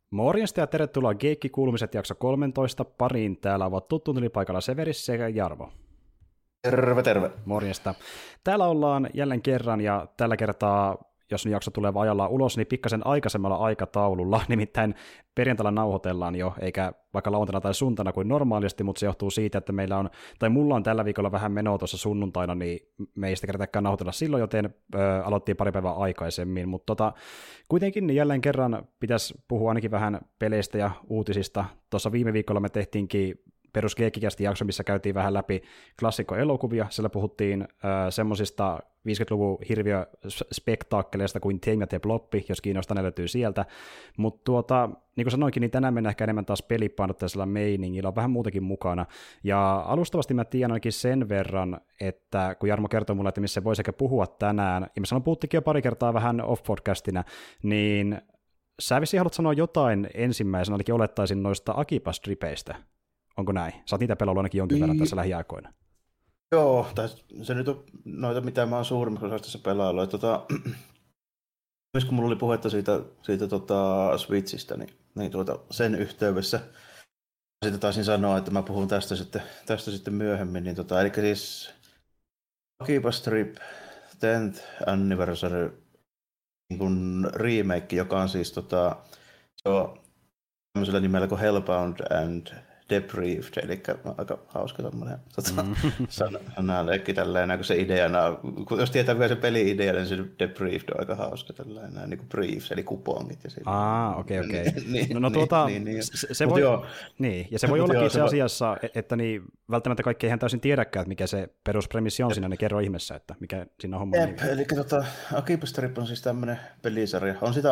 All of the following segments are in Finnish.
Morjesta ja tervetuloa Geekki-kuulumiset jakso 13 pariin. Täällä ovat tuttu paikalla Severis sekä Jarmo. Terve, terve. Morjesta. Täällä ollaan jälleen kerran ja tällä kertaa, jos jakso tulee ajallaan ulos, niin pikkasen aikaisemmalla aikataululla, nimittäin perjantaina nauhoitellaan jo, eikä vaikka lauantaina tai sunnuntaina kuin normaalisti, mutta se johtuu siitä, että mulla on tällä viikolla vähän menoa tuossa sunnuntaina, niin me ei sitä kertakään nauhoitella silloin, joten aloittiin pari päivää aikaisemmin, mutta kuitenkin jälleen kerran pitäisi puhua ainakin vähän peleistä ja uutisista. Tuossa viime viikolla me tehtiinkin perus Geekkikästi jakso, missä käytiin vähän läpi klassikkoelokuvia. Siellä puhuttiin semmoisista 50-luvun hirviöspektaakkeleista kuin Tame ja Ploppi, jos kiinnostaa, ne löytyy sieltä. Mutta niin kuin sanoinkin, niin tänään mennään ehkä enemmän taas pelipainotteisella meiningillä, on vähän muutakin mukana. Ja alustavasti mä tiedän ainakin sen verran, että kun Jarmo kertoi mulle, että missä voisi ehkä puhua tänään, ja mä sanon, puhuttikin jo pari kertaa vähän off-podcastina, niin sä vissiin haluat sanoa jotain ensimmäisenä, ainakin olettaisin noista Akiba-stripeistä. Onko näin? Sä oot niitä pelannut ainakin jonkin verran tässä lähiaikoina. Joo, se nyt on noita, mitä mä oon suurimmaksi osasta tässä pelaillut. Myös kun mulla oli puhetta siitä Switchistä, niin sen yhteydessä sitten taisin sanoa, että mä puhun tästä sitten myöhemmin. Niin eli siis Akiba Strip 10th Anniversary niin kuin remake, joka on siis se on tämmöisellä nimellä kuin Hellbound and Debriefed, eli aika hauska tommoinen sanaleikki tällainen, kun se ideana, jos tietää vielä se peli-idea, niin se Debriefed on aika hauska tällainen, niin kuin briefs, eli kupongit. Ja okei. Se voi, niin, ja se voi ollakin itse asiassa, että niin, välttämättä kaikki eihän täysin tiedäkään, että mikä se peruspremissi on siinä, ne kerro ihmeessä, että mikä siinä on homma. Eli Akiba Strip on siis tämmöinen pelisarja, on sitä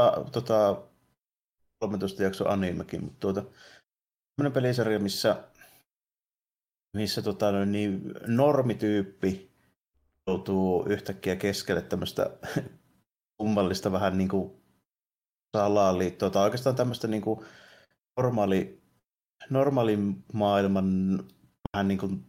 13 jakso animekin, mutta tämmöinen pelisarja, missä normityyppi joutuu yhtäkkiä keskelle tämmöistä kummallista vähän niin kuin salaliittoa, tai oikeastaan tämmöistä niin kuin normaalin maailman vähän niin kuin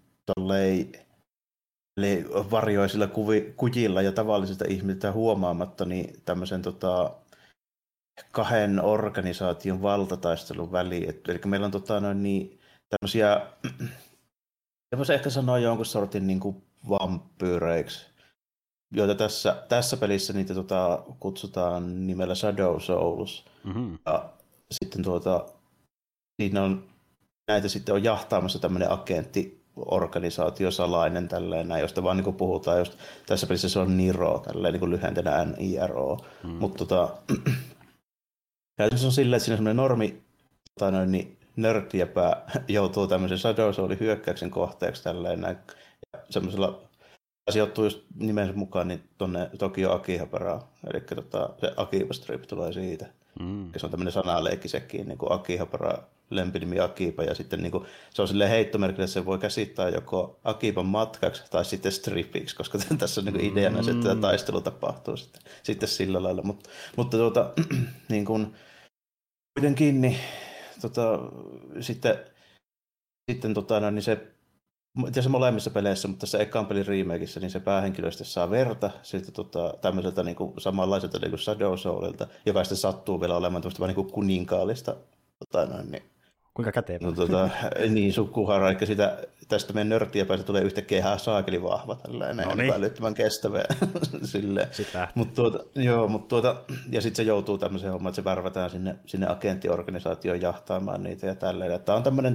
varjoisilla kujilla ja tavallisista ihmisistä huomaamatta, niin tämmöisen kahden organisaation valtataistelun väliin. Eli meillä on tämmöisiä, voisi ehkä sanoa jonkun sortin niin kuin vampyyreiksi, joita tässä pelissä niitä kutsutaan nimellä Shadow Souls. Mm-hmm. Ja sitten siinä on, näitä sitten on jahtaamassa tämmöinen agenttiorganisaatio salainen tällainen, josta vaan niin kuin puhutaan, just tässä pelissä se on Niro, tällainen niin kuin lyhentenä NIRO. Mutta käytännössä on silleen, että siinä semmoinen normi nörttijäpä joutuu tämmöisen Shadow Soulin hyökkäyksen kohteeksi tälleen. Ja semmoisella sijoittuu just nimensä mukaan niin tuonne Tokio Akihabaraan. Eli se Akiba Strip tulee siitä. Se on tämmöinen sanaleikki sekin, niin kuin Akihabara, lempinimi Akiba. Ja sitten niin kuin, se on silleen heittomerkillä, että se voi käsittää joko Akiban matkaksi tai sitten stripiksi, koska tässä on niin kuin ideana se, että taistelu tapahtuu sitten sillä lailla. Mutta niin kuin, kuitenkin niin, sitten niin se molemmissa peleissä, mutta tässä ekan pelin remakeissa, niin se päähenkilöstä saa verta sitten tämmöiseltä niin kuin samanlaiselta niin kuin Shadow Soulilta, joka sitten sattuu vielä olemaan tämmöistä vähän niin kuin kuninkaallista. Niin, kuinka kätevä? Niin, sukuhara, eli tästä meidän nörttiä päästä tulee yhtäkkiä ihan saakeli vahva, tällainen älyttömän kestävä. Mutta ja sitten se joutuu tämmöiseen hommaan, että se värvätään sinne agenttiorganisaatioon jahtaamaan niitä ja tälleen. Tämä on tämmöinen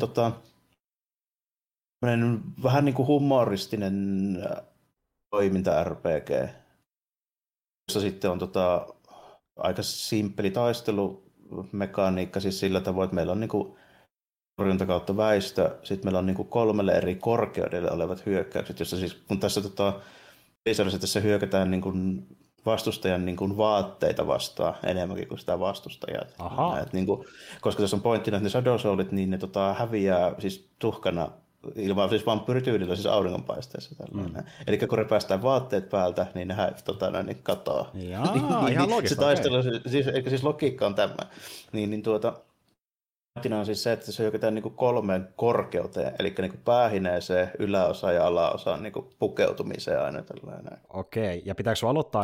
vähän niin kuin humoristinen toiminta-RPG, jossa sitten on aika simppeli taistelumekaniikka, siis sillä tavoin, että meillä on niin kuin torjunta kautta väistö, sitten meillä on niin kuin 3 eri korkeudelle olevat hyökkäykset, jossa siis kun tässä tässä hyökätään niin kuin vastustajan niin kuin vaatteita vastaan enemmänkin kuin sitä vastustajaa. Niin kuin, koska tässä on pointtina, että ne Shadow Soulit, niin ne häviää siis tuhkana ilman siis vampyyrityylillä siis auringonpaisteessa. Eli kun repäistään vaatteet päältä, niin ne niin katoaa. Ihan logista. Se taistelu, siis logiikka on tämä. Pointtina on siis se, että se hyökätään niin 3 korkeuteen, eli niin päähineeseen, yläosa ja alaosaan niin pukeutumiseen aina tällainen. Okei, ja pitääkö sinua aloittaa aina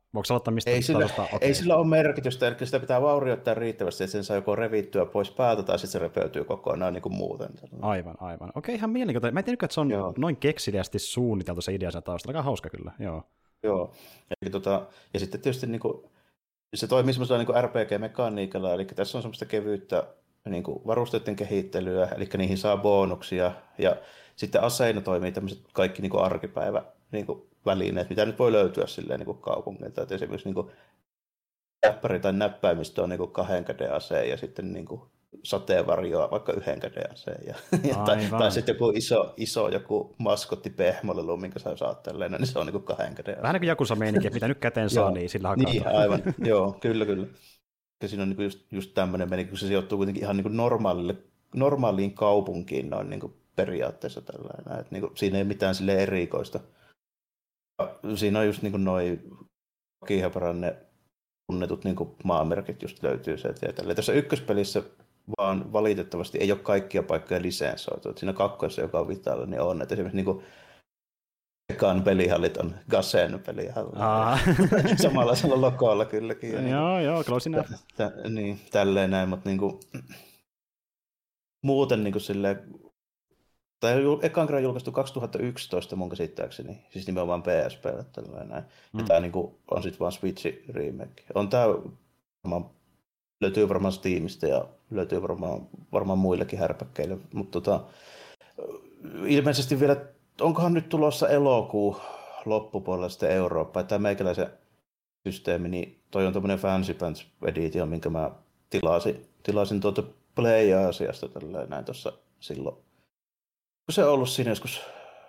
Voiko sä aloittaa mistä Ei sillä, tasosta? ei Okei. sillä ole merkitystä, eli sitä pitää vaurioittaa riittävästi, että sen saa joko revittyä pois päältä tai sitten se repeytyy kokonaan niin kuin muuten. Aivan. Okei, ihan mielenkiintoinen. Mä en tiedä, että se on Joo. noin kekseliästi suunniteltu se idea sen taustalla. Aika hauska kyllä, joo. Joo. Eli ja sitten tietysti niin kuin, se toimii semmoisella niin RPG-mekaniikalla, eli tässä on semmoista kevyyttä niin kuin varusteiden kehittelyä, eli niihin saa bonuksia, ja sitten aseina toimii tämmöiset kaikki niin kuin arkipäivä niin kuin välineet, mitä nyt voi löytyä silleen niin kuin kaupungilta, että esimerkiksi niin kuin näppäri tai näppäimistö on niin kuin 2 käden ase, ja sitten niin kuin sateenvarjoa vaikka 1 käden aseen. Tai sitten joku iso joku maskotti pehmolelu, minkä sä saat tälleen, niin se on niin 2 käden ase. Vähän niin kuin Jakusa-meininki, että mitä nyt käteen saa, niin sillä hakata. Niin, aivan. Joo, kyllä. Ja siinä on niin just tämmöinen meininki, kun se sijoittuu kuitenkin ihan niin normaaliin kaupunkiin noin niin periaatteessa tällainen. Että niin siinä ei mitään sille erikoista. Ja siinä on just niin noin Akihabaran ne tunnetut niin maamerkit just löytyy sieltä. Tässä ykköspelissä vaan valitettavasti ei ole kaikkia paikkoja lisensoitu. Siinä kakkossa, joka on Vitalla, niin on. Että esimerkiksi niin ekan pelihallit on Gasen pelihallit. Samanlaisella logolla kylläkin. Joo, close enough. Niin, tälleen näin, mutta niin kuin, muuten niin kuin silleen, tai ekan kerran julkaistu 2011 mun käsittääkseni, siis nimenomaan PSP:lle tällainen näin. Ja tää niin kuin, on sitten vaan Switchin remake. On tää löytyy varmaan Steamista ja löytyy varmaan muillekin härpäkkeille, mutta ilmeisesti vielä, onkohan nyt tulossa elokuu loppupuolella sitten Eurooppaan. Tämä meikäläisen systeemi, niin toi on tämmöinen Fancy Pants Edition, minkä mä tilasin tuolta Play-Asiasta tälleen näin tuossa silloin. Kun se on ollut siinä joskus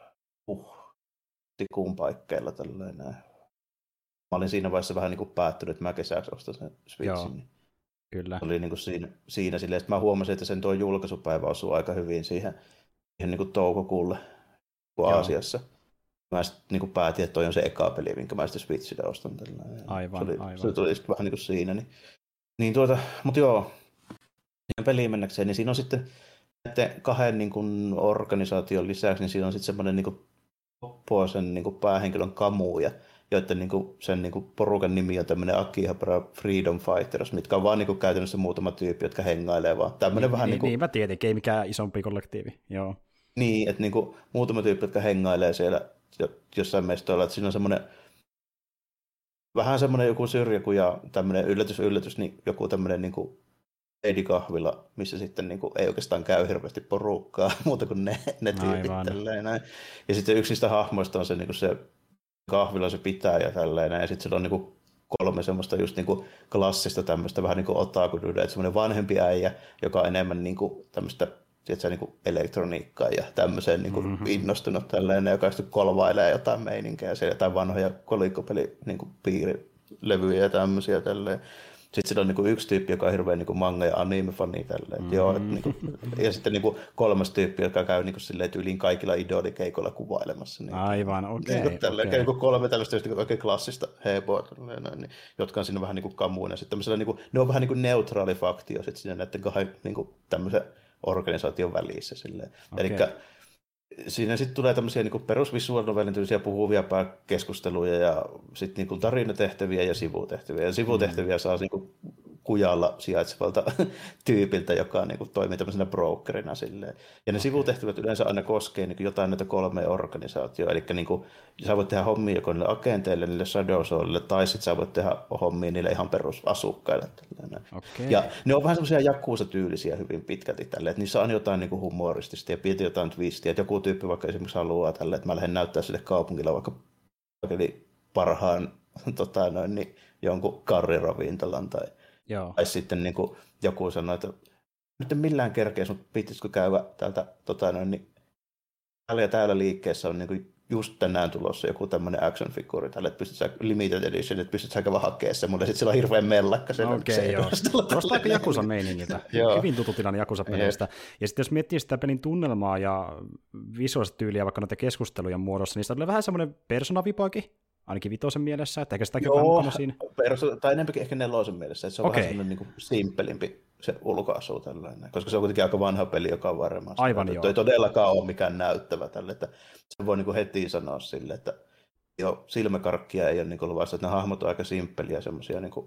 tikuun paikkeilla tälleen näin. Mä olin siinä vaiheessa vähän niin kuin päättynyt, että mä kesäksi ostan sen Switchin. Joo, kyllä. Oli niin kuin siinä silleen, että mä huomasin, että sen tuo julkaisupäivä osui aika hyvin siihen niin kuin toukokuulle Aasiassa. Mä sitten niin päätin, että toi on se eka peli, minkä mä sitten Switchille ostan. Aivan. Se tuli sitten vähän niin kuin siinä. Mutta joo, siihen peliin mennäkseen, niin siinä on sitten näiden 2 niin kuin organisaation lisäksi, niin siinä on sitten semmoinen niin sen niin päähenkilön kamuja, joiden niin kuin, sen niin kuin porukan nimi on tämmöinen Akihabara Freedom Fighters, mitkä on vaan niin kuin käytännössä muutama tyyppi, jotka hengailee vaan. Tämmöinen vähän niin kuin... Niin, mä tietenkin, ei mikään isompi kollektiivi, joo. Niin, että niin kuin muutama tyyppi, jotka hengailee siellä jossain mestoilla, että siinä on semmoinen vähän semmoinen joku syrjäku ja tämmöinen yllätys, niin joku tämmöinen niin kuin leidikahvila, missä sitten niin kuin ei oikeastaan käy hirveästi porukkaa, muuta kuin ne tyypit tälleen näin. Ja sitten yksi niistä hahmoista on se, niin kuin se kahvila, se pitää ja tälleen näin. Ja sitten sillä on niin kuin 3 semmoista just niin kuin klassista tämmöistä vähän niin kuin otaku-dude, että semmoinen vanhempi äijä, joka on enemmän niin kuin tämmöistä niin kuin elektroniikkaa ja tämmöiseen niin kuin innostunut tällainen, joka sitten kolvailee jotain meininkejä, siellä jotain vanhoja kolikkopeli niin kuin piirilevyjä ja tämmöisiä tälleen. Sitten siellä on niin kuin yksi tyyppi, joka on hirveän niin kuin manga- ja anime-fani tälleen. Joo, niin kuin, ja sitten niin kuin 3. tyyppi, joka käy niin kuin silleen tyyliin kaikilla idolikeikoilla kuvailemassa. Niin, aivan, okei. Niin kuin 3 tällaista just, niin kuin oikein klassista heboa, niin, jotka on siinä vähän niin kuin kamuina. Sitten niin kuin, ne on vähän niin kuin neutraali faktio sitten siinä näiden 2 niin kuin tämmöisen organisaation välissä. Eli siinä sitten tulee tämmöisiä niin perusvisual novelin tyylisiä puhuvia keskusteluja ja sitten niin tarinatehtäviä ja sivutehtäviä. Ja sivutehtäviä saa niin kuin kujalla sijaitsevalta tyypiltä, joka niin kuin toimii tämmöisenä brokerina. Silleen. Ja ne sivutehtävät yleensä aina koskee niin kuin jotain näitä 3 organisaatioa. Eli niin kuin, sä voit tehdä hommia joko niille agenteille, niille Shadow Soulille, tai sitten sä voit tehdä hommia niille ihan perusasukkaille. Ja ne on vähän semmoisia Yakuza-tyylisiä hyvin pitkälti tälle, että niissä on jotain niin kuin humoristista ja pientä jotain twistiä, että joku tyyppi vaikka esimerkiksi haluaa tälle, että mä lähden näyttää sille kaupungilla vaikka parhaan niin jonkun karriravintolan tai sitten niin kuin joku sanoo, että nyt en millään kerkeä, mutta pitäisikö käydä täältä niin täällä ja täällä liikkeessä on niin kuin just tänään tulossa joku tämmöinen action-figuuri tälle, että pystyt sä limited edition, että pystyt sä käydä hakemaan sen, mutta sitten sillä on hirveän mellakka sen. Okei, joo. Tuosta aika Jakusa-meiningiltä. Hyvin tuttu tilanne Jakusa-peleistä. Ja sitten jos miettii sitä pelin tunnelmaa ja visuaalista tyyliä vaikka noita keskustelujen muodossa, niin sitä tulee vähän semmoinen Persona-vipaakin, ainakin 5 mielessä, että eikä sitäkin ole mukana siinä. Tai enempikin ehkä 4 mielessä, että se on vähän semmoinen niin kuin simppelimpi se ulkoasu tällainen, koska se on kuitenkin aika vanha peli, joka on varmasti. Aivan joo. Ei todellakaan ole mikään näyttävä tälle, että se voi niin kuin heti sanoa sille, että silmäkarkkia ei ole niin luvassa, että ne hahmot on aika simppeliä semmoisia niin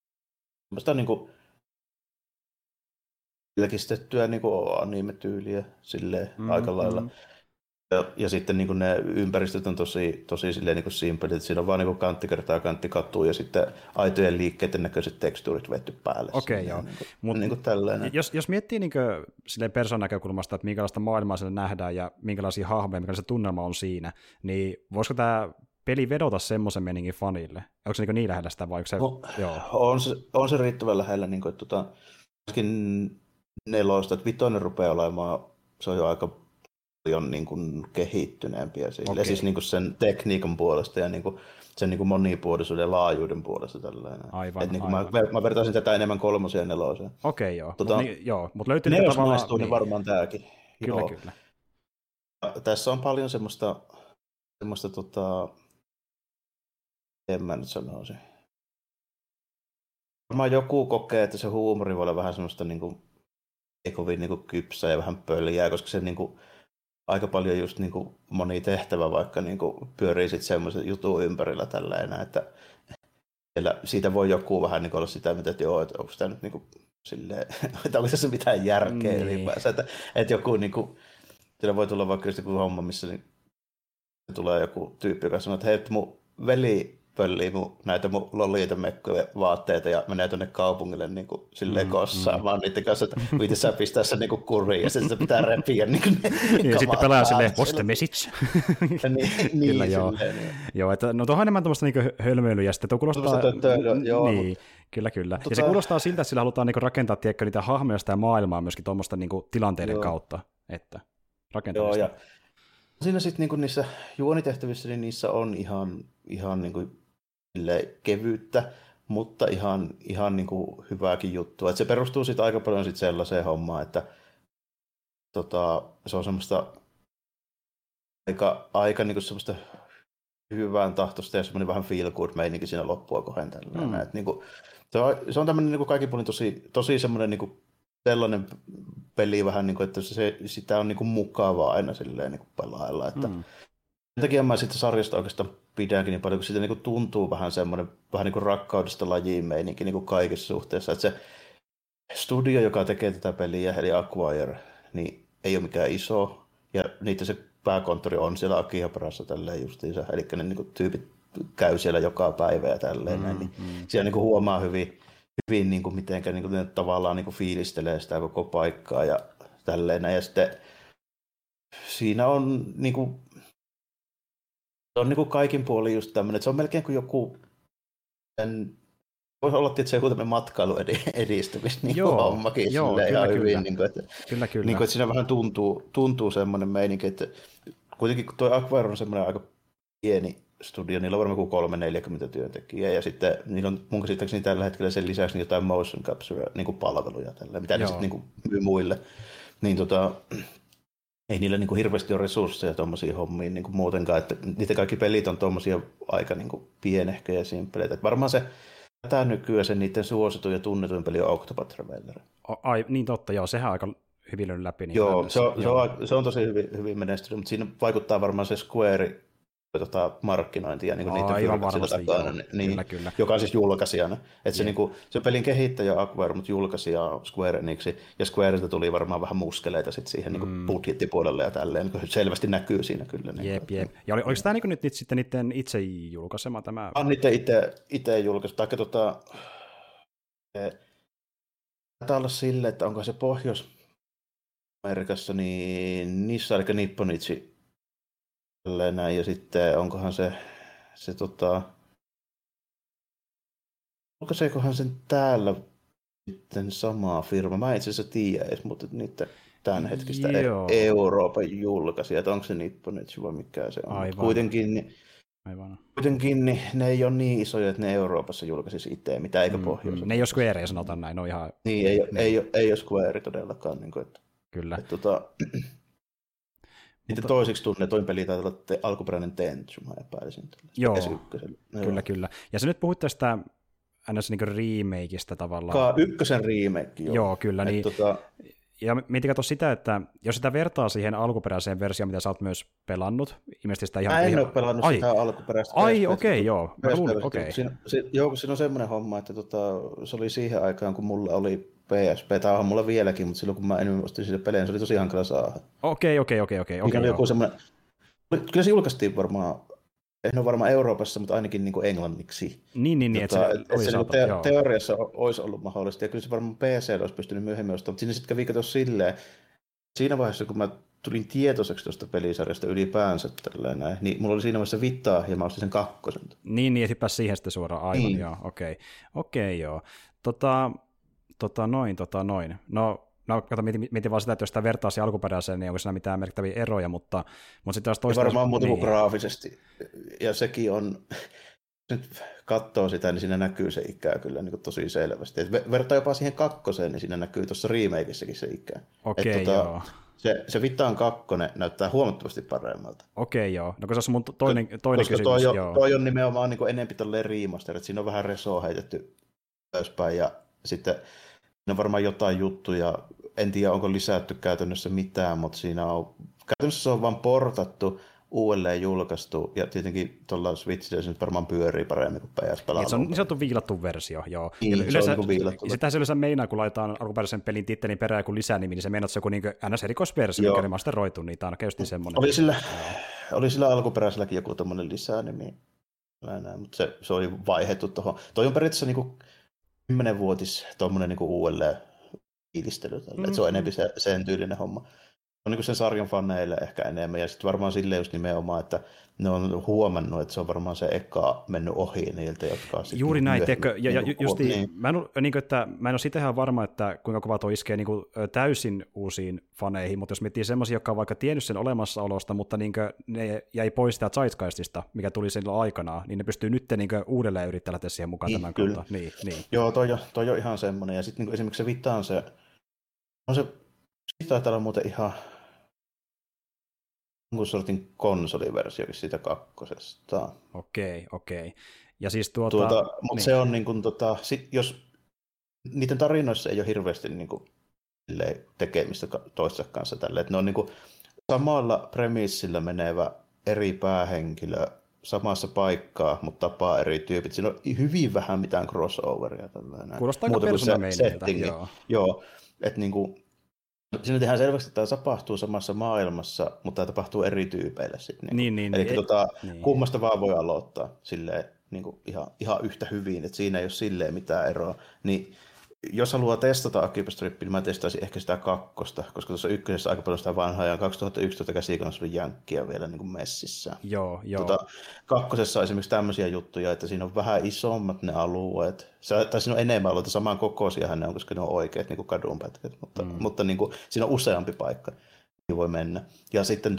pelkistettyä niin anime-tyyliä silleen aika lailla. Ja sitten niin ne ympäristöt on tosi silleen niin simpelit, että siinä on vaan niin kantti kertaa kantti katuu ja sitten aitojen liikkeiden näköiset tekstuurit vetty päälle. Okei, joo. Niin tällainen. Jos miettii niin silleen persoonan näkökulmasta, että minkälaista maailmaa siellä nähdään ja minkälaisia hahmoja, minkälainen tunnelma on siinä, niin voisiko tämä peli vedota semmoisen meningin fanille? Onko se niin lähellä sitä vai onko se... Joo. On se riittävän lähellä, niin kuin, että myöskin 4, että 5 rupeaa olemaan, se on jo aika paljon niin kuin kehittyneempiä sille. Okay. Siis niin kuin sen tekniikan puolesta ja niin kuin sen niin kuin monipuolisuuden ja laajuuden puolesta tällainen. Aivan. Niin mä vertaisin tätä enemmän 3 ja 4. Okei, joo. Mutta löytyy ne jos maistuu, niin varmaan tämäkin. Kyllä. Tässä on paljon semmoista en mä nyt sanoisi. Varmaan joku kokee, että se huumori voi olla vähän semmoista niin kuin, ei kovin niin kuin kypsää ja vähän pöljää, koska se niin kuin, aika paljon just niin kuin moni tehtävä vaikka niin kuin pyörii sitten semmoisen jutun ympärillä tällä enää, että siitä voi joku vähän niin kuin olla sitä, että joo, että onko tämä nyt niin kuin silleen, että onko tässä mitään järkeä ylipäänsä, että joku niin kuin, siellä voi tulla vaikka just joku homma, missä niin tulee joku tyyppi, joka sanoo, että hei, mun veli pöllii näitä mun loliita mekkoja vaatteita ja menee tuonne kaupungille niin kuin silleen kossaamaan niiden kanssa, että viitin sä pistää sen niin kuin kuriin ja sitten se pitää repiä niin kuin ja sitten pelaa silleen, what's the message? niin, kyllä, joo. Joo, että no tuohon enemmän tuommoista niin hölmöilyä, ja sitten tuo kuulostaa... Niin, kyllä. Ja se kuulostaa siltä, että sillä halutaan niin rakentaa niitä hahmoja sitä maailmaa myöskin tuommoista niin tilanteiden kautta, että rakentamista. Joo, ja siinä sitten niin niissä juonitehtävissä, niin niissä on ihan niin kuin kevyyttä, mutta ihan niin kuin hyvääkin juttua. Et se perustuu sitten aika paljon sit sellaiseen hommaan, että se on semmoista aika niin kuin semmoista hyvään tahtoista ja semmoinen vähän feel good meininki siinä loppua kohden tällainen. Niin kuin, se on tämmöinen niin kuin kaikin puolin tosi semmoinen niin kuin sellainen peli vähän niin kuin, että sitä on niin kuin mukavaa aina silleen niin kuin pelailla, että sen takia mä siitä sarjasta oikeastaan pidänkin niin paljon, kun siitä niin tuntuu vähän semmoinen vähän niin kuin rakkaudesta lajiin meininki niin kuin kaikissa suhteissa. Että se studio, joka tekee tätä peliä, eli Acquire, niin ei ole mikään iso, ja niitä se pääkonttori on siellä Akihabarassa tälleen justiinsa, eli ne niin kuin tyypit käy siellä joka päivä ja tälleen näin, niin siellä niin kuin huomaa hyvin niin kuin mitenkä niin kuin ne tavallaan niin kuin fiilistelee sitä koko paikkaa ja tälleen näin, ja sitten siinä on niin kuin se on niin kuin kaikin puolin just tämmöinen, että se on melkein kuin joku, voisi olla tietysti joku tämmöinen matkailu edistämis niin hommakin silleen ihan hyvin. Niin kuin, että, kyllä. Niin kuin, että siinä vähän tuntuu semmoinen meininki, että kuitenkin tuo Acquire on semmoinen aika pieni studio, niillä on varmaan kuin 30-40 työntekijää, ja sitten niillä on mun käsittääkseni tällä hetkellä sen lisäksi jotain motion capture niin kuin palveluja, tällä, mitä ne sitten niin kuin myy muille. Niin ei niillä niin kuin hirveästi ole resursseja tuommoisiin hommiin niin kuin muutenkaan, että niitä kaikki pelit on tuommoisia aika niin kuin pienehköjä ja simppeleitä. Että varmaan tätä nykyään se niiden suosituin ja tunnetuin peli on Octopath Traveler. Ai, niin totta, joo, sehän on aika hyvin löynyt läpi. Niin joo, se on tosi hyvin menestynyt, mutta siinä vaikuttaa varmaan se Square markkinointia niin niiden firmat sillä takana, kyllä. joka on siis julkaisijana. Että se pelin kehittäjä Acquire, mutta julkaisija Square Enixi, ja Squarelta tuli varmaan vähän muskeleita sit siihen niin budjettipuolelle ja tälleen, niin selvästi näkyy siinä kyllä. Jep. Ja oliko tämä niin nyt sitten niiden itse julkaisema tämä? Niiden itse julkaisu. Taikka taitaa olla silleen, että onko se Pohjois-Amerikassa, niin niissä eli Nipponichi näin, ja sitten onkohan se julkaiseekohan sen täällä sitten samaa firma. Mä en itse asiassa tiedä edes, mutta niitä tämänhetkistä Euroopan julkaisija, että onko se Nipponichi vai mikä se on. Aivan. Kuitenkin niin ne ei ole niin isoja, että ne Euroopassa julkaisisi itse, mitä eikä Pohjoisessa. Ne ei ole Square, sanotaan näin. No ihan... Niin, ei ole Square todellakaan. Niin kuin, että, kyllä. Niitä toiseksi tunnetuin peli taitaa olla alkuperäinen Tenchu, mä epäilisin. Joo, kyllä. Ja sä nyt puhuit tästä ns. Niin remakeista tavallaan. Ykkösen remake, joo. Joo, kyllä. Niin, Ja mietin katsoa sitä, että jos sitä vertaa siihen alkuperäiseen versioon, mitä sä oot myös pelannut, ilmeisesti sitä ihan... Mä en ole pelannut sitä alkuperäistä. Ai, okei, joo. Okay. Joo, siinä on semmoinen homma, että se oli siihen aikaan, kun mulla oli PSP, tai on mulla vieläkin, mutta silloin kun mä en ostin sitä pelejä, se oli tosi hankala saada. Okei. Oli joku semmoinen... Kyllä se julkaistiin varmaan, en ole varmaan Euroopassa, mutta ainakin niin kuin englanniksi. Niin, että se oli saatava. Teoriassa olisi ollut mahdollista, ja kyllä se varmaan PC olisi pystynyt myöhemmin ostamaan, mutta siinä sitten kävi silleen, siinä vaiheessa, kun mä tulin tietoiseksi tuosta pelisarjasta ylipäänsä, näin, niin mulla oli siinä vaiheessa vittaa, ja mä ostin sen 2. Niin, että hyppäsi siihen sitten suoraan, aivan, niin. Joo, okei, joo. Noin. No, kato, mietin vaan sitä, että jos sitä vertaa siihen alkuperäiseen, niin onko siinä mitään merkittäviä eroja, mutta sitten taas toista... Varmaan muuta kuin graafisesti, ja sekin on... Nyt katsoo sitä, niin siinä näkyy se ikää kyllä niin tosi selvästi. Et vertaa jopa siihen 2, niin siinä näkyy tuossa remakeissäkin se ikää. Okei, joo. Se Vitaan 2 näyttää huomattavasti paremmalta. Okei, joo. No kun se on mun toinen kysymys. Toi on nimenomaan niin enempi tolleen remaster, että siinä on vähän resoa heitetty ylöspäin, ja sitten siinä on varmaan jotain juttuja, en tiedä onko lisätty käytännössä mitään, mutta siinä on, käytännössä se on vaan portattu, uudelleen julkaistu, ja tietenkin tuolla Switchillä se nyt varmaan pyörii paremmin kuin PS-pelaa. Se on niin sanottu viilattu versio, joo. Niin, yleensä, se on viilattu. Sitähän se yleensä meinaa, kun laitetaan alkuperäisen pelin tittelin perään joku lisänimi, niin se meinaa, että se on joku niin NS-erikoisversio, mikä remasteroitu, niin tämä on oikeasti semmoinen. Oli sillä alkuperäiselläkin joku tommoinen lisänimi, mutta se oli vaihdettu tuohon. Toi on periaatteessa niin 10-vuotis tuommoinen niin uudelleen fiilistely. Se on enemmän sen tyylinen homma. On niin sen sarjan faneille ehkä enemmän, ja sitten varmaan silleen just nimenomaan, että ne on huomannut, että se on varmaan se eka mennyt ohi niiltä, jotka on juuri näin, niin. Mä en ole siitä ihan varma, että kuinka kova tuo iskee niin kuin täysin uusiin faneihin, mutta jos miettii semmoisia, jotka on vaikka tiennyt sen olemassaolosta, mutta niin ne jäi pois sitä Zeitgeistista, mikä tuli sen aikanaan, niin ne pystyy nyt niin uudelleen yrittämään lähteä siihen mukaan tämän kautta. Niin. Joo, toi on ihan semmoinen, ja sitten niin esimerkiksi se Vita on se taitaa olla muuten ihan jonkun sortin konsoliversio siitä 2. Okei. Ja siis mutta niin. se on niin kuin, jos niiden tarinoissa ei ole hirveästi niin kuin, tekemistä toistensa kanssa tälle, että ne on niin kuin, samalla premissillä menevä eri päähenkilö samassa paikkaa, mutta tapaa eri tyypit. Siinä on hyvin vähän mitään crossoveria. Kuulostaa aika persoonameiniltä. Joo, että niin kuin, siinä tehdään selvästi, että tämä tapahtuu samassa maailmassa, mutta tämä tapahtuu eri tyypeille sitten. Niin. Eli kummasta vaan voi aloittaa silleen, niin kuin ihan yhtä hyvin, että siinä ei ole silleen mitään eroa. Niin jos haluaa testata Akiba Stripia, niin mä testaisin ehkä sitä 2, koska tuossa 1 aika paljon sitä vanhaa, ja 2011 käsikonsolin jänkkiä vielä niin kuin messissä. Joo. 2 on esimerkiksi tämmöisiä juttuja, että siinä on vähän isommat ne alueet, tai siinä on enemmän alueita, saman kokoisiahan ne on, koska ne on oikeat niin kuin kadunpätkät, mutta niin kuin, siinä on useampi paikka, niin voi mennä. Ja sitten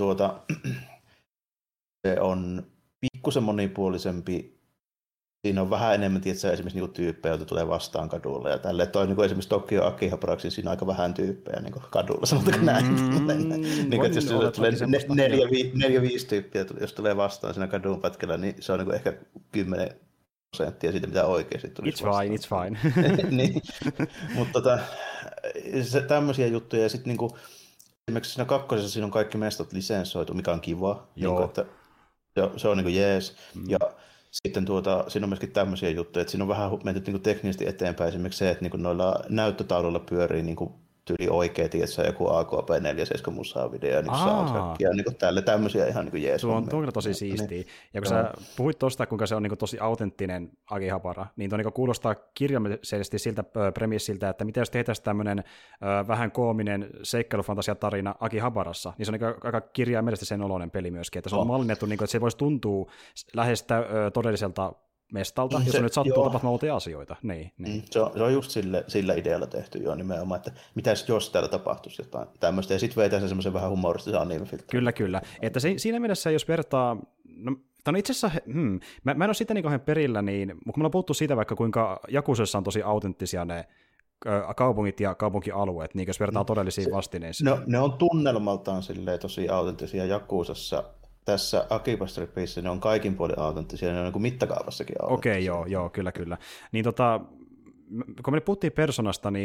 se on pikkusen monipuolisempi. Siinä on vähän enemmän esimerkiksi niinku tyyppejä, joita tulee vastaan kadulla ja tälleen. Toi niinku esimerkiksi Tokio Akihabaraksi, siinä on aika vähän tyyppejä niinku kadulla, sanotaanko näin. Niinku, jos tulee 4-5 tyyppiä, jos tulee vastaan siinä kadun pätkällä, niin se on niinku ehkä 10% siitä, mitä oikeasti tulisi vastaan. It's fine. Niin. Mutta tämmöisiä juttuja, ja sitten niinku, esimerkiksi siinä 2 siinä on kaikki mestot lisensoitu, mikä on kiva. Niinku, että se on niinku jees. Ja sitten siinä on myöskin tämmöisiä juttuja, että siinä on vähän menty niin kuin teknisesti eteenpäin. Esimerkiksi se, että niin kuin noilla näyttötauluilla pyörii niin kuin tyyli oikea, tietsä, joku AKP 47 musaa video, niin soundtrackia, niin kuin tämmöisiä ihan niin kuin jees. Tuo on kyllä tosi siistiä. Ja kun sä puhuit tuosta, kuinka se on niin kuin tosi autenttinen Akihabara, niin tuo niin kuin kuulostaa kirjaimellisesti siltä premissiltä, että mitä jos tehtäisiin tämmöinen vähän koominen seikkailufantasiatarina Akihabarassa, niin se on niin aika kirjaimellisesti sen oloinen peli myöskin, että se on mallinnettu, niin kuin, että se voisi tuntua lähes todelliselta mestalta, jos nyt sattuu tapahtumaan uusia asioita. Niin. Se on just sillä idealla tehty nimenomaan, että mitäs jos täällä tapahtuisi jotain tämmöistä, ja sitten veitään sen semmoisen vähän humoristisen anime-filtterin. Kyllä. Että siinä mielessä, jos vertaa, no itse asiassa, mä en ole sitä niin kauhean perillä, niin, mutta kun me ollaan puhuttu siitä vaikka, kuinka Jakusessa on tosi autenttisia ne kaupungit ja kaupunkialueet, niin jos vertaa todellisiin vastineisiin. Ne on tunnelmaltaan tosi autenttisia Jakusassa. Tässä Akiba Stripissä ne on kaikin puolin autenttisia, ne on niin kuin mittakaavassakin autenttisia. Okei, joo, kyllä. Niin kun me puhuttiin Personasta, niin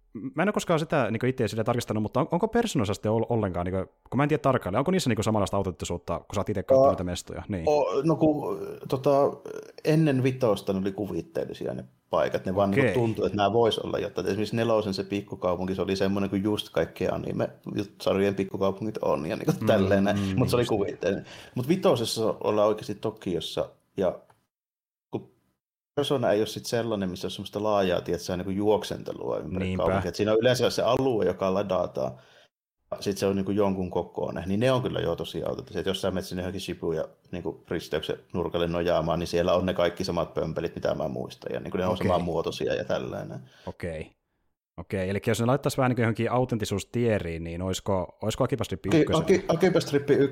mä en ole koskaan sitä niin itse sille tarkistanut, mutta onko Personassa sitten ollenkaan, niin kuin, kun mä en tiedä tarkalleen, onko niissä niin samanlaista autenttisuutta, kun sä oot itse katsonut niitä mestoja? Niin. No kun ennen vitosta ne oli kuvitteellisia ne paikat, ne vaan niin tuntui, että nämä vois olla jotain. Esimerkiksi Nelosen se pikkukaupunki, se oli semmoinen kuin just kaikkea anime-sarjojen pikkukaupungit on ja niin tälleen, mutta se oli kuvitteellinen. Mutta vitosessa ollaan oikeasti Tokiossa ja Persona ei ole sitten sellainen, missä on semmoista laajaa niin juoksentelua ympäri kaupunkia. Siinä on yleensä se alue, joka ladataan, sitten se on niin jonkun kokoinen. Niin ne on kyllä jo tosi autenttisia. Jos sä menet sinne johonkin Shibuya niin risteyksen nurkalle nojaamaan, niin siellä on ne kaikki samat pömpelit, mitä mä muistan. Ja niin ne on saman muotoisia ja tällainen. Okei, eli jos ne laittaisi vähän niin johonkin autenttisuustieriin, niin olisiko Akiba Strip 1? Akiba Strip 1,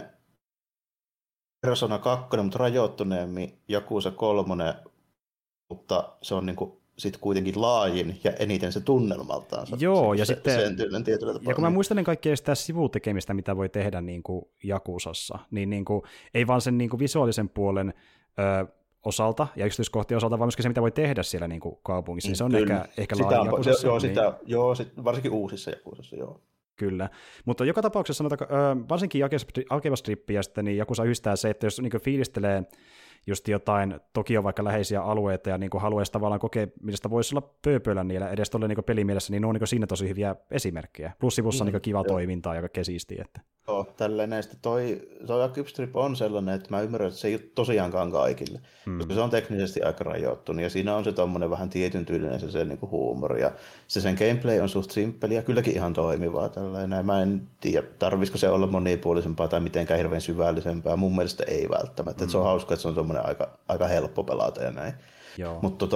Persona 2, mutta rajoittuneemmin Yakuza 3, mutta se on niin kuin sitten kuitenkin laajin ja eniten se tunnelmaltaan. Joo, ja sitten, ja kun mä muistan kaikkea sitä sivutekemistä, mitä voi tehdä niin kuin Yakusassa, niin kuin, ei vaan sen niin kuin visuaalisen puolen osalta ja yksityiskohtien osalta, vaan myöskin se, mitä voi tehdä siellä niin kuin kaupungissa, niin se on ehkä laajin Yakusassa. Joo, varsinkin uusissa Yakusassa, joo. Kyllä, mutta joka tapauksessa sanotaan, varsinkin Akiba Strippiä sitten, niin Yakuza yhdistää se, että jos niin fiilistelee just jotain Tokion vaikka läheisiä alueita ja niin haluaisi tavallaan kokea, mistä voisi olla pööpöillä niillä edes tuolle niin pelimielessä, niin ne on niin siinä tosi hyviä esimerkkejä. Plus sivussa niin kiva toimintaa ja kaikkea siistiä. Että. Joo, tällainen. Sitten toi Akiba Strip on sellainen, että mä ymmärrän, että se ei ole tosiaankaan kaikille. Koska se on teknisesti aika rajoittunut ja siinä on se tommonen vähän tietyn tyylinen se niin huumori ja se sen gameplay on suht simppeli ja kylläkin ihan toimivaa tällainen. Mä en tiedä, tarvisiko se olla monipuolisempaa tai mitenkään hirveän syvällisempää. Mun mielestä ei välttämättä. Että se on hauska, että se on tommonen aika helppo pelata ja näin. Mutta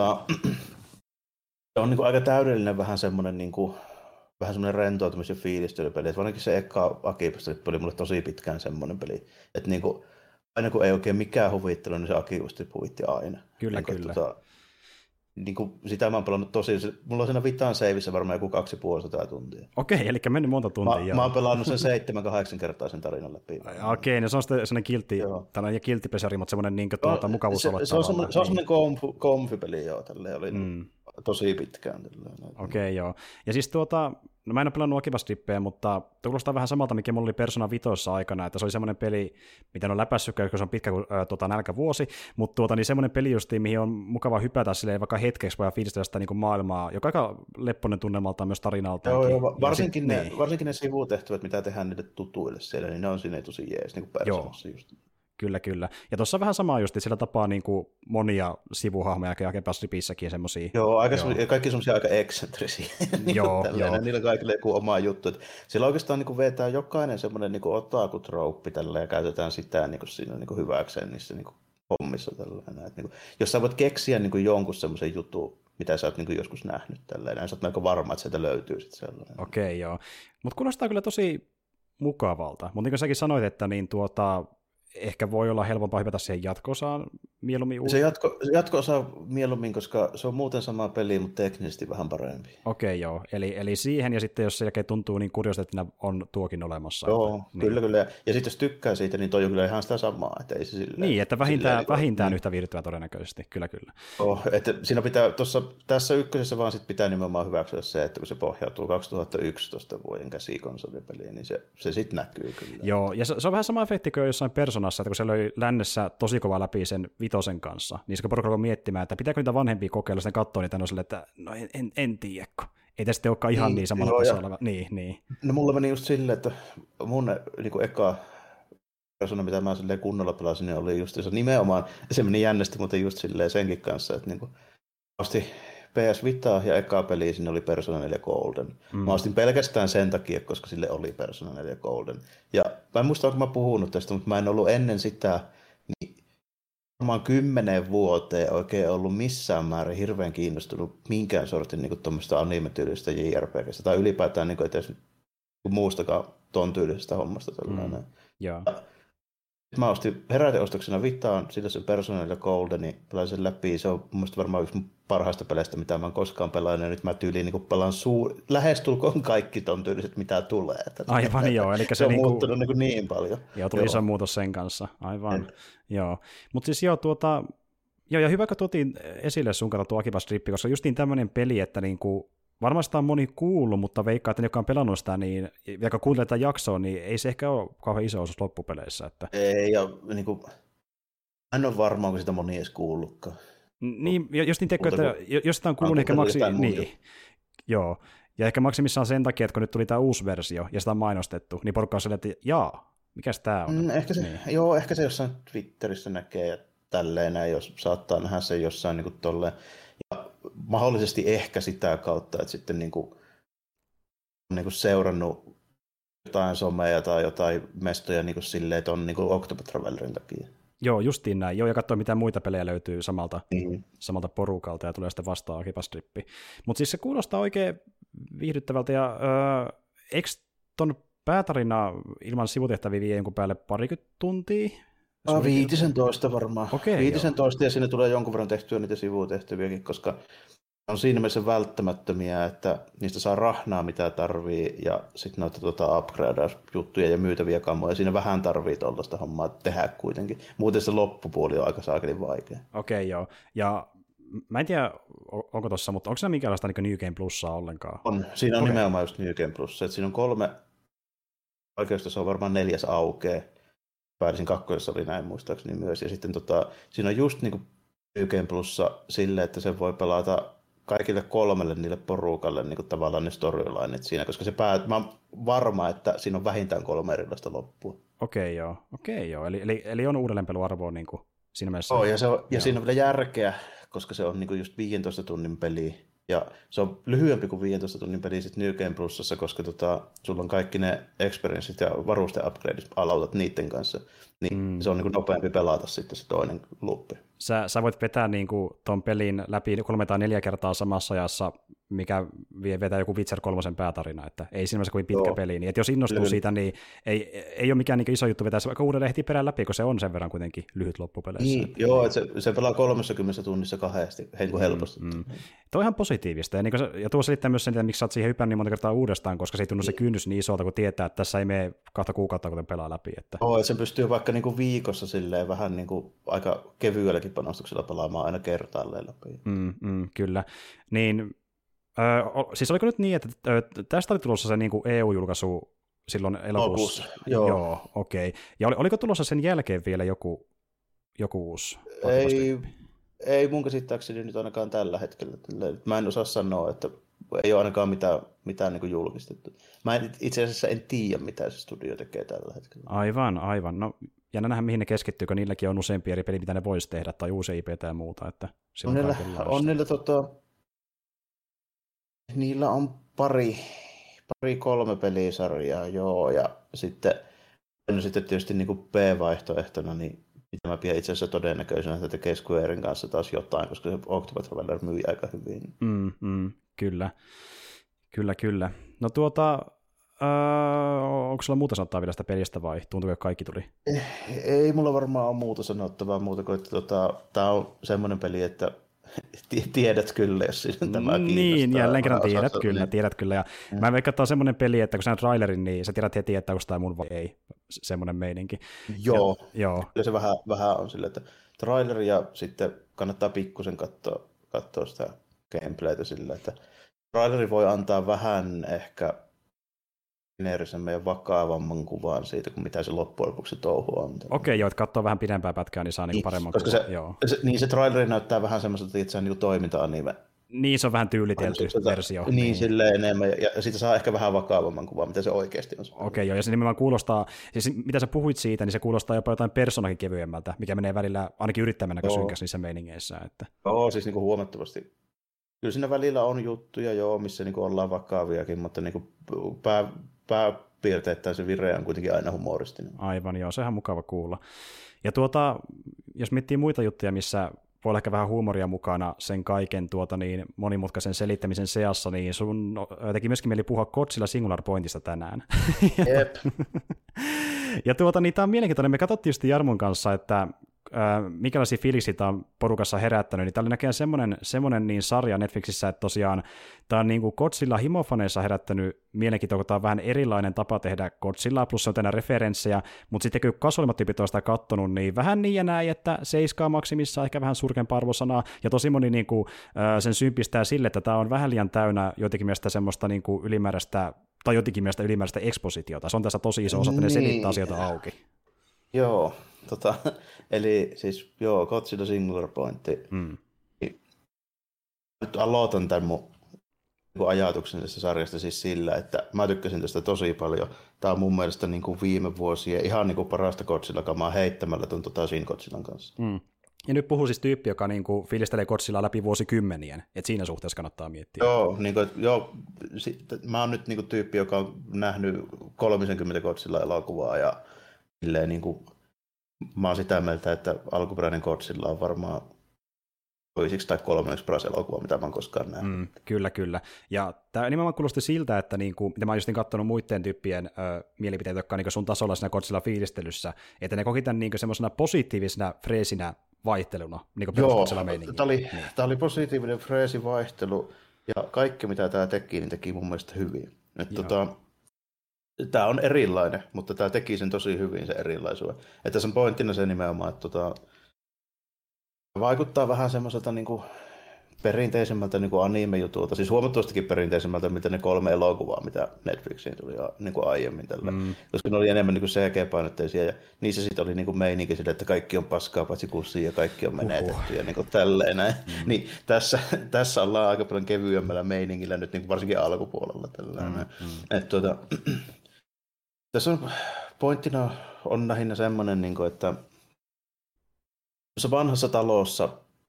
se on niin aika täydellinen vähän semmoinen vähän semmoinen rentoutumis- ja fiilistelypeli. Että varsinkin se eka Akiba Strip oli mulle tosi pitkään semmoinen peli. Että aina kun ei oikein mikään huvittelu, niin se Akiba Strip huvitti aina. Kyllä. Sitä mä oon pelannut mulla on siinä Vitaan seivissä varmaan joku 250 tuntia. Okei, eli mennyt monta tuntia. Mä oon pelannut sen 7-8 kertaa sen tarinan läpi. Okei, se on sellainen kilttipesari, mutta semmoinen mukavuusolo. Se on semmoinen komfipeli, joo, tälleen oli tosi pitkään. Okei, joo. Ja siis no mä en ole pelannut Akiba Strippejä, mutta kuulostaa vähän samalta, mikä mulla oli Persona 5 aikana, että se oli semmoinen peli, mitä on läpässyt, koska se on pitkä kuin nälkävuosi, mutta niin semmoinen peli justiin, mihin on mukava hypätä silleen vaikka hetkeksi, voi fiilistellä sitä niin maailmaa, joka aika lepponen tunnelmaltaan myös tarinaltaan. Joo, varsinkin ne sivutehtävät, mitä tehdään niille tutuille siellä, niin ne on siinä tosi jees, niin kuin Personassa just. Kyllä. Ja tuossa on vähän samaa just, sillä tapaa niin kuin monia sivuhahmoja, ja Akiba Stripissäkin semmoisia. Joo, kaikki semmoisia aika eksentrisiä. Joo. Niillä kaikille joku oma juttu. Että siellä oikeastaan niin kuin vetää jokainen semmoinen niin otaku-trouppi ja käytetään sitä niin kuin siinä niin kuin hyväkseen niissä niin kuin hommissa. Että, niin kuin, jos sä voit keksiä niin kuin jonkun semmoisen jutun, mitä sä oot niin kuin joskus nähnyt, niin sä oot melko varma, että sieltä löytyy sitten sellainen. Okei, joo. Mutta kuulostaa kyllä tosi mukavalta. Mutta niin kuin säkin sanoit, että niin ehkä voi olla helpompaa hypätä siihen jatko-osaan mieluummin. Se jatko-osa mieluummin, koska se on muuten sama peli, mutta teknisesti vähän parempi. Okei, joo. Eli siihen, ja sitten jos se jälkeen tuntuu niin kuriositeettina, on tuokin olemassa. Joo, että, kyllä. Ja sitten jos tykkää siitä, niin toi on kyllä ihan sitä samaa. Että ei se niin, että vähintään yhtä viihdyttävää todennäköisesti, kyllä. Että siinä pitää, tässä ykkösessä vaan sit pitää nimenomaan hyväksyä se, että kun se pohjautuu 2011 vuoden käsikonsolipeliin, niin se sitten näkyy kyllä. Joo, ja se on vähän sama efekti kuin jossain Personassa, että kun se löi lännessä tosi kova läpi sen vitosen kanssa, niin se kun porukka alkoi miettimään, että pitääkö niitä vanhempia kokeilla, sitten katsoo niitä, että no en tiedä, ei tästä olekaan ihan niin samalla tasolla. Niin. No mulla meni just silleen, että mun niin eka Persona, mitä mä silleen kunnolla pelasin, niin oli just se nimenomaan, se meni jännästi, mutta just silleen senkin kanssa, että niin osti PS Vita ja eka peli sinne oli Persona 4 Golden. Mä ostin pelkästään sen takia, koska sille oli Persona 4 Golden. Ja mä en muista, onko mä puhunut tästä, mutta mä en ollut ennen sitä niin varmaan 10 vuoteen oikein ollut missään määrin hirveän kiinnostunut minkään sortin niin tuommoista anime-tyylistä JRPGstä tai ylipäätään niin edes muustakaan ton tyylisestä hommasta. Mä ostin heräteostoksena Vitaan, sillä se Persona 4 Golden, niin pelasin sen läpi. Se on mun mielestä varmaan yksi mun parhaista peleistä, mitä mä oon koskaan pelannut. Ja nyt mä tyyliin niin pelaan lähestulkoon kaikki ton tyyliset, mitä tulee. Aivan joo. Eli se on muuttunut niin paljon. Joo, tuli iso muutos sen kanssa. Aivan. Joo. Mutta siis joo, ja hyvä, kun tuotiin esille sun kautta tuo Akiba Strip, koska justiin tämmöinen peli, että niinku varmasti on moni kuullut, mutta veikkaa, että ne, joka on pelannut sitä, niin joka kuuntelee tätä jaksoa, niin ei se ehkä ole kauhean iso osuus loppupeleissä. Että... Ei, ja niin kuin, en ole varma, onko sitä moni edes kuullutkaan. Niin, jos niin tekee, että jos sitä on kuullut, niin ehkä niin. Joo, ja ehkä maksimissaan sen takia, että kun nyt tuli tämä uusi versio, ja sitä on mainostettu, niin porukka on silleen, että jaa, mikäs tämä on? Ehkä se jossain Twitterissä näkee, ja tälleen, jos saattaa nähdä sen jossain niin kuin tolleen. Ja mahdollisesti ehkä sitä kautta, että sitten niin kuin seurannut jotain somea tai jotain mestoja niin kuin silleen, että on niin kuin Octopath Travelerin takia. Joo, justiin näin. Joo, ja katsoa, mitä muita pelejä löytyy samalta porukalta, ja tulee sitten vastaan Akipastrippi. Mutta siis se kuulostaa oikein viihdyttävältä, ja eikö ton päätarina ilman sivutehtäviä vie jonkun päälle 20 tuntia? 15 varmaan. Okay, 15 ja sinne tulee jonkun verran tehtyä niitä sivutehtäviäkin, koska on siinä mielessä välttämättömiä, että niistä saa rahnaa mitä tarvii ja sitten noita upgradeausjuttuja ja myytäviä kammoja. Siinä vähän tarvii tuollaista hommaa tehdä kuitenkin. Muuten se loppupuoli on aika saakelin vaikea. Okei, joo. Ja mä en tiedä, onko tuossa, mutta onko siinä minkäänlaista niin New Game Plussaa ollenkaan? On. Siinä on nimenomaan just New Game Plussa. Siinä on 3, oikeastaan se on varmaan 4 aukeaa. Päädisin 2 oli näin muistaakseni myös. Ja sitten siinä on just niin kuin New Game Plussa silleen, että se voi pelata kaikille 3 niille porukalle niin kuin tavallaan ne storylineit siinä, koska mä oon varma, että siinä on vähintään 3 erilaista loppua. Okei, joo. Eli on uudelleenpeluarvoa niin kuin siinä mielessä. Ja siinä on vielä järkeä, koska se on niin kuin just 15 tunnin peli. Ja se on lyhyempi kuin 15 tunnin peli sitten New Game Plusassa, koska sulla on kaikki ne experienceit ja varuste-upgradeit, alautat niiden kanssa. Niin se on niin kuin nopeampi pelata sitten se toinen loopi. Sä voit vetää niin kuin ton pelin läpi 3 tai 4 kertaa samassa ajassa, mikä vetää joku Witcher 3 päätarina, että ei siinä mielessä kuin pitkä peli. Niin, että jos innostuu siitä, niin ei ole mikään niin iso juttu vetää se vaikka uudelleen ehtii perään läpi, kun se on sen verran kuitenkin lyhyt loppupeleissä. Niin, joo, että se pelaa 30 tunnissa 2 helposti. Tuo on ihan positiivista, ja tuo selittää myös sen, että miksi sä oot siihen hypännyt niin monta kertaa uudestaan, koska se ei tunnu se kynnys niin isolta, kun tietää, että tässä ei mene 2 kuukautta, kuten pelaa läpi. Että se pystyy vaikka niin kuin viikossa silleen vähän niin kuin aika kevyelläkin panostuksella pelaamaan aina kertaalleen läpi. Kyllä. Niin, siis oliko nyt niin, että tästä oli tulossa se niin kuin EU-julkaisu silloin elokuussa? Joo, okei. Ja oliko tulossa sen jälkeen vielä joku uusi? Ei mun käsittääkseni nyt ainakaan tällä hetkellä. Mä en osaa sanoa, että ei ole ainakaan mitään niin kuin julkistettu. Mä itse asiassa en tiedä, mitä se studio tekee tällä hetkellä. Aivan. No, jännä nähdä, mihin ne keskittyy, kun niilläkin on useampia eri peliä, mitä ne voisi tehdä, tai uusia IPtä ja muuta. Että niillä on pari 3 pelisarjaa, joo, ja sitten tietysti niin kuin B-vaihtoehtona, niin mitä mä pidän itse asiassa todennäköisenä, että tekee Squaren kanssa taas jotain, koska se Octopath Traveler myi aika hyvin. Kyllä. No onko sulla muuta sanottavaa vielä sitä pelistä vai tuntuuko, että kaikki tuli? Ei mulla varmaan ole muuta sanottavaa muuta kuin, että tämä on semmoinen peli, että tiedät kyllä, jos siis tämä kiinnostaa. Niin, jälleen kerran tiedät kyllä. Ja mä veikkaan, että tämä on semmoinen peli, että kun sä näet trailerin, niin sä tiedät heti, että onko tämä mun vai ei. Semmoinen meininki. Joo. Kyllä se vähän on silleen, että traileri ja sitten kannattaa pikkusen katsoa sitä gameplaytä sillä, että traileri voi antaa vähän ehkä geneerisemmin ja vakavamman kuvan siitä, kuin mitä se loppujen lopuksi touhu on. Okei, että katsoo vähän pidempää pätkää, niin saa niin paremman kuvan. Se traileri näyttää vähän semmoiselta, että se on niin toiminta-anime. Niin, se on vähän tyylitelty versio. Niin, silleen enemmän, ja siitä saa ehkä vähän vakavamman kuvan, mitä se oikeasti on. Okei, ja se nimenomaan kuulostaa, siis mitä sä puhuit siitä, niin se kuulostaa jopa jotain Personakin kevyemmältä, mikä menee välillä ainakin yrittämään synkäs niissä meiningeissä. Että. Joo, siis niin kuin huomattavasti. Kyllä siinä välillä on juttuja, missä niin kuin ollaan vakaviakin, mutta niin kuin pääpiirteittäin se vire on kuitenkin aina humoristinen. Aivan, joo, sehän on mukava kuulla. Ja jos miettii muita juttuja, missä voi olla ehkä vähän huumoria mukana sen kaiken monimutkaisen selittämisen seassa, niin sun teki myöskin mieli puhua Godzilla Singular Pointista tänään. Jep. Ja niin tämä on mielenkiintoinen. Me katsottiin just Jarmon kanssa, että minkälaisia fiiliksiä tämä on porukassa herättänyt, niin tämä oli näköjään semmoinen niin sarja Netflixissä, että tosiaan tämä on niin kuin Godzilla himofaneissa herättänyt mielenkiintoa, kun tämä on vähän erilainen tapa tehdä Godzilla, plus se on tänä referenssejä, mutta sitten kun kasualimmat tyypit on sitä kattonut, niin vähän niin ja näin, että 7 maksimissa, ehkä vähän surkeampaa arvosanaa, ja tosi moni niin kuin, sen sympistää sille, että tämä on vähän liian täynnä jotenkin mielestä semmoista niin kuin ylimääräistä, tai jotenkin mielestä ylimääräistä ekspositiota. Se on tässä tosi iso osa, että ne selittää asioita auki. Joo, eli siis Godzilla Singular Pointti. Nyt aloitan tämän mun ajatuksen tästä sarjasta siis sillä, että mä tykkäsin tästä tosi paljon. Tää on mun mielestä niin kuin viime vuosien ihan niin kuin parasta Godzilla-kamaa heittämällä tuon Shin Godzillan kanssa. Ja nyt puhuu siis tyyppi, joka niin kuin fiilistelee Godzillaa läpi vuosikymmenien, että siinä suhteessa kannattaa miettiä. Mä oon nyt niin kuin tyyppi, joka on nähnyt 30 Godzilla-elokuvaa ja silleen, niin kuin, mä oon sitä mieltä, että alkuperäinen Godzilla on varmaan toisiksi tai kolmanneksi paras elokuva, mitä mä oon koskaan nähnyt. Kyllä. Ja tämä nimenomaan kuulosti siltä, että niinku, mitä mä oon just katsonut muiden tyyppien mielipiteitä, jotka on niinku sun tasolla siinä Godzilla-fiilistelyssä, että ne koki tämän niinku semmoisena positiivisena freesinä vaihteluna, niin kuin perus-Godzilla-meininki. Tämä oli positiivinen freesi vaihtelu, ja kaikki mitä tämä teki, niin teki mun mielestä hyvin. Tämä on erilainen, mutta tämä teki sen tosi hyvin, se erilaisuuden. Että sen pointtina se nimenomaan, että vaikuttaa vähän semmoiselta niinku perinteisemmältä niinku anime-jutulta, siis huomattavastikin perinteisemmältä, mitä ne 3 elokuvaa, mitä Netflixiin tuli niinku aiemmin tällä. Koska ne oli enemmän niinku CG-painotteisia, ja niissä sitten oli niinku meininki sille, että kaikki on paskaa paitsi kussiin ja kaikki on menetetty ja niinku tälleen näin. Niin tässä ollaan aika paljon kevyemmällä meiningillä nyt niinku varsinkin alkupuolella tällä. Tässä on pointtina on lähinnä semmoinen, niinku, että tuossa vanhassa talossa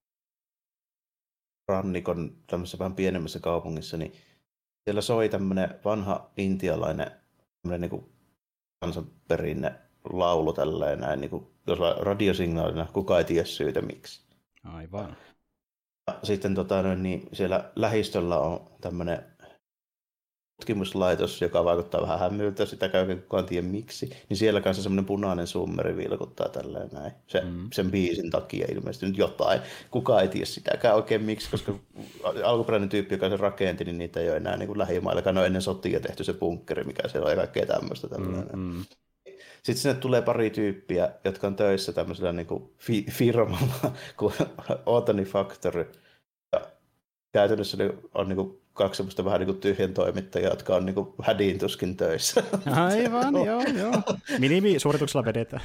rannikon tämmöisessä vähän pienemmässä kaupungissa, niin siellä soi tämmöinen vanha intialainen tämmöinen niin kansanperinne laulu tälleen näin, niin kuin radiosignaalina, kukaan ei tiedä syytä miksi. Aivan. Ja sitten niin siellä lähistöllä on tämmöinen tutkimuslaitos, joka vaikuttaa vähän hämmyltä, sitä käy kukaan tiedä miksi, niin siellä kanssa semmoinen punainen summeri vilkuttaa tälleen näin. Sen biisin takia ilmeisesti nyt jotain. Kukaan ei tiedä sitäkään oikein miksi, koska alkuperäinen tyyppi, joka sen rakenti, niin niitä ei ole enää niin lähimaillakaan. Ne on ennen sotia tehty se bunkkeri, mikä siellä on ja kaikkea tämmöistä. Sitten sinne tulee pari tyyppiä, jotka on töissä tämmöisellä niin kuin firmalla kuin Otani Factory. Ja käytännössä on niin kuin 2 semmoista vähän niin kuin tyhjän toimittajia, jotka on niin kuin hädin tuskin töissä. Aivan, joo. Minimisuorituksella vedetään.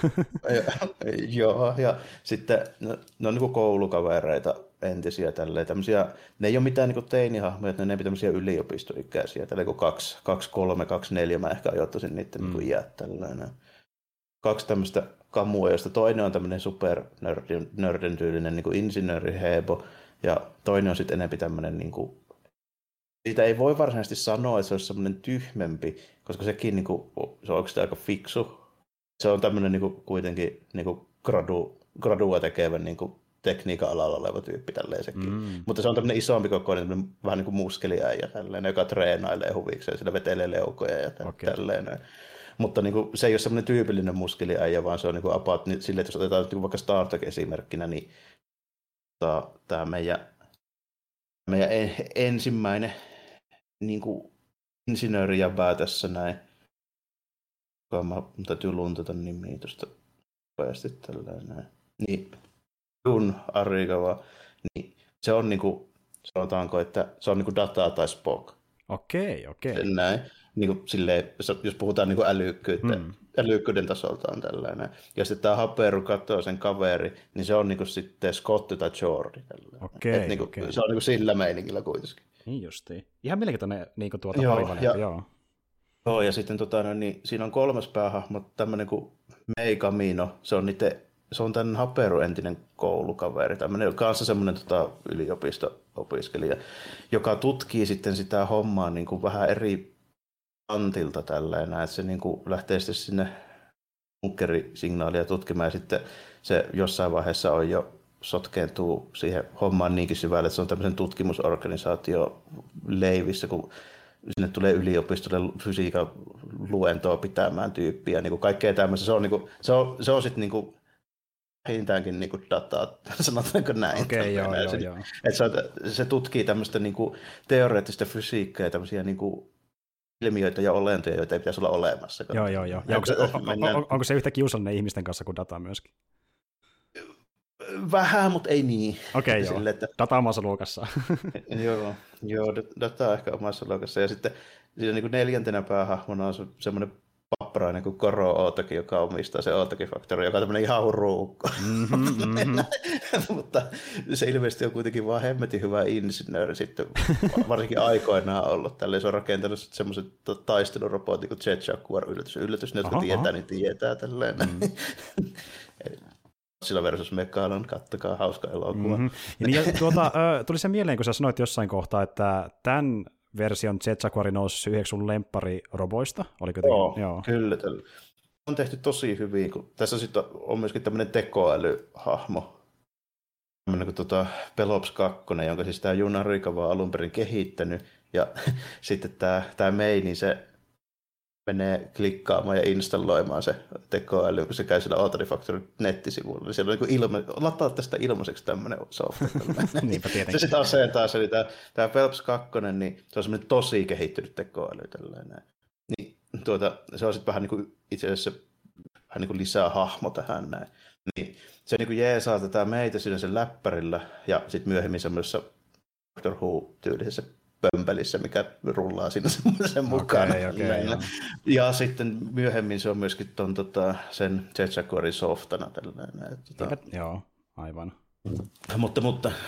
Joo, ja sitten ne on niin kuin koulukavereita entisiä tälleen. Tämmöisiä, ne ei ole mitään niin kuin teinihahmoja, ne on tämmöisiä yliopistoikäisiä, tälleen kuin 2-3, 2-4, mä ehkä ajoittaisin niiden niin kuin iät tällainen. 2 tämmöistä kamua, josta toinen on tämmöinen supernördin tyylinen niin kuin insinöörihebo, ja toinen on sitten enemmän tämmöinen niin kuin siitä ei voi varsinaisesti sanoa, että se olisi semmoinen tyhmempi, koska sekin niinku, se on oikeastaan aika fiksu. Se on tämmöinen niinku, kuitenkin niinku, gradua tekevän niinku, tekniikan alalla oleva tyyppi tälleen sekin. Mutta se on tämmöinen isompi kokoinen, vähän niin kuin muskeliäijä, tälleen, joka treenailee huvikseen, sillä vetelee leukoja ja tälleen. Mutta niinku, se ei ole semmoinen tyypillinen muskeliäijä, vaan se on niinku, about sille, että jos otetaan niinku, vaikka Star Trek esimerkkinä, niin tämä meidän ensimmäinen niin kuin insinöörijäbää tässä näin. Mun täytyy luntata nimiä tuosta nopeasti tällainen. Niin, Jun Arikawa, niin se on niinku, sanotaanko, että se on niinku Data tai Spock. Okei. Näin. Niinku silleen, jos puhutaan niinku älykkyyden tasolta on tällainen. Ja sitten tämä Haperu katsoo sen kaveri, niin se on niinku sitten Scott tai Jordi. Okei. Se on niinku sillä meiningillä kuitenkin. Niin justiin. Ihan mielenkiintoinen niinku parivalinta, joo. Joo, ja sitten niin, siinä on 3. päähahmo, tämmöinen kuin Mei Camino, se on tämän Haperu entinen koulukaveri, tämmöinen kanssa semmoinen yliopisto-opiskelija, joka tutkii sitten sitä hommaa niin kuin vähän eri kantilta tälleen, että se niin kuin lähtee sitten sinne bunkkerisignaaleja tutkimaan, ja sitten se jossain vaiheessa on jo sotkeentuu siihen hommaan niinkin syvälle, että se on tämmöisen tutkimusorganisaatio leivissä, kun sinne tulee yliopistolle fysiikan luentoa pitämään tyyppiä, niin kuin kaikkea tämmöistä. Se on sitten niin kuin vähintäänkin niin kuin dataa, sanotaanko näin. Okei, joo. Että se tutkii tämmöistä niin kuin teoreettista fysiikkaa ja tämmöisiä niin kuin ilmiöitä ja olentoja, joita ei pitäisi olla olemassa. Joo. Ja onko se yhtä kiusallinen ihmisten kanssa kuin data myöskin? Vähän, mutta ei niin. Okei, joo. Että... Data omassa luokassa. joo, data ehkä omassa luokassa. Ja sitten siinä niin kuin 4. päähahmona on semmoinen papparainen kuin Koro Ootaki, joka omistaa se Ootaki Factory, joka on tämmöinen ihan huruukko. Mutta se ilmeisesti on kuitenkin vaan hemmetin hyvä insinööri sitten, varsinkin aikoinaan ollut. Tälleen se on rakentanut semmoiset taistelurobotit kuin Jet Jaguar yllätys, ne jotka tietää, niin tietää tälleen. Sillä versus Megalon, kattokaa, hauska elokuva. Tuli se mieleen, kun sä sanoit jossain kohtaa, että tämän version Jet Jaguar nousi yhdeksi sun lemppariroboista. Joo, kyllä. On tehty tosi hyvin, kun tässä sitten on myöskin tämmöinen tekoälyhahmo, tämmöinen kuin Pelops 2, jonka siis tämä Juna Rykava on alun perin kehittänyt, ja sitten tämä Mei, niin se menee klikkaamaan ja installoimaan se tekoäly, kun se käy sillä Autody Factory nettisivuilla. Niin siellä on niin lataa tästä ilmaiseksi tämmöinen software. Niinpä tietenkin. Se sitten asentaa se, tämä Phelps 2, niin se on semmoinen tosi kehittynyt tekoäly. Tällainen. Niin, se on sitten vähän niin kuin itse asiassa vähän niin kuin lisää hahmo tähän näin. Niin, se niin kuin jeesaa tätä meitä siinä sen läppärillä ja sitten myöhemmin semmoisessa Doctor Who-tyylisessä pömpelissä, mikä rullaa siinä sen mukana. Okay. Ja sitten myöhemmin se on myöskin sen Jet Jaguarin softana. Joo, aivan. Mutta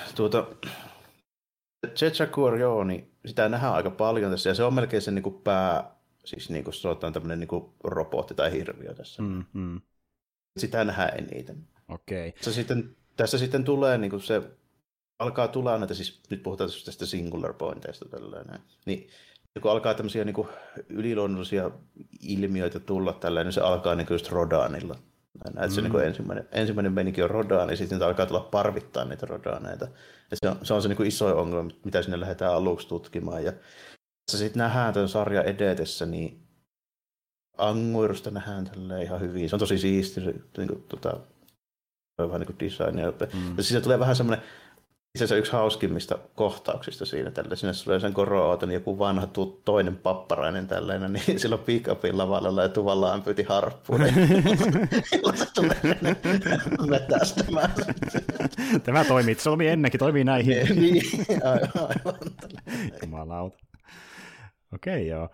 Jet Jaguar, joo, niin sitä nähdään aika paljon tässä, ja se on melkein se niinku siis niinku sanotaan tämmöinen niinku robotti tai hirviö tässä. Sitä nähdään eniten. Okei. Tässä sitten tulee niinku se alkaa tulla näitä, siis nyt puhutaan tästä singular pointeista tällainen, niin kun alkaa tämmöisiä niin kuin yliluonnollisia ilmiöitä tulla tällainen, niin se alkaa niin kuin just Rodanilla. Se niin kuin ensimmäinen meininki on Rodan, ja sitten alkaa tulla parvittaa niitä Rodaneita. Ja se on se niin kuin iso ongelma, mitä sinne lähdetään aluksi tutkimaan. Ja tässä sitten nähdään tämän sarjan edetessä, niin Anguirusta nähdään tälleen ihan hyvin. Se on tosi siisti, niin kuin, vähän niin kuin design. Ja siis tulee vähän semmoinen, itse asiassa yksi hauskimmista kohtauksista siinä. Sinne tulee sen Koro-Ooton joku vanha toinen papparainen tällainen, niin silloin pick-upin lavalla ja tuvallaan pyyti harppuun. Se tulee vetästämään. Tämä toimii, se oli ennenkin, toimii näihin. Niin, aivan. Jumalauta. Okei, joo.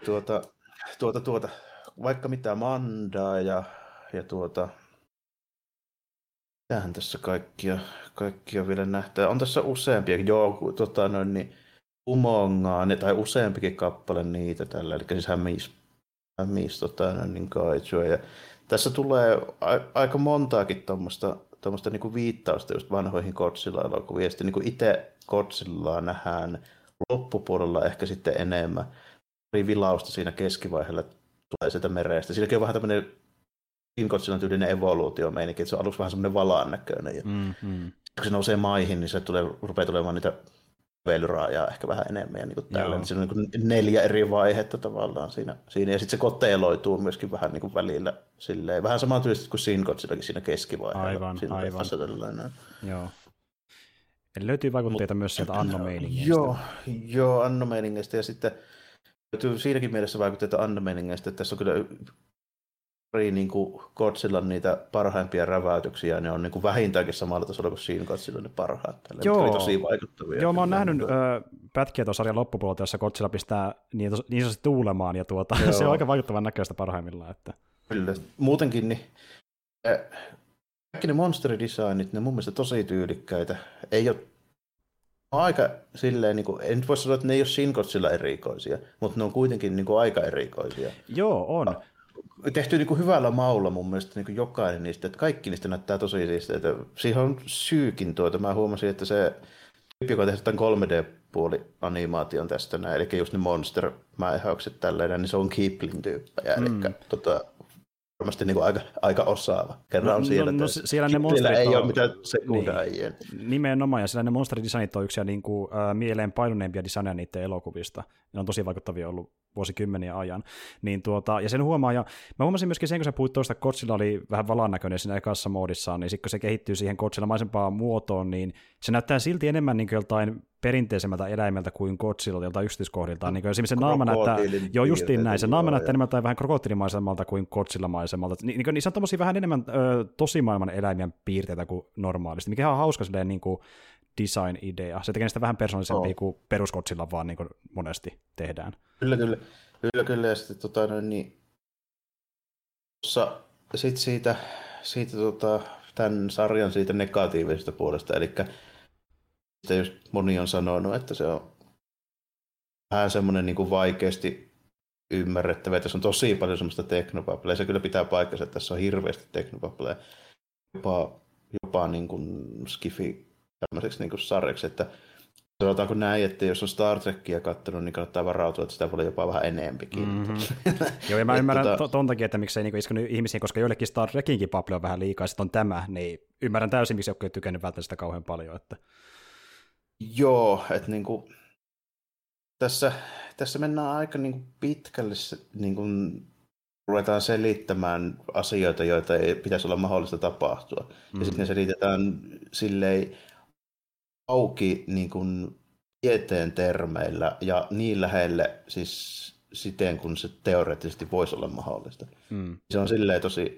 Vaikka mitä Mandaa ja mitähän tässä kaikkia vielä nähtää. On tässä useampia, niin Umongaa, tai useampikin kappale niitä tällä, eli siis Hämis niin kaitsua. Ja tässä tulee aika montaakin tuommoista niinku viittausta just vanhoihin Godzilla-elokuviin. Ja sitten niinku itse Godzillaa nähdään loppupuolella ehkä sitten enemmän. Vilausta siinä keskivaiheella tulee sieltä merestä. Siinäkin on vähän tämmöinen Godzillan tyylinen evoluutio-meininki, että se on aluksi vähän semmoinen valaan näköinen. Ja kun se nousee maihin, niin se rupeaa tulemaan niitä kävelyraajaa ehkä vähän enemmän. Ja niin täällä, niin siinä on niin 4 eri vaihetta tavallaan siinä. Ja sitten se koteeloituu myöskin vähän niin kuin välillä silleen. Vähän samantyylisesti kuin Shin Godzillakin siinä keskivaiheella. Aivan. Joo. Eli löytyy vaikutteita myös sieltä Anno-meiningeistä. Joo, Anno-meiningeistä. Ja sitten löytyy siinäkin mielessä vaikutteita Anno-meiningeistä, että tässä on kyllä niin kuin Godzillan niitä parhaimpia räväytyksiä, ne on niin kuin vähintäänkin samalla tasolla kuin Shin Godzillan ne parhaat. Joo. Oli tosi vaikuttavia. Joo, mä oon nähnyt pätkiä tuon sarjan loppupuolelta, jossa Godzilla pistää niin sanotusti tuulemaan, ja se on aika vaikuttavan näköistä parhaimmillaan. Että. Kyllä. Muutenkin niin kaikki ne monsteridesignit, ne mun mielestä tosi tyylikkäitä. Ei ole aika silleen, niin kuin, en nyt voi sanoa, että ne ei ole Shin Godzilla erikoisia, mutta ne on kuitenkin niin kuin aika erikoisia. Joo, on. Tehty niin kuin hyvällä maulla mun mielestä niin kuin jokainen niistä, että kaikki niistä näyttää tosi siistiä. Siihen on syykin mä huomasin, että se tyyppi, joka on tehnyt tämän 3D-puoli-animaation tästä näin, eli just ne monster-mäihaukset tälleen, niin se on Kipling-tyyppejä, eli varmasti niin kuin aika osaava. Kerran on siellä töissä. Siellä ne Siellä monsterit ei on, ole mitään sekundaajia. nimenomaan, ja siellä ne monsteridesignit on yksiä niin kuin, mieleen painuneimpia designeja niiden elokuvista. Ne on tosi vaikuttavia ollut vuosikymmeniä ajan. Niin ja sen huomaa, ja mä huomasin myöskin sen, kun sä puhuit tuosta, että Godzilla oli vähän valannäköinen siinä ekassa moodissaan, niin sitten kun se kehittyy siihen Godzilla-maisempaan muotoon, niin se näyttää silti enemmän niin kuin joltain perinteisemmältä eläimeltä kuin Godzilla, joltain yksityiskohdiltaan. Niin esimerkiksi se naama näyttää, joo justiin näin, se naama näyttää enemmän tai vähän krokoottilimaisemmalta kuin Godzilla-maisemmalta. Niin se on tommosia vähän enemmän tosimaailman eläimien piirteitä kuin normaalisti, mikä on hauska silleen niin kuin design-idea. Se tekee sitä vähän persoonallisempia kuin perus Godzilla vaan niin kuin monesti tehdään. Kyllä, ja sitten niin sit siitä tämän sarjan siitä negatiivisesta puolesta, eli sitä just moni on sanonut, että se on vähän semmoinen niin kuin vaikeasti ymmärrettävä, että tässä on tosi paljon semmoista teknopapleja. Se kyllä pitää paikkansa, että tässä on hirveästi teknopapleja, jopa niin kuin skifi tämmöiseksi niin kuin sarjaksi, että sanotaanko näin, että jos on Star Trekia katsonut, niin kannattaa varautua, että sitä voi olla jopa vähän enempikin. Mm-hmm. Joo, ja mä ymmärrän ton takia, että miksei niinku iskenyt ihmisiä, koska joillekin Star Trekinkin paple on vähän liikaa, ja sitten on tämä, niin ymmärrän täysin, miksi joku ei tykännyt välttämättä sitä kauhean paljon. Että... Joo, että niinku, tässä mennään aika niinku pitkälle, niinku, ruvetaan selittämään asioita, joita ei pitäisi olla mahdollista tapahtua. Mm-hmm. Ja sitten ne selitetään silleen auki niin kuin tieteen termeillä ja niin lähelle siis siten, kun se teoreettisesti voisi olla mahdollista. Mm. Se on silleen tosi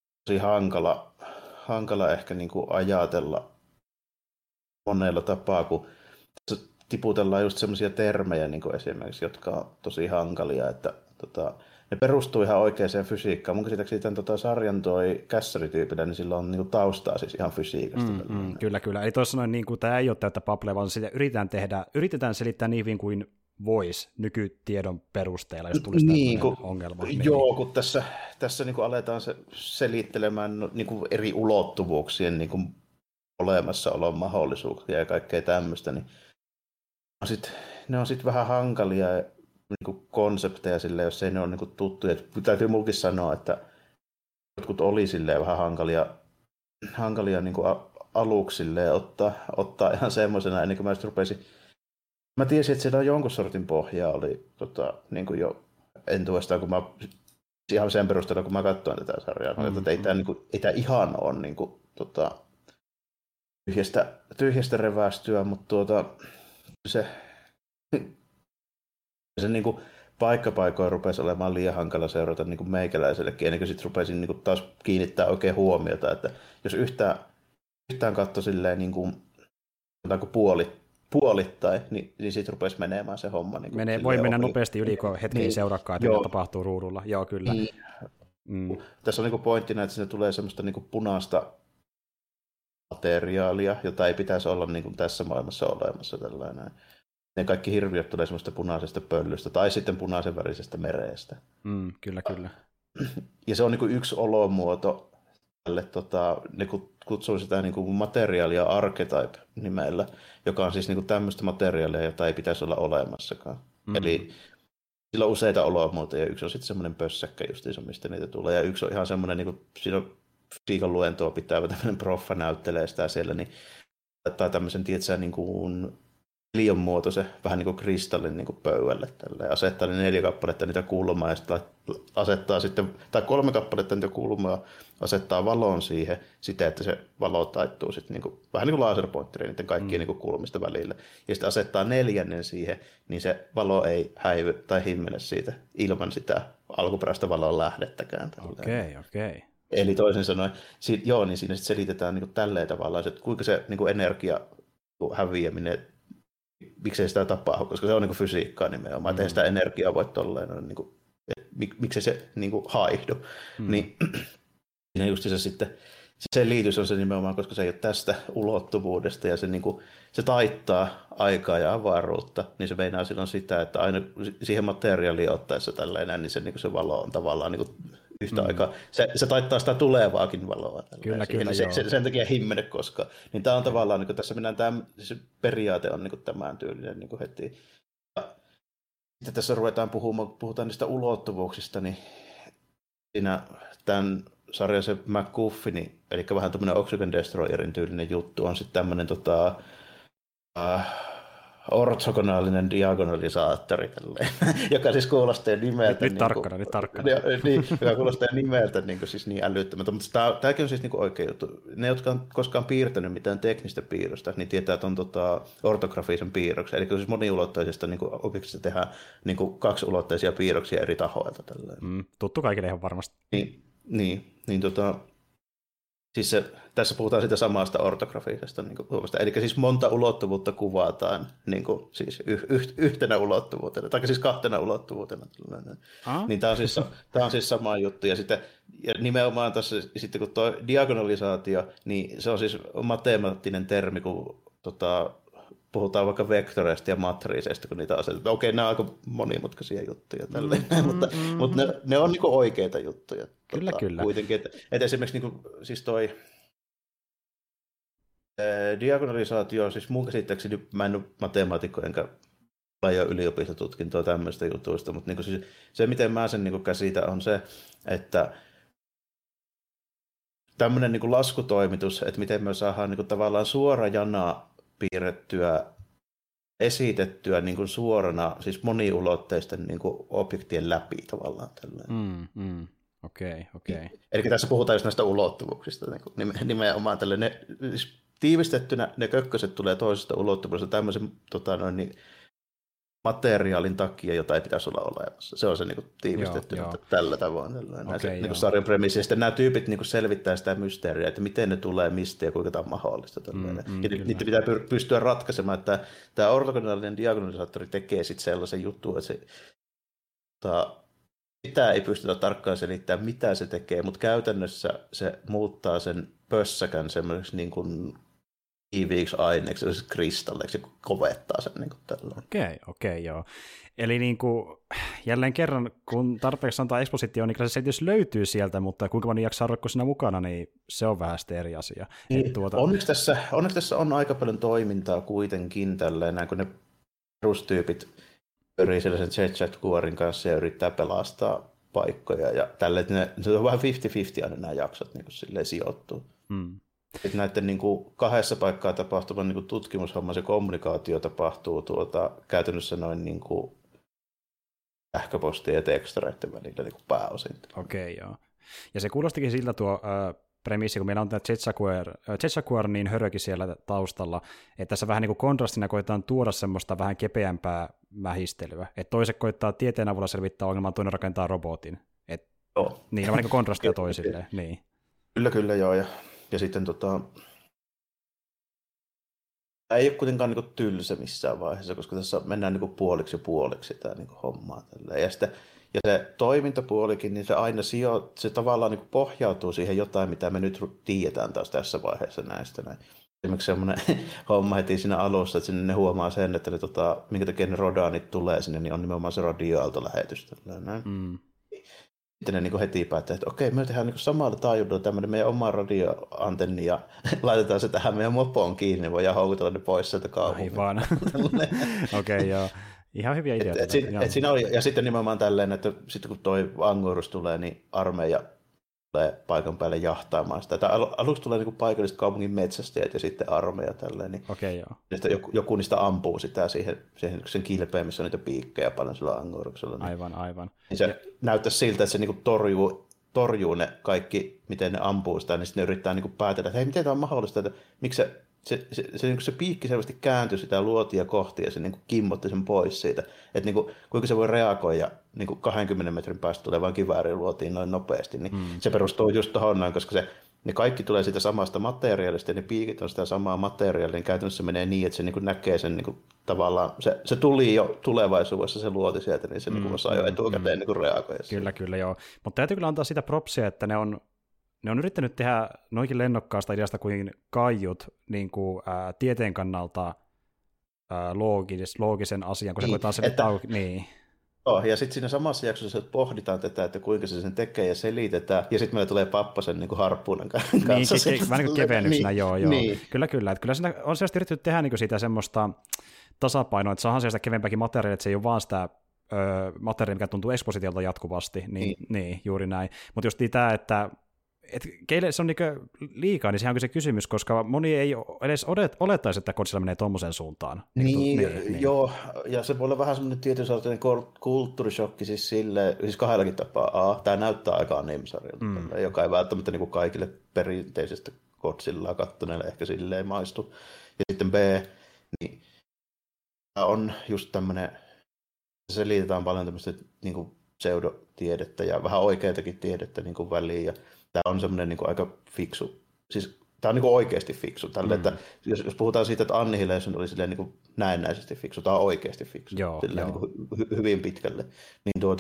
hankala ehkä niin kuin ajatella monella tapaa, kun tässä tiputellaan just semmoisia termejä niin kuin esimerkiksi, jotka on tosi hankalia, että ne perustuu ihan oikeaan fysiikkaan. Mun käsittääkseni tämän sarjan toi kässärityypillä, niin sillä on niinku taustaa siis ihan fysiikasta. Kyllä. Eli toisin sanoen niin tämä ei ole täyttä paplea, vaan sitä yritetään selittää niin hyvin kuin voisi nykytiedon perusteella, jos tulisi niin, ongelma. Joo, kun tässä niin kuin aletaan selittelemään niin kuin eri ulottuvuuksien niin kuin olemassaolon mahdollisuuksia ja kaikkea tämmöistä, niin ne on sitten vähän hankalia niinku konsepteja sille, jos ei ne ole niinku tuttuja. Täytyy mulkin sanoa, että jotkut oli silleen vähän hankalia niinku aluksi ottaa ihan semmoisena, ennen kuin mä rupesin. Mä tiesin, että siellä on jonkun sortin pohjaa oli niinku jo entuudestaan, kun mä ihan sen perusteella, kun mä katsoin tätä sarjaa. Että ei tämä ihan ole niinku, tyhjästä revästyä, mutta se niin kuin paikkapaikoin rupesi olemaan liian hankala seurata niin kuin meikäläisellekin, ennen kuin sitten rupesin niin kuin taas kiinnittää oikein huomiota, että jos yhtään katsoi silleen niin kuin puolittain, niin sitten rupesi menemään se homma. Niin voi mennä nopeasti yli, kun hetki ei seuraakaan, että tapahtuu ruudulla. Joo, kyllä. Tässä on niin kuin pointtina, että sinne tulee semmoista niin kuin punaista materiaalia, jota ei pitäisi olla niin kuin tässä maailmassa olemassa tällainen. Ne kaikki hirviöt tulee semmoista punaisesta pöllystä tai sitten punaisen värisestä mereestä. Kyllä. Ja se on niin kuin yksi olomuoto tälle, ne kutsuu sitä niin kuin materiaalia archetype-nimellä, joka on siis niin kuin tämmöistä materiaalia, jota ei pitäisi olla olemassakaan. Eli sillä on useita olomuotoja. Yksi on sitten semmoinen pössäkkä justiinsa, mistä niitä tulee. Ja yksi on ihan semmoinen, niin kuin siinä on fysiikan luentoa pitävä tämmöinen proffa näyttelee sitä siellä, niin laittaa tämmöisen, tietsä, niin kuin liian muotoisen, vähän niin kuin kristallin niin kuin pöydälle. Tälleen. Asettaa 4 kappaletta niitä kulmaa ja sitten asettaa sitten, tai 3 kappaletta niitä kulmaa, asettaa valon siihen siten, että se valo taittuu sitten niin kuin, vähän niin kuin laserpointteri niiden kaikkien niin kuin kulmista välillä. Ja sitten asettaa 4. siihen, niin se valo ei häivy tai himmene siitä ilman sitä alkuperäistä valon lähdettäkään. Okei. Eli toisin sanoen, niin siinä sitten selitetään niin kuin tälleen tavallaan, että kuinka se niin kuin energia häviäminen, miksei sitä tapahdu, koska se on niin kuin fysiikkaa nimenomaan, että ei sitä energiaa voi tolleen, niin kuin, miksei se niin kuin haihdu. Niin siinä just se sitten, se selitys on se nimenomaan, koska se ei ole tästä ulottuvuudesta ja se, niin kuin, se taittaa aikaa ja avaruutta, niin se meinaa silloin sitä, että aina siihen materiaaliin ottaessa tällainen, niin se valo on tavallaan niin kuin yhtä aikaa. Se taittaa sitä tulevaakin valoa. Kyllä, niin sen takia himmene koskaan. Niin tämä on tavallaan, niin tässä mennään, se periaate on niin tämän tyylinen niin heti. Ja sitten tässä ruvetaan puhutaan niistä ulottuvuuksista, niin siinä tämän sarjan se MacGuffin, eli vähän tämmöinen Oxygen Destroyerin tyylinen juttu, on sitten tämmöinen ortogonaalinen diagonalisaattori, joka siis kuulostaa nimeltä... Nyt tarkkana. Niin, joka kuulostaa nimeltä siis niin älyttömältä, mutta tämäkin on siis niin oikea juttu. Ne, jotka on koskaan piirtänyt mitään teknistä piirrosta, niin tietää, että on ortografisen piirroksen, eli siis moniulotteisesta niin objektista tehdään niin kaksiulotteisia piirroksia eri tahoilta. Tuttu kaikille ihan varmasti. Niin, siis tässä puhutaan siitä samasta ortografisesta, eli siis monta ulottuvuutta kuvataan siis yhtenä ulottuvuutena, tai siis kahtena ulottuvuutena. Niin tämä on siis sama juttu. Ja nimenomaan tässä, sitten kun tuo diagonalisaatio, niin se on siis matemaattinen termi, kun puhutaan vaikka vektoreista ja matriiseista, kun niitä asetetaan. Okei, nämä on aika monimutkaisia juttuja, mutta ne on oikeita juttuja. Kyllä. Kuitenkin, että esimerkiksi siis toi diagonalisaatio, siis mun käsittääkseni, mä en ole matemaatikko enkä laaja yliopistotutkintoa tämmöistä jutuista, mutta siis se, miten mä sen käsitän, on se, että tämmöinen laskutoimitus, että miten me saadaan tavallaan suora jana piirrettyä, esitettyä suorana, siis moniulotteisten objektien läpi tavallaan. Okei. Eli tässä puhutaan just näistä ulottuvuuksista, nimenomaan tällainen, siis tiivistettynä ne kökköset tulee toisesta ulottuvuudesta tämmöisen materiaalin takia, jota ei pitäisi olla olemassa. Se on se tiivistettynä tällä tavoin. Sarjan premissi. Ja sitten nämä tyypit selvittää sitä mysteeriä, että miten ne tulee, mistä ja kuinka tämä on mahdollista. Niitä pitää pystyä ratkaisemaan, että tämä ortogonaalinen diagonalisaattori tekee sitten sellaisen jutun, että sitä ei pystytä tarkkaan selittämään, mitä se tekee, mutta käytännössä se muuttaa sen pössäkän semmoiseksi kiiviiksi aineeksi, kristalleiksi, ja kovettaa sen tällä. Okei, joo. Eli jälleen kerran, kun tarpeeksi antaa ekspositioon, niin kyllä se selitys löytyy sieltä, mutta kuinka moni jaksaa roikkua siinä mukana, niin se on vähän sitten eri asia. Niin, onneksi tässä on aika paljon toimintaa kuitenkin tälleen, kun ne perustyypit pyörii sellaisen Jet-Kuorin kanssa ja yrittää pelastaa paikkoja ja tälleen, että ne on vähän 50-50 aina nämä jaksot silleen sijoittuu. Että näiden kahdessa paikkaa tapahtuvan tutkimushomma, se kommunikaatio tapahtuu käytännössä noin sähköpostien ja tekstareiden välillä pääosin. Okei, joo. Ja se kuulostikin siltä tuo premissi, kun meillä on tämä Jet-Jaguar niin hörökin siellä taustalla, että tässä vähän kontrastina koetaan tuoda semmoista vähän kepeämpää mähistelyä. Että toiset koittaa tieteen avulla selvittää ongelmaa, toinen rakentaa robotin. Niin on kontrastia toisilleen. Niin. Kyllä, joo. Ja sitten ei ole kuitenkaan tylsä missään vaiheessa, koska tässä mennään puoliksi tämä hommaa. Ja se toimintapuolikin, niin se aina se tavallaan pohjautuu siihen jotain, mitä me nyt tiedetään taas tässä vaiheessa näistä. Esimerkiksi semmoinen homma heti siinä alussa, että sinne ne huomaa sen, että minkä takia ne rodaanit tulee sinne, niin on nimenomaan se radioaaltolähetys. Sitten ne heti päättää, että okei, me tehdään samalla taajuudella tämmöinen meidän oma radioantenni ja laitetaan se tähän meidän mopoon kiinni, niin voidaan houkutella ne pois sieltä kaupungin. Aivan. Okei, joo. Ihan hyviä ideoita. Ja sitten nimenomaan tälleen, että sitten kun toi Angurus tulee, niin armeija tulee paikan päälle jahtaamaan sitä. Aluksi tulee paikalliset kaupungin metsästäjät ja sitten armeija tälleen. Niin joku niistä ampuu sitä siihen sen kilpeen, missä on niitä piikkejä paljon sillä Anguruksella. Niin. Aivan. Niin se näyttäisi siltä, että se torjuu ne kaikki, miten ne ampuu sitä, niin sitten ne yrittää päätellä, että hei, miten tämä on mahdollista, että miksi se piikki selvästi kääntyi sitä luotia kohti ja se kimmotti sen pois siitä, että kuinka se voi reagoida 20 metrin päästä tulevaan kivääriin luotiin noin nopeasti, niin se perustuu just tuohon noin, koska ne kaikki tulee siitä samasta materiaalista ja ne piikit on sitä samaa materiaalia, niin käytännössä menee niin, että se näkee sen tavallaan, se tuli jo tulevaisuudessa se luoti sieltä, niin se osaa jo etukäteen reagoida. Kyllä, joo. Mutta täytyy kyllä antaa sitä propsia, että ne on yrittänyt tehdä noinkin lennokkaasta ideasta kuin kaiut tieteen kannalta loogisen asian, kun se koetaan niin. Ja sitten siinä samassa jaksossa pohditaan tätä, että kuinka se sen tekee ja selitetään, ja sitten meillä tulee Pappasen harppuunan kanssa. Niin, vähän kevennyksenä, joo. Niin. Kyllä. Että kyllä siinä on selvästi yritetty tehdä siitä semmoista tasapainoa, että saadaan sieltä kevempääkin materiaalia, että se ei ole vaan sitä materiaali, mikä tuntuu ekspositiolta jatkuvasti, niin juuri näin. Mutta just tämä, että keille se on niinku liikaa, niin sehän onkin se kysymys, koska moni ei edes olettaisi, että Godzilla menee tuommoiseen suuntaan. Niin, joo, ja se voi olla vähän semmoinen tietyn sortin kulttuurishokki siis kahdellakin tapaa. Tämä näyttää aika anime-sarjalta, joka ei välttämättä niin kuin kaikille perinteisestä Godzillaa kattoneille ehkä silleen maistu. Ja sitten B, niin tämä on just tämmöinen, se liitetään paljon tämmöistä niin kuin pseudotiedettä ja vähän oikeatakin tiedettä niin kuin väliin, ja tämä on semmoinen niin kuin aika fiksu, siis tämä on niin kuin oikeasti fiksu, tälle, että jos puhutaan siitä, että Annihilation oli silleen niin kuin näennäisesti fiksu, tämä on oikeasti fiksu, silleen niin kuin hyvin pitkälle, niin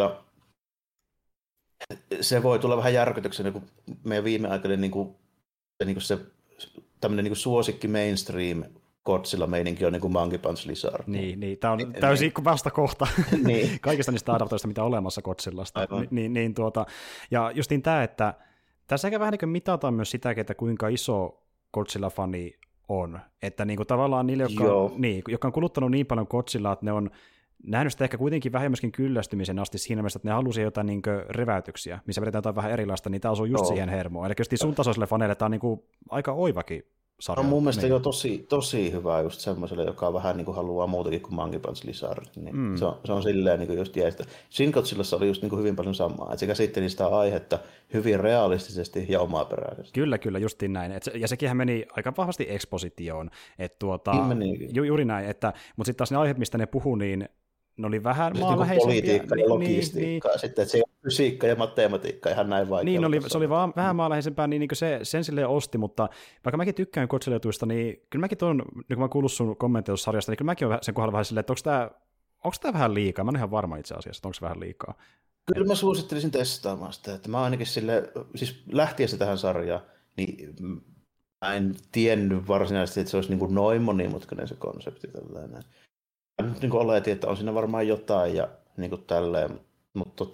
se voi tulla vähän järkytyksenä, kun meidän viimeaikainen se tämmöinen niin kuin suosikki mainstream Godzilla-meininki on niin kuin Monkey Punch Lizard. Niin, tämä on täysin vastakohta niin. Kaikista niistä adaptoista, mitä on olemassa Godzillasta. Ja justiin tämä, että tässä ehkä vähän niin kuin mitataan myös sitä, että kuinka iso Godzilla-fani on. Että niin kuin tavallaan niille, jotka on kuluttanut niin paljon Godzillaa, että ne on nähnyt sitä ehkä kuitenkin vähän myöskin kyllästymisen asti siinä mielessä, että ne halusi jotain niin kuin reväytyksiä, missä vedetään jotain vähän erilaista, niin tämä osuu just siihen hermoon. Eli just sun tasoiselle faneille tämä on niin kuin aika oivakin sarja. On mun mielestä jo tosi hyvä just semmoiselle, joka vähän niin kuin haluaa muutakin kuin Monkey Punch Lizard. Niin se on silleen niin kuin just jeestä. Shin Godzillassa oli just niin kuin hyvin paljon samaa, että se käsitteli sitä aihetta hyvin realistisesti ja omaperäisesti. Kyllä, justiin näin. Ja sekinhän meni aika vahvasti ekspositioon. Juuri näin, mutta sitten taas ne aiheet, mistä ne puhuu, niin ne oli vähän maanläheisempiä. Politiikka ja logistiikkaa, sitten, että se ei ole fysiikka ja matematiikka ihan näin vaikea. Niin, se oli vaan vähän maanläheisempää, niin se sen silleen osti, mutta vaikka mäkin tykkään Godzilla-jutuista, niin kyllä mäkin tuon, niin kun mä kuullut sun kommentoitussarjasta, niin kyllä mäkin olen sen kohdalla vähän silleen, että onko tämä vähän liikaa? Mä en ihan varma itse asiassa, että onko se vähän liikaa. Kyllä mä suosittelisin testaamaan sitä, että mä ainakin silleen, siis lähtiessä tähän sarjaan, niin mä en tiennyt varsinaisesti, että se olisi niin kuin noin monimutkainen se konsepti tällainen. Mä nyt niin oletin, että on siinä varmaan jotain ja niin kuin tälleen, mutta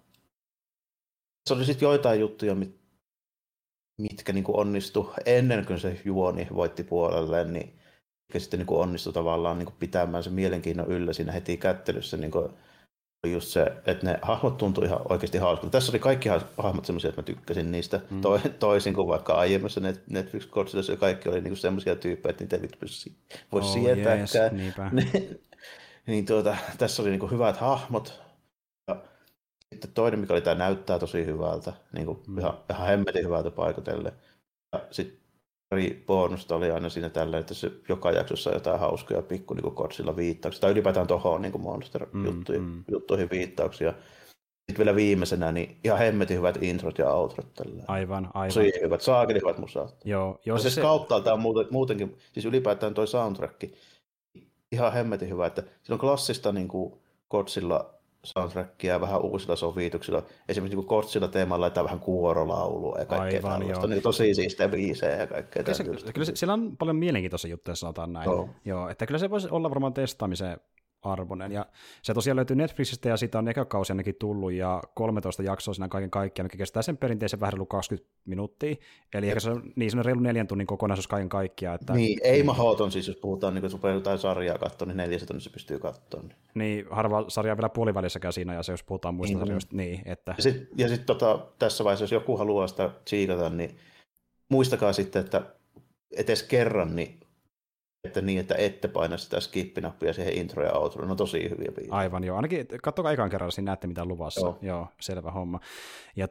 se oli sitten joitain juttuja, mitkä niin kuin onnistui ennen kuin se juoni voitti puolelleen, niin sitten niin kuin onnistui tavallaan niin kuin pitämään se mielenkiinnon yllä siinä heti kättelyssä. Niin kuin just se, että ne hahmot tuntui ihan oikeasti hauskalta. Tässä oli kaikki hahmot semmoisia, että mä tykkäsin niistä toisin kuin vaikka aiemmassa Netflix-Godzillassa, ja kaikki oli niinku semmoisia tyyppejä, että niitä ei voi sietääkään. Niin tässä oli niinku hyvät hahmot. Ja sitten toinen, mikä oli tämä näyttää tosi hyvältä, niinku ihan hemmetin hyvältä paikotelle. Ja sitten pari bonusta oli aina siinä tällä, että se joka jaksossa on jotain hauskoja pikku niinku Godzilla viittauksia, tai ylipäätään tohon niinku monster-juttuihin viittauksia. Sitten vielä viimeisenä, niin ihan hemmetin hyvät introt ja outrot tällä. Aivan. Tosi hyvät, saakeli hyvät musat. Joo, siis kauttaalta on muutenkin, siis ylipäätään toi soundtrack, ihan hemmetin hyvä, että siinä on klassista niin kuin Godzilla soundtrackia vähän uusilla sovituksilla. Esimerkiksi niin Godzilla teemalla laittaa vähän kuorolaulua ja kaikkea tällaista. Niin tosi siistejä biisejä ja kaikkea. Kyllä siellä on paljon mielenkiintoisia juttuja, sanotaan näin. Joo, että kyllä se voisi olla varmaan testaamisen arvoinen. Ja se tosiaan löytyy Netflixistä ja siitä on eka kausi ainakin tullut ja 13 jaksoa siinä kaiken kaikkiaan, mikä kestää sen perinteisen vähän reilu 20 minuuttia. Eli ehkä se on reilu 4 tunnin kokonaisuus kaiken kaikkiaan. Että niin, ei mahdoton siis, jos puhutaan, niin kun jotain sarjaa katsoa, niin 4 tunnissa pystyy katsomaan. Niin, harva sarja vielä puolivälissäkään siinä, ja se jos puhutaan muista sarjoista, niin että Ja sitten tässä vaiheessa, jos joku haluaa sitä tsiikata, niin muistakaa sitten, että edes kerran, että ette paina sitä skip-nappia siihen intro ja outro, no tosi hyviä biisejä. Aivan, joo. Ainakin katsokaa ekan kerran, siinä näette mitä on luvassa. Joo, selvä homma. Ja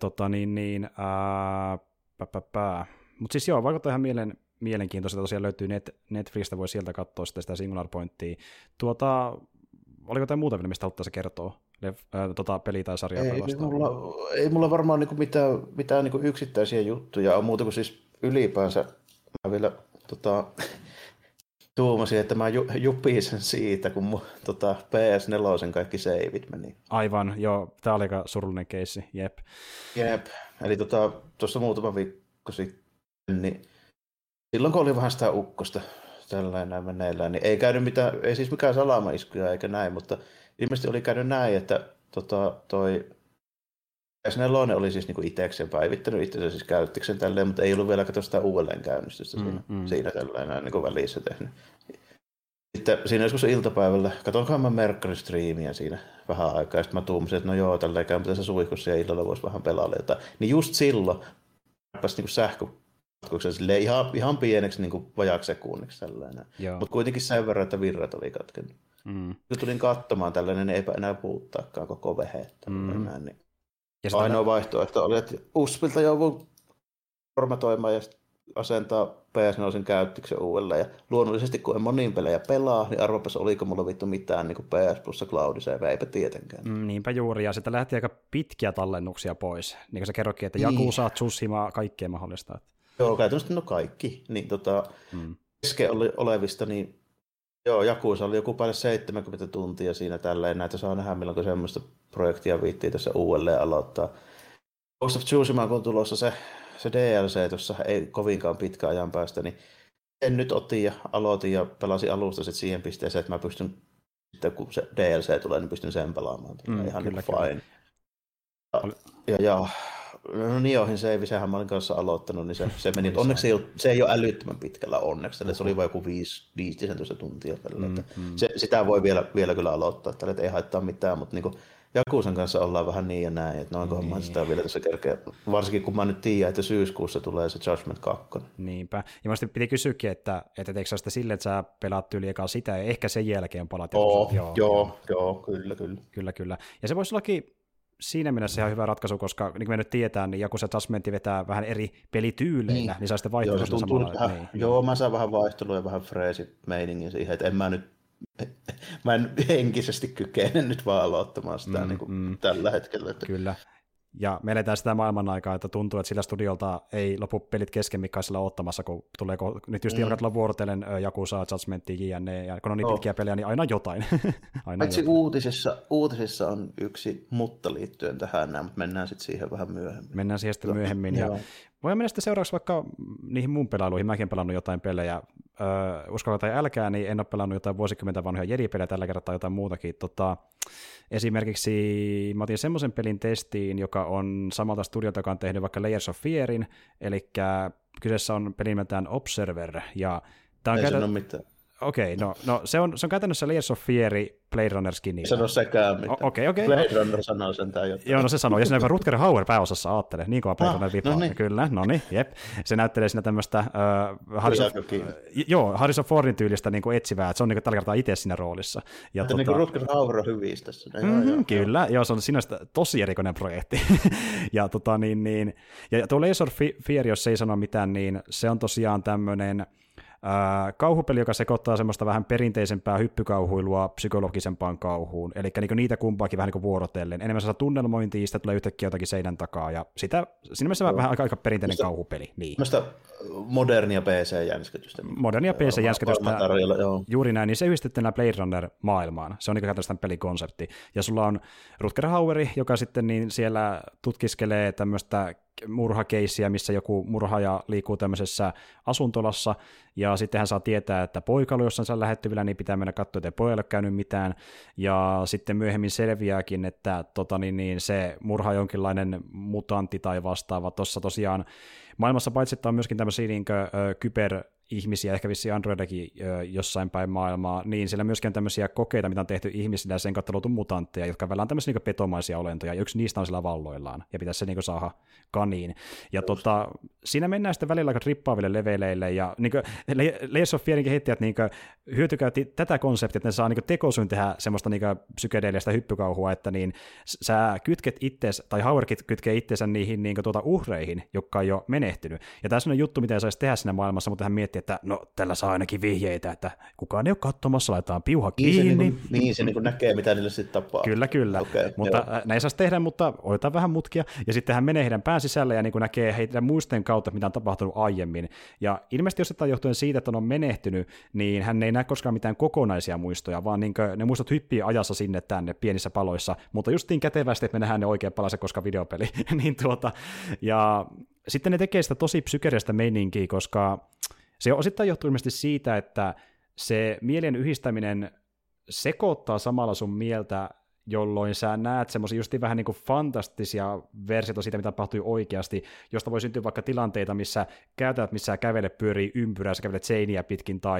mutta siis joo, vaikuttaa ihan mielenkiintoista. Tosiaan löytyy Netflixistä, voi sieltä katsoa sitä Singular Pointtia. Oliko jotain muuta vielä, mistä haluttaisiin kertoa? Peli tai sarjaa? Ei mulla varmaan niinku mitään niinku yksittäisiä juttuja on muuta kuin siis ylipäänsä. Mä vielä tuumasin, että mä jupisen siitä, kun mun PS4 kaikki seivit meni. Aivan, joo. Tää oli aika surullinen keissi, jep. Eli tuossa muutama viikko sitten, niin silloin kun oli vähän sitä ukkosta tällainen meneillään, niin ei käynyt mitään, ei siis mikään salamaiskuja eikä näin, mutta ilmeisesti oli käynyt näin, että toi PS4 oli siis niinku itsekseen päivittänyt itsensä siis käyttiksen tälleen, mutta ei ollut vielä katsoa sitä uudelleen käynnistystä siinä tällainen niinku välissä tehnyt. Sitten siinä joskus iltapäivällä, katsonkohan mä Merkkari-striimiä siinä vähän aikaa, ja sitten mä tuumasin, että no joo, tälleen käy, mutta tässä suihkussa ja illalla voisi vähän pelailla jotain. Niin just silloin pääsi niinku sähkökatkoksen silleen ihan pieneksi niinku vajaaksi sekunniksi tällainen. Mutta kuitenkin sen verran, että virrat oli katkennut. Kun tulin katsomaan tällainen, niin eipä enää puuttaakaan koko vehe. Niin. Ainoa vaihtoehto oli, että USPilta joudun formatoimaan ja asentaa PS4 käyttöksen uudelleen. Ja luonnollisesti, kun en monin pelejä pelaa, niin arvopas oliko mulla vittu mitään niin kuin PS Plussa Cloudissa, eipä tietenkään. Niinpä juuri, ja sitten lähti aika pitkiä tallennuksia pois. Niin kuin sä kerrokin, että Yakuza, Tsushima, kaikkea mahdollista. Joo, käytännössä no kaikki. Niin, kesken olevista, niin joo, Yakuza oli joku päälle 70 tuntia siinä tälleen. Näitä saa nähdä, milloin semmoista projektia viittiin tässä uudelleen aloittaa. Ghost of Tsushima, kun on tulossa se DLC tuossa ei kovinkaan pitkä ajan päästä, niin en nyt otin ja aloitin ja pelasin alusta sitten siihen pisteeseen, että mä pystyn, sitten kun se DLC tulee, niin pystyn sen pelaamaan. Ihan kyllä, fine. Ja no Niohin sehän mä olin kanssa aloittanut, niin se meni, onneksi se ei ole älyttömän pitkällä onneksi, se oli vain joku 15 tuntia. Sitä voi vielä kyllä aloittaa, että ei haittaa mitään, mutta niin Jakuzan kanssa ollaan vähän niin ja näin, että noinkohan mä sitä vielä tässä kerkeä. Varsinkin kun mä nyt tiedän, että syyskuussa tulee se Judgment 2. Niinpä. Ja mä piti kysyäkin, että teekö sä sitä silleen, että sä pelaat tyyli ekaa sitä ja ehkä sen jälkeen palaat. Joo, kyllä. Kyllä. Ja se voisi ollakin siinä mielessä ihan hyvä ratkaisu, koska niin kuin me nyt tiedetään, niin Yakuza Judgment vetää vähän eri pelityyleillä, niin saa sitten vaihtelua samalla. Joo, mä saan vähän vaihtelua ja vähän freesi meiningin siihen, että mä en henkisesti kykene nyt vaan aloittamaan sitä tällä hetkellä. Kyllä. Ja me eletään sitä maailman aikaa, että tuntuu, että sillä studiolta ei lopu pelit kesken, mikä on sillä odottamassa, kun tulee nyt just alkaa tulla vuorotellen Yakuza, Judgmentia, JNE, ja kun on niin pitkiä pelejä, niin aina jotain. Paitsi uutisissa on yksi mutta liittyen tähän, mutta mennään sitten siihen vähän myöhemmin. Mennään siihen sitten myöhemmin, ja voidaan mennä sitten seuraavaksi vaikka niihin mun pelailuihin. Mäkin olen pelannut jotain pelejä. Uskallan tai älkää, niin en ole pelannut jotain vuosikymmentä vanhoja Jedi-pelejä tällä kertaa jotain muutakin. Esimerkiksi mä otin semmoisen pelin testiin, joka on samalta studiolta, joka on tehnyt vaikka Layers of Fearin, eli kyseessä on pelin nimeltään Observer. Ja tää on ei sano mitään. Okei, no se on käytännössä Layers of Fear Blade Runner skinniä. Sano sekään mitään. Okei. Blade Runner sanoo sen tai jotain. Joo, no se sanoo. Ja siinä Rutger Hauer pääosassa aattelee. Niin kuin Blade Runner vipaa. Niin. Kyllä, jep. Se näyttelee siinä tämmöistä Harrison Fordin tyylistä niin kuin etsivää, että se on niin kuin tällä kertaa itse siinä roolissa. Ja niin kuin Rutger Hauer on hyvissä tässä. Kyllä, joo, se on sinänsä tosi erikoinen projekti. ja tuo Layers of Fear, jos ei sano mitään, niin se on tosiaan tämmöinen kauhupeli, joka sekoittaa semmoista vähän perinteisempää hyppykauhuilua psykologisempaan kauhuun, eli niin niitä kumpaakin vähän niin vuorotellen. Enemmän saa tunnelmointia, sitä tulee yhtäkkiä jotakin seinän takaa, ja sitä, siinä mielessä vähän aika perinteinen kauhupeli. Niin. Modernia PC-jänsketystä. Modernia PC-jänsketystä, juuri näin, niin se yhdistetään Blade Runner-maailmaan. Se on niin käytännössä pelikonsepti. Ja sulla on Rutger Haueri, joka sitten niin siellä tutkiskelee tämmöistä murhakeissiä, missä joku murhaaja liikkuu tämmöisessä asuntolassa, ja sitten hän saa tietää, että poikailu, jos on sen lähettyvillä, niin pitää mennä katsoa, että ei pojalle käynyt mitään, ja sitten myöhemmin selviääkin, että se murhaa jonkinlainen mutantti tai vastaava. Tuossa tosiaan maailmassa paitsi, että on myöskin tämmöisiä kyber-ihmisiä, ehkä vissiin androidekin jossain päin maailmaa, niin siellä myöskin on tämmöisiä kokeita, mitä on tehty ihmisillä, ja sen kautta luotu mutantteja, jotka välillä on tämmöisiä petomaisia olentoja, ja yksi niistä on sillä valloillaan, ja pitäisi se saada kaniin. Ja siinä mennään sitten välillä aika trippaaville leveleille, ja Layers of Fearinkin heittäjät hyötykää tätä konseptia, että ne saa tekosyyn tehdä semmoista psykedeellistä hyppykauhua, että sä kytket ittees, tai Hauer kytkee itteensä niihin uhreihin, jotka on jo menehtynyt. Ja tämä on sellainen juttu, mitä ei saisi tehdä siinä maailmassa, mutta hän miettii, että no tällä saa ainakin vihjeitä, että kukaan ei ole katsomassa, laitetaan piuha kiinni. Se näkee, mitä niille sitten tapaa. Kyllä. Okay, mutta ne ei saisi tehdä, mutta otetaan vähän mutkia. Ja sitten hän menee heidän pään sisälle ja näkee heidän muisten kautta, mitä on tapahtunut aiemmin. Ja ilmeisesti jos johtuen siitä, että on menehtynyt, niin hän ei näe koskaan mitään kokonaisia muistoja, vaan ne muistot hyppii ajassa sinne tänne pienissä paloissa, mutta justiin kätevästi, että me nähdään ne oikein palaset, koska videopeli. Ja sitten ne tekee sitä tosi psykeeristä meininkiä, koska se osittain johtuu ilmeisesti siitä, että se mielien yhdistäminen sekoittaa samalla sun mieltä, jolloin sä näet semmoisia just vähän niin kuin fantastisia versioita siitä, mitä tapahtui oikeasti, josta voi syntyä vaikka tilanteita, missä käytävät, missä kävele pyörii ympyrää, sä kävelet seiniä pitkin, tai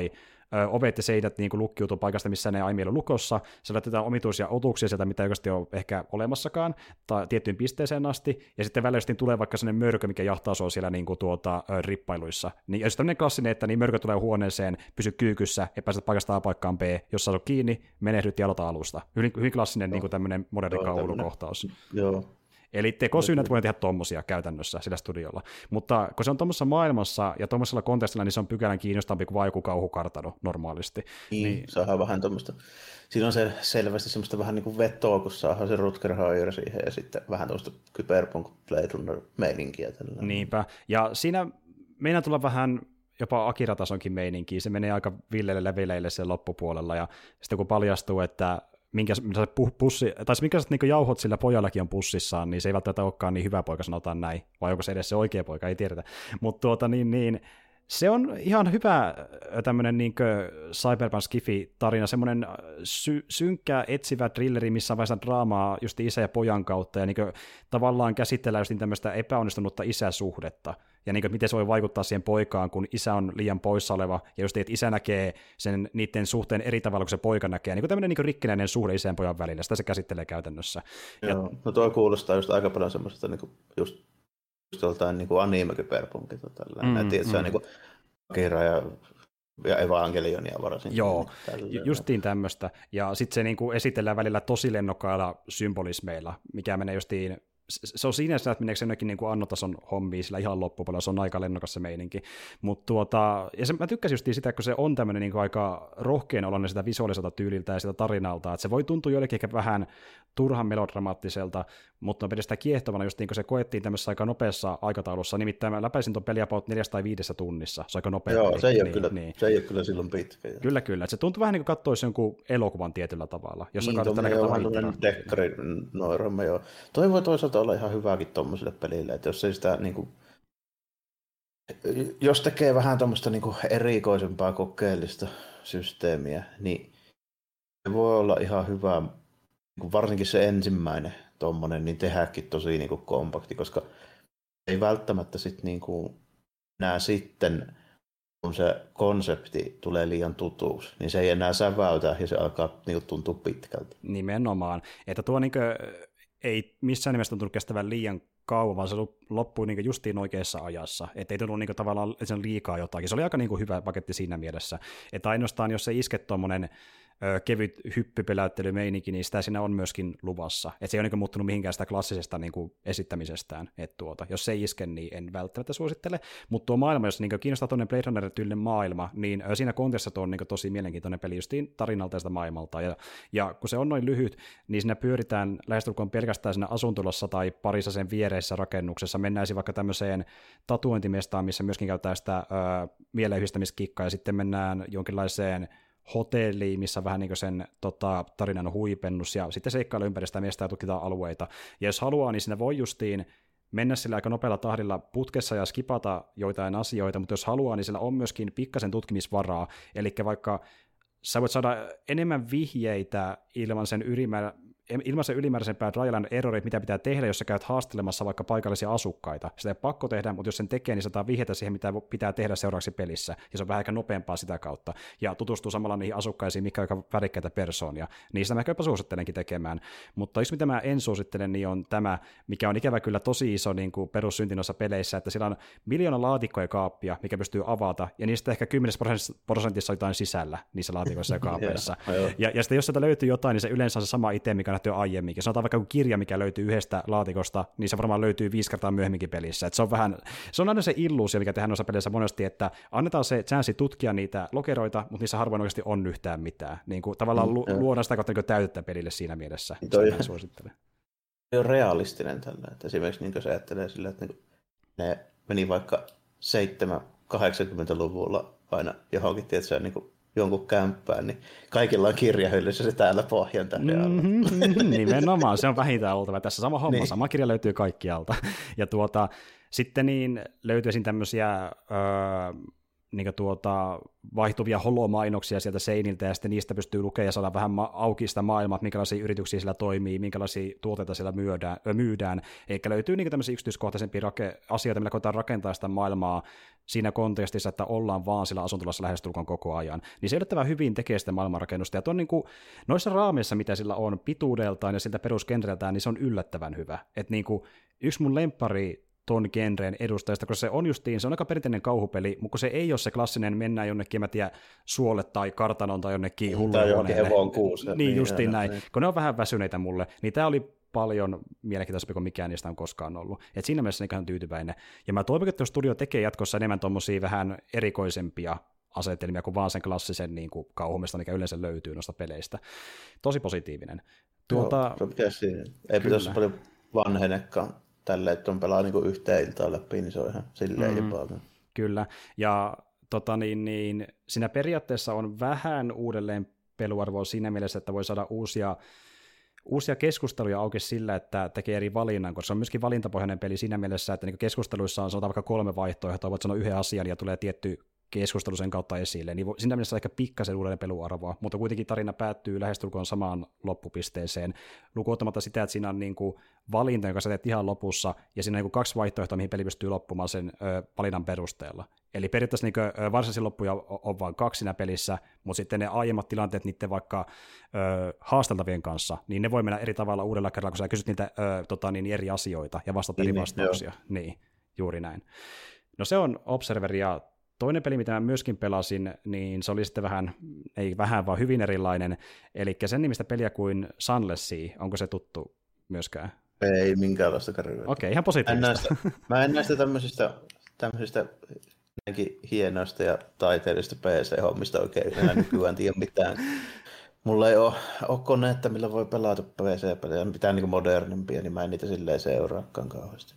ovet ja seinät niin lukkiutuu paikasta, missä ne aiemmin oli lukossa, sä löytät jotain omituisia otuksia sieltä, mitä ei oikeasti ole ehkä olemassakaan, tai tiettyyn pisteeseen asti, ja sitten välillä tulee vaikka sellainen mörkö, mikä jahtaa sua siellä niin kuin rippailuissa. Niin, jos tämmöinen klassinen, että niin mörkö tulee huoneeseen, pysy kyykyssä, ja pääset paikasta A paikkaan B, jos sä oot kiinni, menehdyt ja aloita alusta. Hyvin klassinen niin kuin tämmöinen moderni kaulukohtaus. Joo. Eli tekosyynät voi tehdä tommosia käytännössä sillä studiolla. Mutta kun se on tuommoisessa maailmassa ja tuommoisella kontekstilla, niin se on pykälän kiinnostavampi kuin vaan joku kauhukartano normaalisti. Niin. Saadaan vähän tuommoista. Siinä on se selvästi semmoista vähän niin kuin vetoa, kun saadaan se Rutger Hauer siihen ja sitten vähän tuosta Cyberpunk Blade Runner-meininkiä. Tällä. Niinpä. Ja siinä meinaa tulla vähän jopa Akira-tasonkin meininkiä. Se menee aika villeille leveleille sen loppupuolella ja sitten kun paljastuu, että minkälaiset niin jauhot sillä pojallakin on pussissaan, niin se ei välttämättä olekaan niin hyvä poika, sanotaan näin, vai onko se edes se oikea poika, ei tiedetä. Mutta se on ihan hyvä tämmöinen niin cyberpunk skifi-tarina, semmoinen synkkä, etsivä thrilleri, missä on vähän draamaa just isä ja pojan kautta, ja niin tavallaan käsitellään just tämmöistä epäonnistunutta isäsuhdetta, ja niin miten se voi vaikuttaa siihen poikaan, kun isä on liian poissa oleva, ja just että isä näkee sen niiden suhteen eri tavalla kuin se poika näkee, niin tämmöinen niin rikkinäinen suhde isän ja pojan välillä, sitä se käsittelee käytännössä. Joo, no tuo kuulostaa just aika paljon semmoista niin just joltain niin anime-kyberpunkilta tällä. Tietysti niin Akira ja Evangelionia varsin. Joo, justiin tämmöistä. Ja sitten se niin kuin esitellään välillä tosi lennokkailla symbolismeilla, mikä menee justiin, se on siinä, että meneekö se jonnekin niin kuin annotason hommiin sillä ihan loppupuolella, se on aika lennokas se meininki. Mä tykkäsin justiin sitä, kun se on tämmöinen niin kuin aika rohkean oloinen sitä visuaaliselta tyyliltä ja sitä tarinalta, että se voi tuntua joillekin ehkä vähän turhan melodramaattiselta, mutta mä pidin sitä kiehtovana just niin kuin se koettiin tämmöisessä aika nopeassa aikataulussa, nimittäin mä läpäisin ton peli about 4 tai 5 tunnissa, se on aika nopea. Joo, se ei ole kyllä silloin pitkä. Kyllä, että se tuntuu vähän niin kuin katsoisi jonkun elokuvan tietyllä tavalla. Jos niin, tuommoinen dekkari noirama, joo. Toi voi toisaalta olla ihan hyväkin tuommoiselle pelille, että jos ei sitä niin kuin, jos tekee vähän tuommoista niin kuin erikoisempaa kokeellista systeemiä, niin se voi olla ihan hyvä, varsinkin se ensimmäinen tuommoinen, niin tehdäkin tosi niin kuin kompakti, koska ei välttämättä sit niin kuin enää sitten, kun se konsepti tulee liian tutuksi, niin se ei enää säväytä ja se alkaa niin kuin tuntua pitkältä. Nimenomaan, että tuo niin kuin ei missään nimessä tuntunut kestävän liian kauan, vaan se loppui niin justiin oikeassa ajassa. Että ei tullut niin tavallaan sen liikaa jotakin. Se oli aika niin hyvä paketti siinä mielessä. Että ainoastaan, jos se iske tuommoinen kevyt hyppypeläyttelymeininki, niin sitä siinä on myöskin luvassa. Että se ei ole niin muuttunut mihinkään sitä klassisesta niin esittämisestään. Että jos se ei iske, niin en välttämättä suosittele. Mutta tuo maailma, jos niin kiinnostaa tuonne Blade Runner-tyylinen maailma, niin siinä kontekstissa tuo on niin tosi mielenkiintoinen peli justiin tarinalta ja sitä maailmalta. Ja kun se on noin lyhyt, niin siinä pyöritään lähestulkoon pelkästään siinä asuntolossa tai parissa sen viereisessä rakennuksessa. Mennään vaikka tämmöiseen tatuointimestaan, missä myöskin käytetään sitä mieleyhdistämiskikkaa, ja sitten mennään jonkinlaiseen hotelliin, missä vähän niin kuin sen tarinan huipennus, ja sitten seikkailla ympäri sitä mestaa ja tutkitaan alueita. Ja jos haluaa, niin siinä voi justiin mennä sillä aika nopealla tahdilla putkessa ja skipata joitain asioita, mutta jos haluaa, niin sillä on myöskin pikkasen tutkimisvaraa, eli vaikka sä voit saada enemmän vihjeitä ilman sen ylimääräisempää trial and errorit, mitä pitää tehdä, jos sä käyt haastelemassa vaikka paikallisia asukkaita. Sitä ei pakko tehdä, mutta jos sen tekee, niin saattaa vihjeitä siihen, mitä pitää tehdä seuraavaksi pelissä, ja se on vähän aika nopeampaa sitä kautta, ja tutustuu samalla niihin asukkaisiin, mikä on aika värikkäitä persoonia. Niistä mä ehkä jopa suosittelenkin tekemään. Mutta yksi, mitä mä en suosittele, niin on tämä, mikä on ikävä kyllä tosi iso niin kuin perussynti noissa peleissä, että sillä on 1,000,000 laatikkoja kaappia, mikä pystyy avata, ja niistä ehkä 10% jotain sisällä niissä laatikoissa ja kaapeissa. Ja sitten jos sieltä löytyy jotain, niin se yleensä on se sama itse, mikä nähty jo aiemminkin. Sanotaan vaikka joku kirja, mikä löytyy yhdestä laatikosta, niin se varmaan löytyy 5 kertaa myöhemminkin pelissä. Et se on aina se illuusio, mikä tehdään noissa peleissä monesti, että annetaan se chanssi tutkia niitä lokeroita, mutta niissä harvoin oikeasti on yhtään mitään. Niin kuin tavallaan luodaan sitä kautta niin täytettä pelille siinä mielessä. Suosittelen. Se on realistinen tällä. Että esimerkiksi niin se ajattelee sillä, että ne meni vaikka 80-luvulla aina johonkin, tietysti niin jonkun kämppään, niin kaikilla on kirjahyllyssä se täällä pohjan tänne alla. Nimenomaan, se on vähintään oltava. Tässä sama homma, sama kirja löytyy kaikkialta. Ja sitten niin löytyisin tämmöisiä vaihtuvia holomainoksia sieltä seiniltä, ja sitten niistä pystyy lukemaan ja saada vähän auki sitä maailmaa, että minkälaisia yrityksiä siellä toimii, minkälaisia tuotteita siellä myydään. Eikä löytyy tämmöisiä yksityiskohtaisempia asioita, millä koetaan rakentaa sitä maailmaa siinä kontekstissa, että ollaan vaan sillä asuntolassa lähestulkoon koko ajan. Niin se yllättävän hyvin tekee sitä maailmanrakennusta, ja noissa raameissa, mitä sillä on pituudeltaan ja siltä perusgenreltään, niin se on yllättävän hyvä. Että yksi mun lemppari ton genreen edustajista, koska se on aika perinteinen kauhupeli, mutta se ei ole se klassinen mennään jonnekin, mä tiedän, suolle tai kartanon tai jonnekin hulluhuoneelle. Niin justiin näin. Kun ne on vähän väsyneitä mulle, niin tää oli paljon mielenkiintoisempi kuin mikään niistä on koskaan ollut. Et siinä mielessä ihan tyytyväinen. Ja mä toivon, että jos studio tekee jatkossa enemmän tommosia vähän erikoisempia asetelmia kuin vaan sen klassisen kauhumista, mikä yleensä löytyy noista peleistä. Tosi positiivinen. Ei pitäisi paljon vanhenekaan tälleen, että on pelaa yhteen iltaan läpi, niin se on ihan silleen jopa. Kyllä, ja siinä periaatteessa on vähän uudelleen peluarvoa siinä mielessä, että voi saada uusia keskusteluja auki sillä, että tekee eri valinnan, koska se on myöskin valintapohjainen peli siinä mielessä, että keskusteluissa on sanotaan vaikka 3 vaihtoehtoa, voit sanoa yhden asian ja tulee tietty keskustelu sen kautta esille, niin siinä mielessä ehkä pikkasen uudelleen peluarvoa, mutta kuitenkin tarina päättyy lähestulkoon samaan loppupisteeseen, lukuun ottamatta sitä, että siinä on valinta, jonka sä teet ihan lopussa, ja siinä on 2 vaihtoehtoa, mihin peli pystyy loppumaan sen valinnan perusteella. Eli periaatteessa varsinaisia loppuja on vain 2 siinä pelissä, mutta sitten ne aiemmat tilanteet niiden vaikka haasteltavien kanssa, niin ne voi mennä eri tavalla uudella kerralla, kun sä kysyt niitä eri asioita ja vastaat eri vastauksia. Niin, juuri näin. No se on Observer, ja toinen peli, mitä mä myöskin pelasin, niin se oli sitten vaan hyvin erilainen, eli sen nimistä peliä kuin Sunless Sea. Onko se tuttu myöskään? Ei minkäänlaista kärryä. Okei, ihan positiivista. Mä en näistä tämmöisistä hienoista ja taiteellisista PC-hommista oikein enää nykyään tiedä mitään. Mulla ei ole koneetta, millä voi pelata PC-pelejä, mitään modernimpia, niin mä en niitä silleen seuraakaan kauheasti.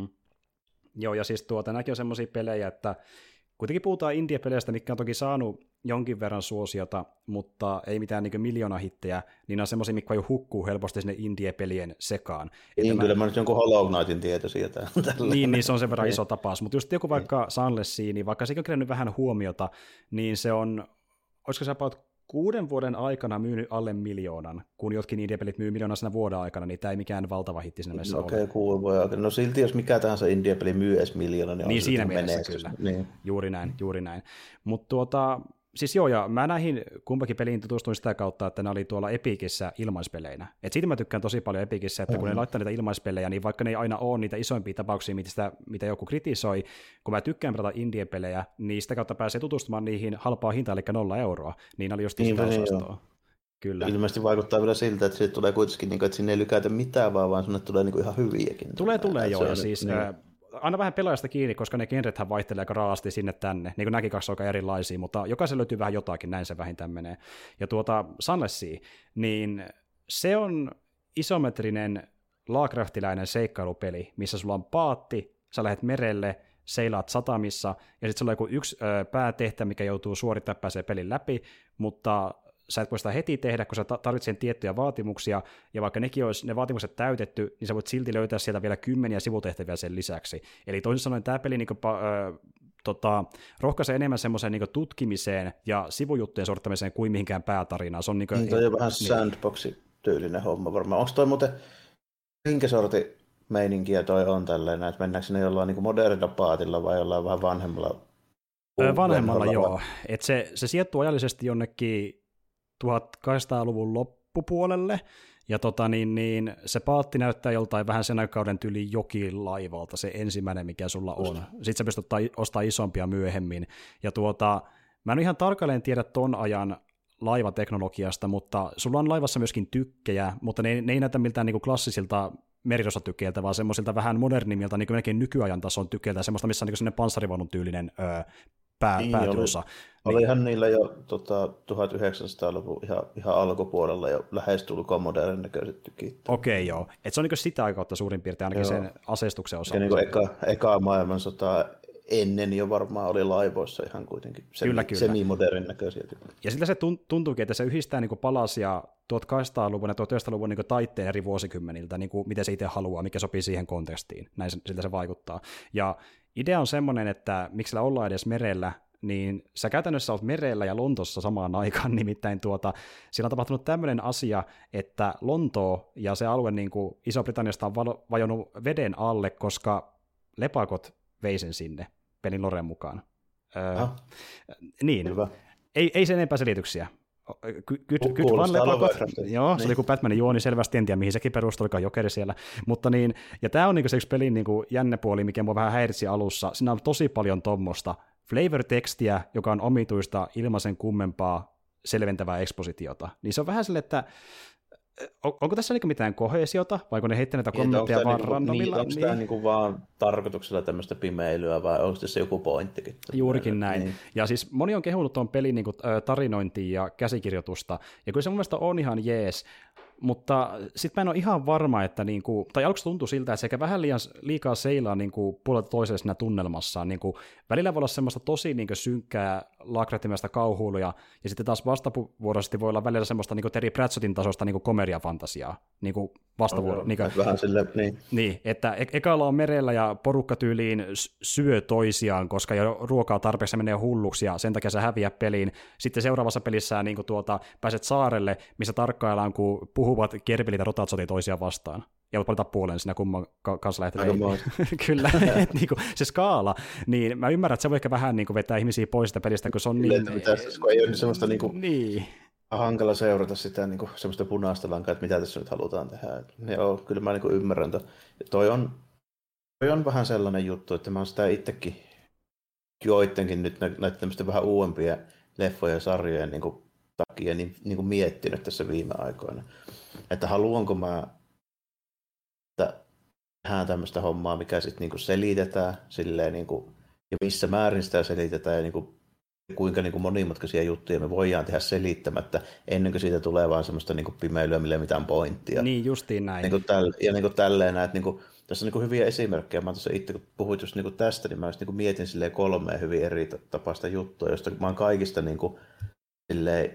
Joo, ja siis nämäkin on semmoisia pelejä, että kuitenkin puhutaan indie-peleistä, mitkä on toki saanut jonkin verran suosiota, mutta ei mitään miljoonahittejä, niin on semmoisia, mitkä jo hukkuu helposti sinne indie-pelien sekaan. Niin, kyllä mä nyt jonkun Hollow Knightin tietoisia tällä. Niin, se on sen verran iso tapaus, mutta just joku vaikka Sunless Sea, niin vaikka sekin on kerännyt vähän huomiota, niin se on, olisiko se about 6 vuoden aikana myynyt alle 1 miljoonan, kun jotkin indie-pelit myy miljoonan siinä vuoden aikana, niin tämä ei mikään valtava hitti siinä mielessä ole. Okei, 6 vuoden aikana. No silti, jos mikä tahansa indie-peli myy edes 1 miljoona, niin siinä mielessä kyllä. Niin. Juuri näin. Mutta siis joo, ja mä näihin kumpakin peliin tutustuin sitä kautta, että ne oli tuolla Epicissä ilmaispeleinä. Et siitä mä tykkään tosi paljon Epicissä, että kun ne laittaa niitä ilmaispelejä, niin vaikka ne ei aina ole niitä isoimpia tapauksia, mitä joku kritisoi, kun mä tykkään pelata indie-pelejä, niin sitä kautta pääsee tutustumaan niihin halpaa hintaa, eli 0 euroa. Niin oli just sitä osastoa. Kyllä. Ilmeisesti vaikuttaa vielä siltä, että siitä tulee kuitenkin, että sinne ei lykätä mitään, vaan sinne tulee ihan hyviäkin. Tulee joo, ja siis aina vähän pelaajasta kiinni, koska ne genrethän vaihtelee aika raasti sinne tänne, niin kuin nämäkin 2 on aika erilaisia, mutta jokaisen löytyy vähän jotakin, näin se vähintään menee. Ja Sunless Sea, niin se on isometrinen Lovecraftiläinen seikkailupeli, missä sulla on paatti, sä lähdet merelle, seilaat satamissa, ja sitten sulla on joku yksi päätehtävä, mikä joutuu suorittamaan, pääsee pelin läpi, mutta sä et voi sitä heti tehdä, kun sä tarvitset tiettyjä vaatimuksia, ja vaikka nekin olisi ne vaatimukset täytetty, niin sä voit silti löytää sieltä vielä 10 sivutehtäviä sen lisäksi. Eli toisin sanoen tämä peli rohkaisee enemmän semmoiseen tutkimiseen ja sivujuttujen suorittamiseen kuin mihinkään päätarinaan. Se on toi on vähän sandbox-tyylinen homma varmaan. Onko toi muuten, minkä sorti meininkiä toi on tälleen, että mennäänkö sinne jollain modernilla paatilla vai jollain vähän vanhemmalla? Vanhemmalla joo. Et se sijoittuu ajallisesti jonnekin 1800-luvun loppupuolelle, ja se paatti näyttää joltain vähän sen aikauden tyyliin jokilaivalta, se ensimmäinen, mikä sulla on. Sitten sä pystyt ostamaan isompia myöhemmin, ja mä en ihan tarkalleen tiedä ton ajan laivateknologiasta, mutta sulla on laivassa myöskin tykkejä, mutta ne ei näytä miltään klassisilta merirosatykkeiltä, vaan semmoisilta vähän modernimmilta, melkein nykyajan tason tykkeiltä, semmoista, missä on semmoinen panssarivaunun tyylinen päätyosa. Olihan niillä jo 1900-luvun ihan alkupuolella jo lähestulkoon modernin näköiset tykit. Okei, joo. Et se on sitä aikautta suurin piirtein ainakin sen aseistuksen osalta. Ja eka maailmansotaa ennen jo varmaan oli laivoissa ihan kuitenkin semi-modernin näköisiä. Ja siltä se tuntuukin, että se yhdistää palasia 1800-luvun ja 1900-luvun taitteen eri vuosikymmeniltä, miten se itse haluaa, mikä sopii siihen kontekstiin. Näin siltä se vaikuttaa. Ja idea on semmoinen, että miksi sillä ollaan edes merellä, niin sä käytännössä olet merellä ja Lontoossa samaan aikaan, nimittäin siellä on tapahtunut tämmöinen asia, että Lontoo ja se alue niin kuin Iso-Britanniasta on vajonnut veden alle, koska lepakot vei sen sinne pelin loren mukaan. Niin, ei sen enempää selityksiä. Joo, niin. Se oli kuin Batmanin juoni selvästi, en tiedä mihin sekin perustuu, olikaan jokeri siellä, mutta niin, ja tämä on niinku se yksi pelin niinku jänne puoli, mikä mua vähän häiritsi alussa, siinä on tosi paljon tommosta flavor-tekstiä, joka on omituista ilmaisen kummempaa selventävää ekspositiota, niin se on vähän silleen, että onko tässä niinku mitään koheesiota, vai onko ne heittäneet näitä kommentteja vaan randomilla? Onko tämä niinku vaan tarkoituksella tämmöistä pimeilyä, vai onko tässä joku pointtikin? Juurikin näin. Niin. Ja siis moni on kehunut tuon pelin niinku tarinointia ja käsikirjoitusta, ja kyllä se mun mielestä on ihan jees, mutta sitten mä en ole ihan varma, että tai aluksi tuntui siltä, että sekä vähän liikaa seilaa puolelta toiselle siinä tunnelmassaan. Välillä voi olla semmoista tosi synkkää laakrettimäistä kauhuiluja, ja sitten taas vastavuoroisesti voi olla välillä semmoista Terry Pratchettin tasosta komediafantasiaa. Vähän silleen, niin. Niin, että ekalla on merellä ja porukka tyyliin syö toisiaan, koska jo ruokaa tarpeeksi menee hulluksi, ja sen takia sä häviää peliin. Sitten seuraavassa pelissä pääset saarelle, missä tarkkaillaan, kun puhuvat kerpilit ja rotat sotii toisiaan vastaan. Ja voit valita puolen siinä kumman kanssa lähteä. Kyllä, se skaala. Niin mä ymmärrän, että se voi ehkä vähän vetää ihmisiä pois sitä pelistä, kun se on niin... Kun ei ole semmoista hankala seurata sitä semmoista punaista lankaa, että mitä tässä nyt halutaan tehdä. Joo, kyllä mä ymmärrän. Toi on vähän sellainen juttu, että mä oon sitä itsekin joidenkin nyt näitä tämmöistä vähän uudempia leffoja ja sarjojen takia niin miettinyt tässä viime aikoina. Että haluanko mä, että tehdään tämmöistä hommaa, mikä sitten selitetään silleen, ja missä määrin sitä selitetään, ja kuinka monimutkaisia juttuja me voidaan tehdä selittämättä, ennen kuin siitä tulee vaan semmoista pimeilyä, millä ei mitään pointtia. Niin, justiin näin. Ja tälleen näin, että tässä on hyviä esimerkkejä. Mä tuossa itse, kun puhuit just tästä, niin mä just mietin silleen 3 hyvin eri tapaista juttua, josta mä oon kaikista silleen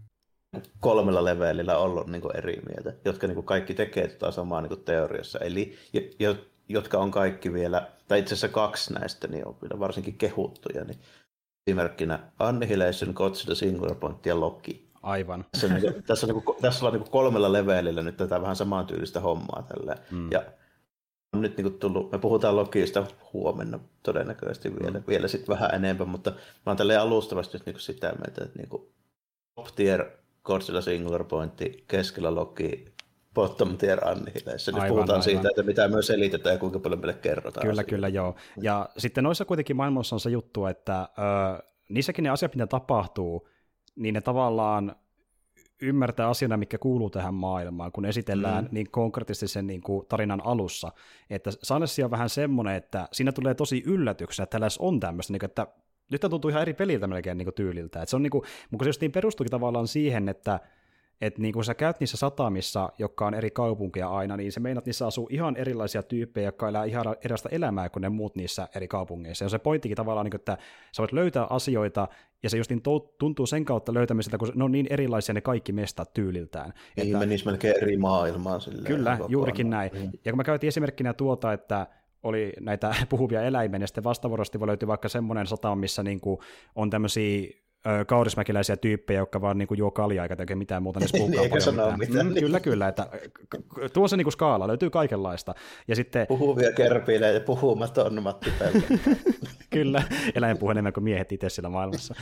3 levelillä ollut eri mieltä, jotka kaikki tekee samaa teoriassa. Eli jotka on kaikki vielä, tai itse asiassa 2 näistä, niin on kyllä varsinkin kehuttuja. Niin esimerkkinä Annihilation, Godzilla, Singular Point ja Loki. Aivan. Tässä ollaan 3 levelillä nyt tätä vähän samantyylistä hommaa. Ja on nyt tullut, me puhutaan Lokista huomenna todennäköisesti vielä sitten vähän enemmän, mutta mä oon tälleen alustavasti nyt sitä mieltä, että top tier Godzilla Singular Pointti, keskellä Loki, bottom tier Annihilation. Nyt puhutaan siitä, että mitä myös selitetään ja kuinka paljon meille kerrotaan. Kyllä, joo. Ja sitten noissa kuitenkin maailmassa on se juttu, että niissäkin ne asiat, mitä tapahtuu, niin ne tavallaan ymmärtää asiana, mikä kuuluu tähän maailmaan, kun esitellään niin konkreettisesti sen tarinan alussa. Että Sannessi on vähän semmoinen, että siinä tulee tosi yllätyksiä, että tällaisessa on tämmöistä, että nyt tuntuu ihan eri peliltä melkein tyyliltä. Että se on mutta se just perustuukin tavallaan siihen, että kun sä käyt niissä satamissa, jotka on eri kaupunkeja aina, niin se meinaat, niissä asuu ihan erilaisia tyyppejä, jotka elää ihan erilaista elämää kuin ne muut niissä eri kaupungeissa. Ja se pointtikin tavallaan, että sä voit löytää asioita, ja se just tuntuu sen kautta löytämiseltä, kun ne on niin erilaisia ne kaikki mestat tyyliltään. Niin menisi melkein eri maailmaan. Kyllä, juurikin näin. Ja kun mä käytin esimerkkinä että oli näitä puhuvia eläimiä, ja sitten vastavuoroisesti voi löytyä vaikka semmoinen satama, missä on tämmöisiä kaurismäkiläisiä tyyppejä, jotka vaan juo kaljaa eikä tekee mitään muuta, eikä sanoa mitään. Kyllä, että tuo on se skaala, löytyy kaikenlaista. Ja sitten puhuvia kerpiilejä ja puhumaton Matti Pelle. Kyllä, eläin puhuu enemmän kuin miehet itse siellä maailmassa.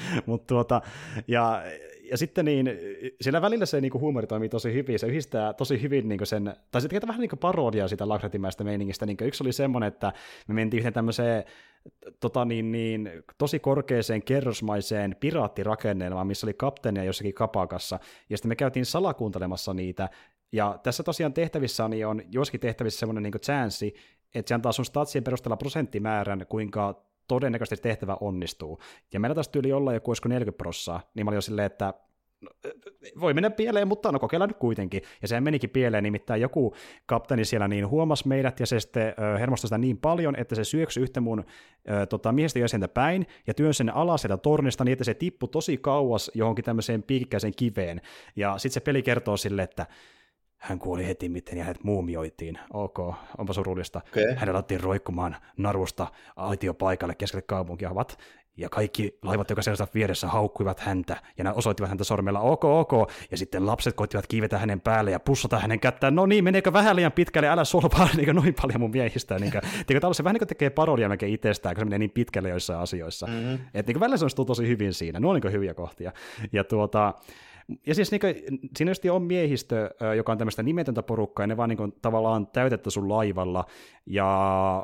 Ja sitten siellä välillä se huumori toimii tosi hyvin, se yhdistää tosi hyvin sen, tai se tekee vähän parodiaa sitä laakrettimäistä meiningistä. Yksi oli semmoinen, että me mentiin yhteen tämmöiseen tosi korkeaseen kerrosmaiseen piraattirakennelmaan, missä oli kapteenia jossakin kapakassa, ja sitten me käytiin salakuuntelemassa niitä, ja tässä tosiaan tehtävissä on joskin tehtävissä semmoinen chanssi, että se antaa sun statsien perusteella prosenttimäärän, kuinka todennäköisesti tehtävä onnistuu. Ja meillä taas tyyli olla joku 40%, niin mä olin jo silleen, että voi mennä pieleen, mutta kokeillaan nyt kuitenkin. Ja sehän menikin pieleen, nimittäin joku kapteeni siellä huomasi meidät, ja se sitten hermostui sitä niin paljon, että se syöksyi yhtä mun miehestä jäsentä päin, ja työnsi sen alas sieltä tornista niin, että se tippui tosi kauas johonkin tämmöiseen piikkäiseen kiveen. Ja sitten se peli kertoo sille, että hän kuoli heti miten ja hänet muumioitiin. Ok, onpa surullista. Okay. Hänellä otettiin roikkumaan narusta aitiopaikalle keskelle kaupunkia. ja kaikki laivat, joka seisovat vieressä, haukkuivat häntä, ja ne osoittivat häntä sormella, ok, ja sitten lapset koittivat kiivetä hänen päälle ja pussata hänen kättään, no niin, meneekö vähän liian pitkälle, älä solpaa niin noin paljon mun miehistä, niin tällaisen vähän niin kuin tekee parodia melkein itsestään, kun se menee niin pitkälle joissain asioissa, että niin välillä se onnistuu tosi hyvin siinä, ne on niin hyviä kohtia, ja siis niin kuin, siinä just on miehistö, joka on tämmöistä nimetöntä porukkaa, ja ne vaan niin kuin, tavallaan täytettä sun laivalla, ja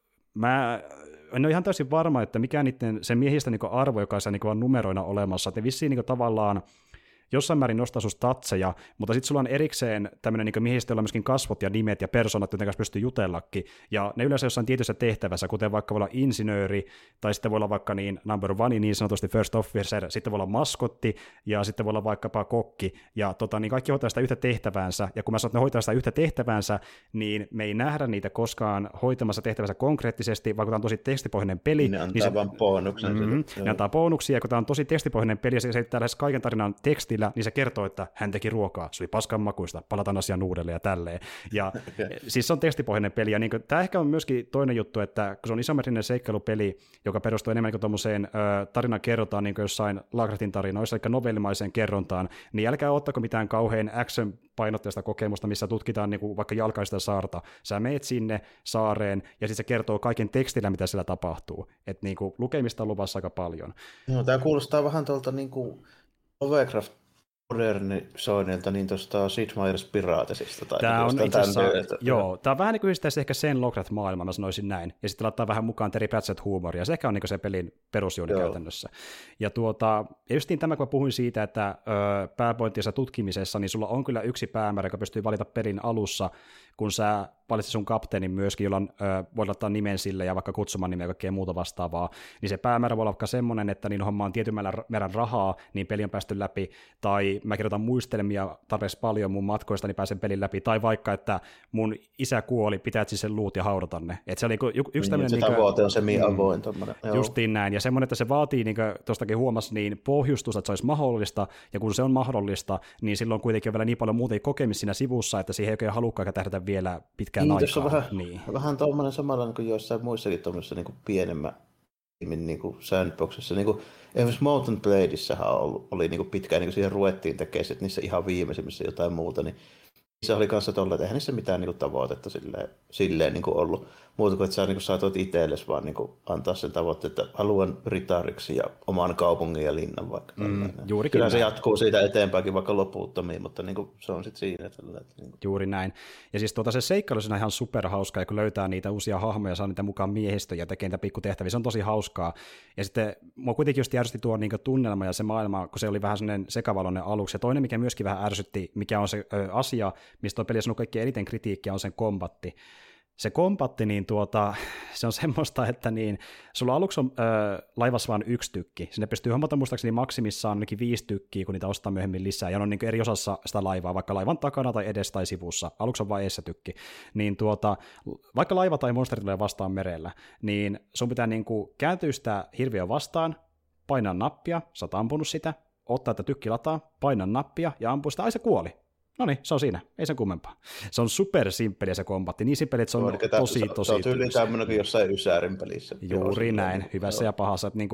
mä en ole ihan täysin varma, että mikä niiden se miehistä niin kuin arvo, joka on niin numeroina olemassa, että ne vissiin niin kuin, tavallaan jossain määrin nostaa sun statseja, mutta sitten sulla on erikseen tämmöinen niin miehistö, jolla on myöskin kasvot ja nimet ja persoonat, joiden kanssa pystyy jutellakin, ja ne yleensä jossain tietyssä tehtävässä, kuten vaikka voi olla insinööri, tai sitten voi olla vaikka niin number one, niin sanotusti first officer, sitten voi olla maskotti, ja sitten voi olla vaikkapa kokki, ja niin kaikki hoitaa sitä yhtä tehtäväänsä, ja kun mä sanon, että ne hoitaa sitä yhtä tehtäväänsä, niin me ei nähdä niitä koskaan hoitamassa tehtävänsä konkreettisesti, vaikka tämä on tosi tekstipohjainen peli. Ne antaa vaan bonuksen. Ne antaa bonuksia, ja kun tämä on tosi tekstipohjainen peli, ja se selittää lähes kaiken tarinan tekstillä, niin se kertoo, että hän teki ruokaa, se oli paskan makuista, palataan asiaan uudelleen ja tälleen. Ja siis se on tekstipohjainen peli, ja niin kuin, tämä ehkä on myöskin toinen juttu, että kun se on isometrinen seikkailupeli, joka perustuu enemmän niin tuommoiseen tarinan kerrotaan niin kuin jossain Lovecraftin tarinoissa, eli novellimaiseen kerrontaan, niin älkää ottako mitään kauhean action-painotteista kokemusta, missä tutkitaan niin kuin vaikka jalkaista saarta. Sä meet sinne saareen, ja sitten se kertoo kaiken tekstillä, mitä siellä tapahtuu. Että niin kuin, lukemista on luvassa aika paljon. No, tämä kuulostaa vähän tuolta niin kuin Lovecraft modernisoinnilta niin tuosta Sid Meier's Piratasista. Tai tämä niin on itse asiassa, joo, tämä on vähän niin kuin ehkä sen Lovecraft-maailma, mä sanoisin näin, ja sitten laittaa vähän mukaan Terry Pratchett-huumoria, se ehkä on niin kuin se pelin perusjuoni käytännössä. Ja justiin tämä, kun mä puhuin siitä, että pääpointissa tutkimisessa, niin sulla on kyllä yksi päämäärä, joka pystyy valita pelin alussa, kun sä valitset sun kapteenin myöskin, jolla voi laittaa nimen sille ja vaikka kutsuman nimeä ja kaikkea muuta vastaavaa, niin se päämäärä voi olla vaikka semmoinen, että niin homma on tietyn määrän rahaa, niin peli on päästy läpi, tai mä kirjoitan muistelmia tarpeeksi paljon mun matkoista, niin pääsen pelin läpi, tai vaikka, että mun isä kuoli, pitää etsiä sen luut ja haudata ne. Että se oli yksi tämmöinen... Se tavoite on semi-avoin. Justiin näin, ja semmoinen, että se vaatii, niin kuin tuostakin huomasi, niin pohjustusta, että se olisi mahdollista, ja kun se on mahdollista, niin silloin kuitenkin on vielä niin paljon muuta kokemista siinä sivussa, että siihen ei oikein halukkaan tähdätä vielä pitkään aikaa. Tässä on vähän tuommoinen samanlainen kuin joissain muissakin tuommoisissa niin pienemmän niin sandboxissa. Niin esimerkiksi Mountain Bladeissähän oli niin pitkään, niin siihen ruvettiin tekemään, että niissä ihan viimeisimmissä jotain muuta, niin se oli kanssa tuolla, että eihän niissä mitään niin tavoitetta silleen niin ollut. Muuta kuin, että sä niin saatoit itsellesi vaan niin antaa sen tavoitteen, että haluan ritariksi ja oman kaupungin ja linnan vaikka. Kyllä se jatkuu siitä eteenpäinkin vaikka loputtomiin, mutta niin se on sitten siinä. Niin juuri näin. Ja siis se seikkailu on ihan superhauskaa, ja kun löytää niitä uusia hahmoja, saa niitä mukaan miehistöjä ja tekee niitä pikkutehtäviä, se on tosi hauskaa. Ja sitten mua kuitenkin just järsytti tuo niin tunnelma ja se maailma, kun se oli vähän sellainen sekavaloinen aluksi. Ja toinen, mikä myöskin vähän ärsytti, mikä on se asia, mistä tuo peli on sanonut kaikkein eniten kritiikkiä, on sen kombatti. Se kombatti, niin se on semmoista, että niin, sulla aluksi on laivassa vain yksi tykki. Sinne pystyy hommata muistaakseni maksimissaan ainakin 5 tykkiä, kun niitä ostaa myöhemmin lisää, ja on niin eri osassa sitä laivaa, vaikka laivan takana tai edessä tai sivussa. Aluksi on vain eessä tykki. Niin vaikka laiva tai monsteri tulee vastaan merellä, niin sun pitää niin kuin kääntyä sitä hirviöä vastaan, painaa nappia, sä oot ampunut sitä, ottaa tätä tykkilataa, painaa nappia ja ampua sitä, ai se kuoli. No niin, se on siinä, ei sen kummempaa. Se on supersimppeliä se kombatti, niin simppeli, että se on tosi... Se on tyyli tämmöinen kuin jossain Ysärin pelissä. Juuri näin, hyvässä ja pahassa. Että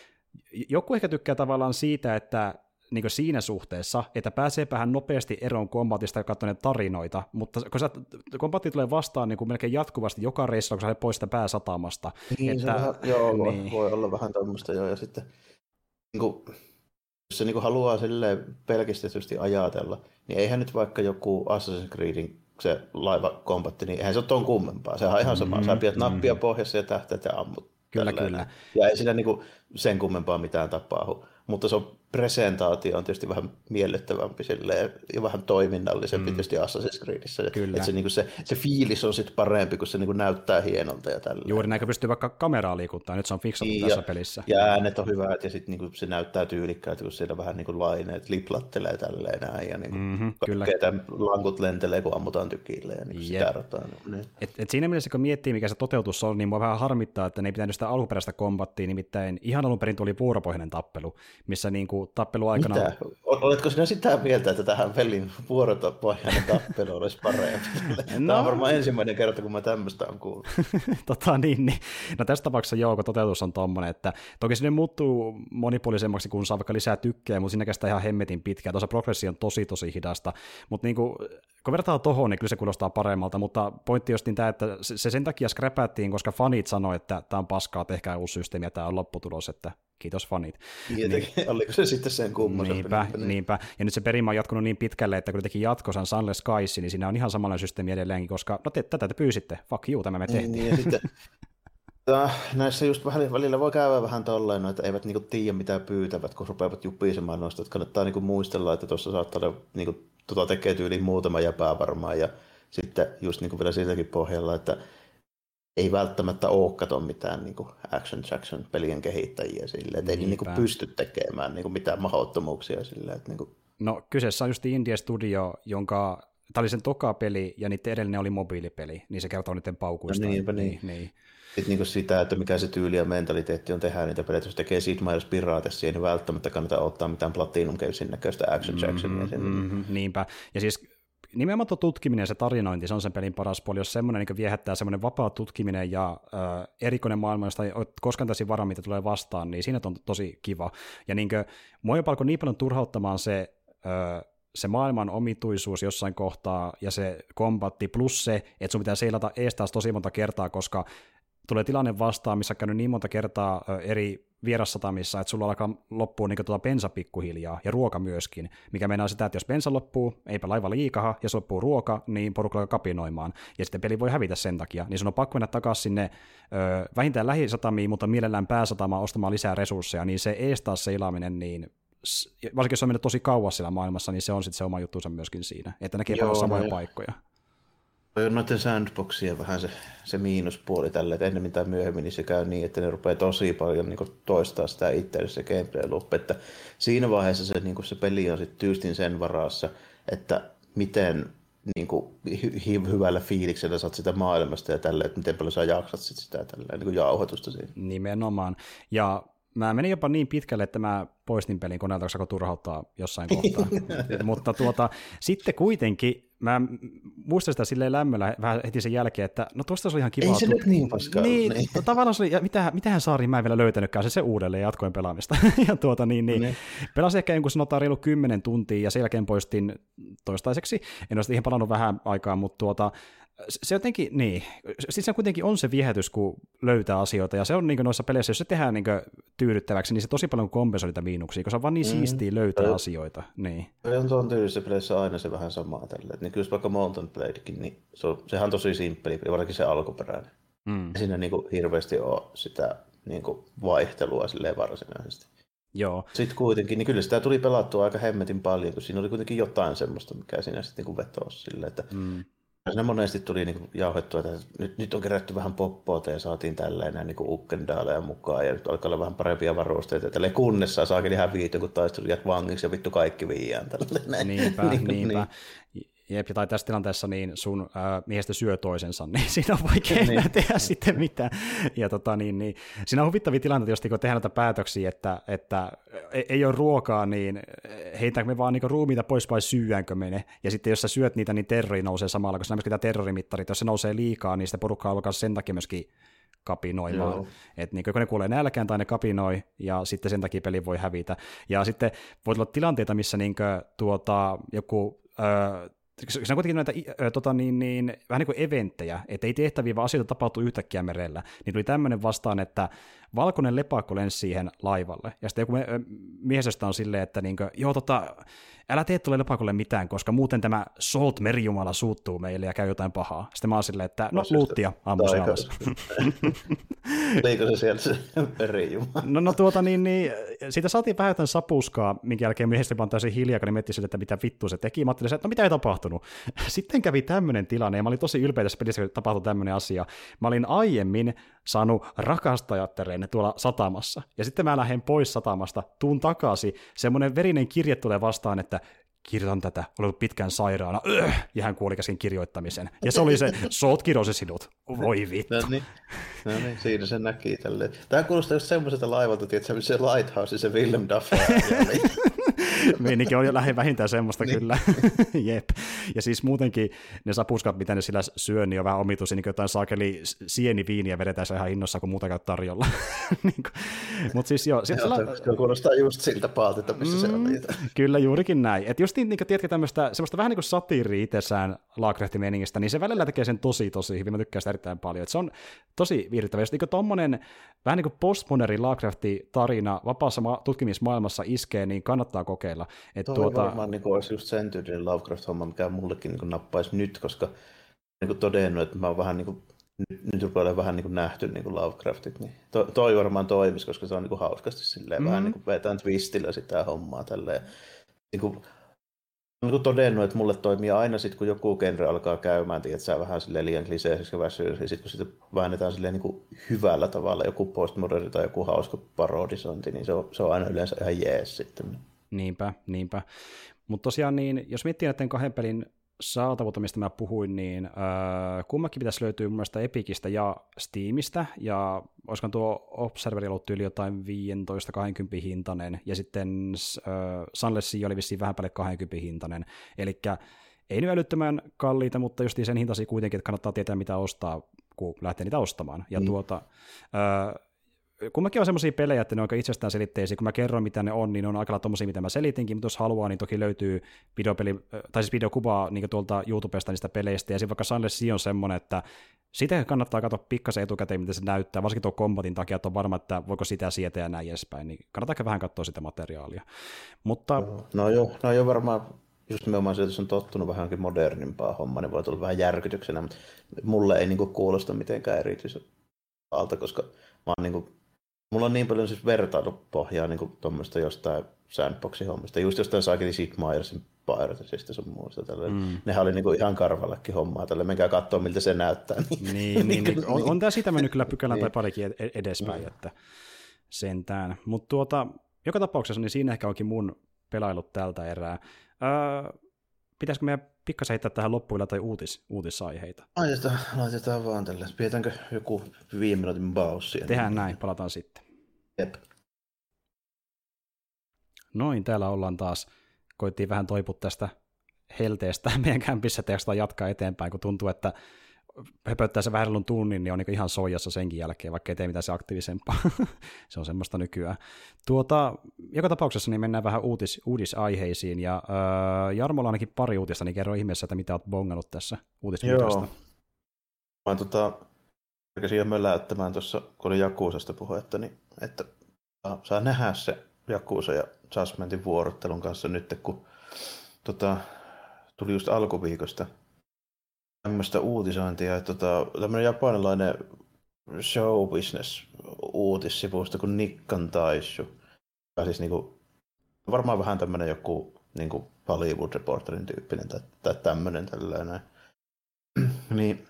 joku ehkä tykkää tavallaan siitä, että siinä suhteessa, että pääsee vähän nopeasti eroon kombatista ja katsoa tarinoita, mutta kun kombatti tulee vastaan melkein jatkuvasti joka reissilla, kun sä pois sitä pääsatamasta. Niin, että, voi olla vähän tämmöistä ja sitten... Jos se haluaa silleen pelkistetysti ajatella, niin eihän nyt vaikka joku Assassin's Creedin se laivakombatti, niin eihän se ole ton kummempaa. Sehän on ihan sama. Sä pidät nappia pohjassa ja tähteet ja ammut. Kyllä. Ja ei siinä sen kummempaa mitään tapahdu. Mutta se on presentaatio on tietysti vähän miellyttävämpi silleen, ja vähän toiminnallisempi tietysti Assassin's Creedissä. Että se fiilis on sitten parempi, kun se näyttää hienolta ja tälleen. Juuri näin, pystyy vaikka kameraa liikuttaa, nyt se on fiksattu tässä pelissä. Ja äänet on hyvät, ja sitten se näyttää tyylikkäältä, kun siellä vähän laineet liplattelee tälleen näin, ja lankut lentelee, kun ammutaan tykille, ja sitä rotaan. Et siinä mielessä, kun miettii, mikä se toteutus on, niin mua vähän harmittaa, että ne ei pitänyt sitä alkuperäistä kombattia, nimittäin ihan alun perin tuli vuoropohjainen tappelu, missä niin kuin tappeluaikana... Mitä? Oletko sinä sitä mieltä, että tähän pelin vuorotopohjainen tappelu olisi parempi? Tämä on varmaan ensimmäinen kerta, kun mä tämmöistä on kuullut. niin. No tässä tapauksessa joo, kun toteutus on tommonen, että toki sinne muuttuu monipuolisemmaksi, kun saa vaikka lisää tykkejä, mutta siinä kestää ihan hemmetin pitkään. Tuossa progressio on tosi hidasta, mutta niin kuin, kun verrataan tohon, niin kyllä se kuulostaa paremmalta, mutta pointti just niin tämä, että se sen takia skräpättiin, koska fanit sanoi, että tämä on paskaa, tehkää uusi systeemi ja tämä on lopputulos, että kiitos fanit. Niin, oliko se sitten sen kummoisempi? Niinpä. Ja nyt se perimä on jatkunut niin pitkälle, että kun ne teki jatkosan Sunless Skies, niin siinä on ihan samanlainen systeemi edelleenkin, koska no tätä te pyysitte, fuck you, tämä me tehtiin. Niin, ja sitten, näissä just välillä voi käydä vähän tolleen, että eivät niinku tiedä mitä pyytävät, kun rupeavat jupisemaan noista, että kannattaa niinku muistella, että tuossa saattaa olla, niinku, tekee tyyliin muutama jäpää varmaan, ja sitten just niinku vielä siltäkin pohjalla, että ei välttämättä ole kato mitään niin action-pelien kehittäjiä silleen, että ei niin pysty tekemään niin mitään mahdottomuuksia silleen. Että, niin No kyseessä on just Indie Studio, jonka, tämä oli sen toka peli ja niiden edellinen oli mobiilipeli, niin se kertoo niiden paukuista. No niin. Sitten niin sitä, että mikä se tyyli ja mentaliteetti on tehdä niitä pelejä, jos tekee Sid Meier's Pirates, niin välttämättä kannata ottaa mitään Platinum Gamesin näköistä action-jactionia. Niinpä, ja siis nimenomaan tuo tutkiminen ja se tarinointi, se on sen pelin paras puoli, jos semmoinen niin viehättää semmoinen vapaa tutkiminen ja erikoinen maailma, josta ei koskaan täysin vara, mitä tulee vastaan, niin siinä on tosi kiva. Ja mua jopa alkoi niin paljon turhauttamaan se maailman omituisuus jossain kohtaa ja se kombatti plus se, että sun pitää seilata ees taas tosi monta kertaa, koska tulee tilanne vastaan, missä on käynyt niin monta kertaa eri vierassatamissa, että sulla alkaa loppua niin bensa pikkuhiljaa ja ruoka myöskin, mikä meinaa sitä, että jos bensa loppuu, eipä laiva liikaha, ja se loppuu ruoka, niin porukka alkaa kapinoimaan, ja sitten peli voi hävitä sen takia, niin sun on pakko mennä takaisin sinne vähintään lähisatamiin, mutta mielellään pääsatamaan ostamaan lisää resursseja, niin se eestaa seilaaminen, niin varsinkin jos on mennyt tosi kauas siellä maailmassa, niin se on sitten se oma juttuunsa myöskin siinä, että näkee paljon samoja paikkoja. Noiden sandboxien vähän se miinuspuoli tälle, että ennemmin tai myöhemmin niin se käy niin, että ne rupeaa tosi paljon niin toistaa sitä itseänsä se gameplay loop, että siinä vaiheessa se peli on sitten tyystin sen varassa, että miten hyvällä fiiliksellä saat sitä maailmasta ja tälle, että miten paljon sä jaksat sitä tällä jauhoitusta siinä. Nimenomaan, ja mä menin jopa niin pitkälle, että mä poistin pelin koneelta, koska turhauttaa jossain kohtaa. Mutta sitten kuitenkin mä muistan sitä silleen lämmöllä vähän heti sen jälkeen, että no tuosta oli ihan kiva. Ei se nyt niin paskaa. Niin, tavallaan se oli, ja mitähän saariin mä en vielä löytänytkään, se uudelleen jatkoin pelaamista. Ja pelasin ehkä jonkun sanotaan reilu 10 tuntia, ja sen jälkeen poistin toistaiseksi. En ole sitä ihan palannut vähän aikaa, mutta se jotenkin, niin, siis se kuitenkin on se viehätys, kun löytää asioita, ja se on niin noissa peleissä, jos se tehdään niin tyydyttäväksi, niin se tosi paljon kompensoi niitä miinuksia, koska se on vaan niin siistiä löytää asioita. Niin. On tuon tyylisessä peleissä aina se vähän samaa tällä. Niin kyllä vaikka Mountain Bladekin, niin sehän on tosi simppeli, varsinkin se alkuperäinen. Siinä niin hirveästi ole sitä niin vaihtelua silleen varsinaisesti. Joo. Sitten kuitenkin, niin kyllä sitä tuli pelattua aika hemmetin paljon, kun siinä oli kuitenkin jotain semmoista, mikä siinä sitten niin vetosi silleen, että siinä monesti tuli niin jauhettua, että nyt on kerätty vähän poppoota ja saatiin tällainen niin ukkendaaleja mukaan ja nyt alkaa olla vähän parempia varusteita. Tälleen kunnessa saakin ihan viityä, kun taistelijat vangiksi ja vittu kaikki viiään. Niinpä. Jep, tai tässä tilanteessa niin sun miehestä syö toisensa, niin siinä on vaikea tehdä sitten mitään. Ja siinä on huvittavia tilanteita, jos tehdään näitä päätöksiä, että ei ole ruokaa, niin heitäänkö me vaan ruumiita pois vai syödäänkö me ne? Ja sitten jos sä syöt niitä, niin terrori nousee samalla, koska nämä myöskin tämä terrorimittarit, jos se nousee liikaa, niin sitä porukkaa alkaa sen takia myöskin kapinoimaan. Että niin, kun ne kuulee nälkään tai ne kapinoi, ja sitten sen takia peli voi hävitä. Ja sitten voi olla tilanteita, missä joku se on kuitenkin näitä vähän niin kuin eventtejä, että ei tehtäviä, vaan asioita tapahtuu yhtäkkiä merellä. Niin tuli tämmöinen vastaan, että valkoinen lepakko lensi siihen laivalle. Ja sitten joku miehestä on silleen, että älä tee tuolle lepakolle mitään, koska muuten tämä Salt merijumala suuttuu meille ja käy jotain pahaa. Sitten mä oon silleen, että luuttia ammu se alas. Oliko se sieltä se merijumala? Siitä saatiin vähän jotain sapuskaa, minkä jälkeen miehestä vaan täysin hiljaa, kun ne miettii siltä, että mitä vittua se teki. Mä ajattelin, että mitä ei tapahtunut. Sitten kävi tämmöinen tilanne, ja mä olin tosi ylpeä tässä pelissä, kun tapahtui tämmöinen asia. Mä olin aiemmin saanut rakastajattaren tuolla satamassa, ja sitten mä lähden pois satamasta, tuun takaisin, semmoinen verinen kirje tulee vastaan, että kirjoitan tätä, olen ollut pitkään sairaana, ja hän kuoli käsken kirjoittamisen. Ja se oli se, Salt kirosi sinut, voi vittu. No niin, siinä se näki tälleen. Tämä kuulostaa just semmoiselta laivalta, että se Lighthouse, se Willem Dafoe. Meininki on jo vähintään semmoista Niin. kyllä. Jep. Ja siis muutenkin ne sapuskat, mitä ne sillä syö, niin on vähän omituisia, niin kuin jotain saakeli sieniviiniä vedetään se ihan innossa, kun muuta käy tarjolla. Mutta siis joo. Se kuulostaa just siltä paaltilta, missä se on niitä. Kyllä, juurikin näin. Että just niin, tiedätkö, semmoista vähän niin kuin satiiri itsessään Lovecraft-meningistä, niin se välillä tekee sen tosi hyvin. Mä tykkään sitä erittäin paljon. Et se on tosi viihdyttävä. Jos niin tommonen vähän niin kuin postmoderni Lovecraft-tarina vapaassa tutkimismaailmassa iskee, niin kannattaa kokeilla. Varmaan niin olisi just sen tyylinen Lovecraft-homma, mikä mullekin niin nappaisi nyt, koska niin todennut, että mä oon vähän niin kuin, nyt rupeaa olemaan vähän niin kuin nähty niin kuin Lovecraftit, niin toi varmaan toimisi, koska se on niin kuin hauskasti silleen, vähän niin kuin vetään twistillä sitä hommaa tälleen. Niin kuin, olen todennut, että mulle toimii aina sitten, kun joku genre alkaa käymään, että sä vähän liian kliseiseksi ja väsyys, ja sitten kun sitä väännetään silleen niin kuin hyvällä tavalla, joku postmoderni tai joku hauska parodisointi, niin se on aina yleensä ihan jees sitten. Niinpä. Mutta tosiaan, niin, jos miettii näiden kahden pelin saatavuutta, mistä mä puhuin, niin kummakin pitäisi löytyä mun mielestä Epicistä ja Steamista, ja olisikohan tuo Observeri ollut yli jotain 15-20 hintainen, ja sitten Sunless Sea oli vissiin vähän päälle 20 hintainen, eli ei nyt älyttömän kalliita, mutta just sen hintaisia kuitenkin, että kannattaa tietää mitä ostaa, kun lähtee niitä ostamaan, ja kummakin on semmoisia pelejä, että ne on aika itsestäänselitteisiä. Kun mä kerron, mitä ne on, niin ne on aika lailla tommosia, mitä mä selitinkin, mutta jos haluaa, niin toki löytyy videokuvaa niin tuolta YouTubesta niistä peleistä, ja siinä vaikka Sunless Sea on semmoinen, että sitä kannattaa katsoa pikkasen etukäteen, miten se näyttää, varsinkin tuon kombatin takia, että on varma, että voiko sitä sietää ja näin edespäin, niin kannattaa vähän katsoa sitä materiaalia. Mutta... No joo, varmaan just nimenomaan se, että jos on tottunut vähänkin modernimpaa hommaa, niin voi tulla vähän järkytyksenä, mutta mulle ei niinku kuulosta mitenkään erityisen alta, koska mä oon niinku mulla on niin paljon siis vertailupohjaa niin tuommoista jostain sandboxin hommista, just jostain saakeli Sid Meiersin Piratersista sun muusta. Nehän oli niin ihan karvallekin hommaa, menkää katsoa miltä se näyttää. Niin. On tää siitä mennyt kyllä pykälän tai parikin edespäin, että sentään. Mutta joka tapauksessa niin siinä ehkä onkin mun pelailut tältä erää. Pitäisikö meidän pikkasen heittää tähän loppuilla tai uutisaiheita? Laitetaan vaan tällä. Pidetäänkö joku 5 minuutin paussia? Tehdään näin, palataan sitten. Jep. Noin, täällä ollaan taas. Koittiin vähän toipua tästä helteestä meidän kämpissä, tehdään jatkaa eteenpäin, kun tuntuu, että höpöttää se vähän tunnin, niin on niin ihan soijassa senkin jälkeen, vaikka ei tee mitään se aktiivisempaa. Se on semmoista nykyään. Joka tapauksessa niin mennään vähän uutisaiheisiin, ja Jarmolla on ainakin pari uutista, niin kerro ihmeessä, että mitä olet bongannut tässä uutisvideosta. Joo. Mä kerkesin jo möläyttämään tuossa, kun oli Jakuzasta puhetta, niin että saa nähdä se Yakuza ja Judgmentin vuorottelun kanssa nyt, kun tuli just alkuviikosta tämmöistä uutisointia, että tämmöinen japanilainen show business uutissivusto kuin Nikkan Taishu. Ja siis niinku, varmaan vähän tämmöinen joku niinku Hollywood Reporterin tyyppinen tai tämmöinen tällainen. Niin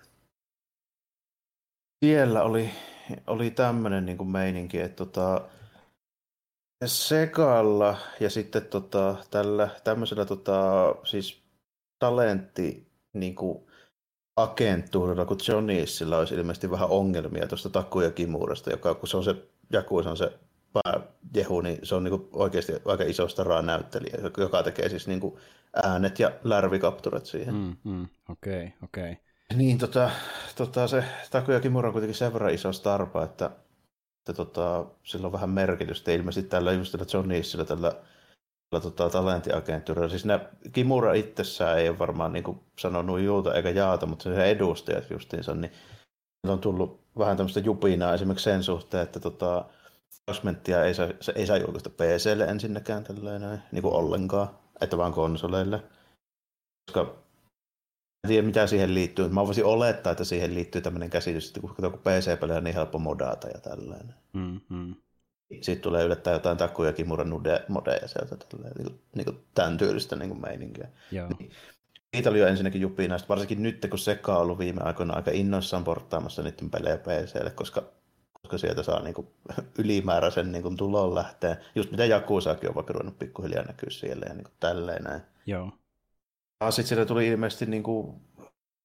siellä oli tämmöinen niinku meininki, että Segalla ja sitten tällä tämmöisellä siis talentti niinku agenttuurilla, kun Johnny'silla olisi ilmeisesti vähän ongelmia tuosta Takuya Kimurasta, kun se on se Yakuzan se pääjehu, niin se on niinku oikeasti aika iso staraa näyttelijä, joka tekee siis niinku äänet ja lärvikapturat siihen. Okei. Niin se Takuya Kimura on kuitenkin sen verran iso starpa, että sillä on vähän merkitystä. Ilmeisesti tällä Johnny'sillä tällä talenttiagenttuurilla. Siis Kimura itsessään ei ole varmaan niin sanonut juuta eikä jaata, mutta se edustajat justiinsa, niin on tullut vähän tämmöistä jupinaa esimerkiksi sen suhteen, että Judgmentia ei saa julkaista PC:lle ensinnäkään tällainen, niin kuin ollenkaan, että vaan konsoleille. Koska en tiedä mitä siihen liittyy, mutta mä voisin olettaa, että siihen liittyy tämmöinen käsitys, että kun PC-pelejä on niin helppo modata ja tällainen. Sitten tulee yllättää jotain Takuya Kimuran modeja sieltä, niin tämän tyylistä niin meininkiä. Niitä oli jo ensinnäkin jupina, varsinkin nyt, kun Sega on ollut viime aikoina aika innoissaan porttaamassa niiden pelejä PC:lle, koska sieltä saa niin kuin ylimääräisen niin kuin tulon lähteen. Just mitä Yakuzakin on vaikka ruvennut pikkuhiljaa näkyä siellä ja niin kuin tälleen näin. Joo. Sitten siellä tuli ilmeisesti niin kuin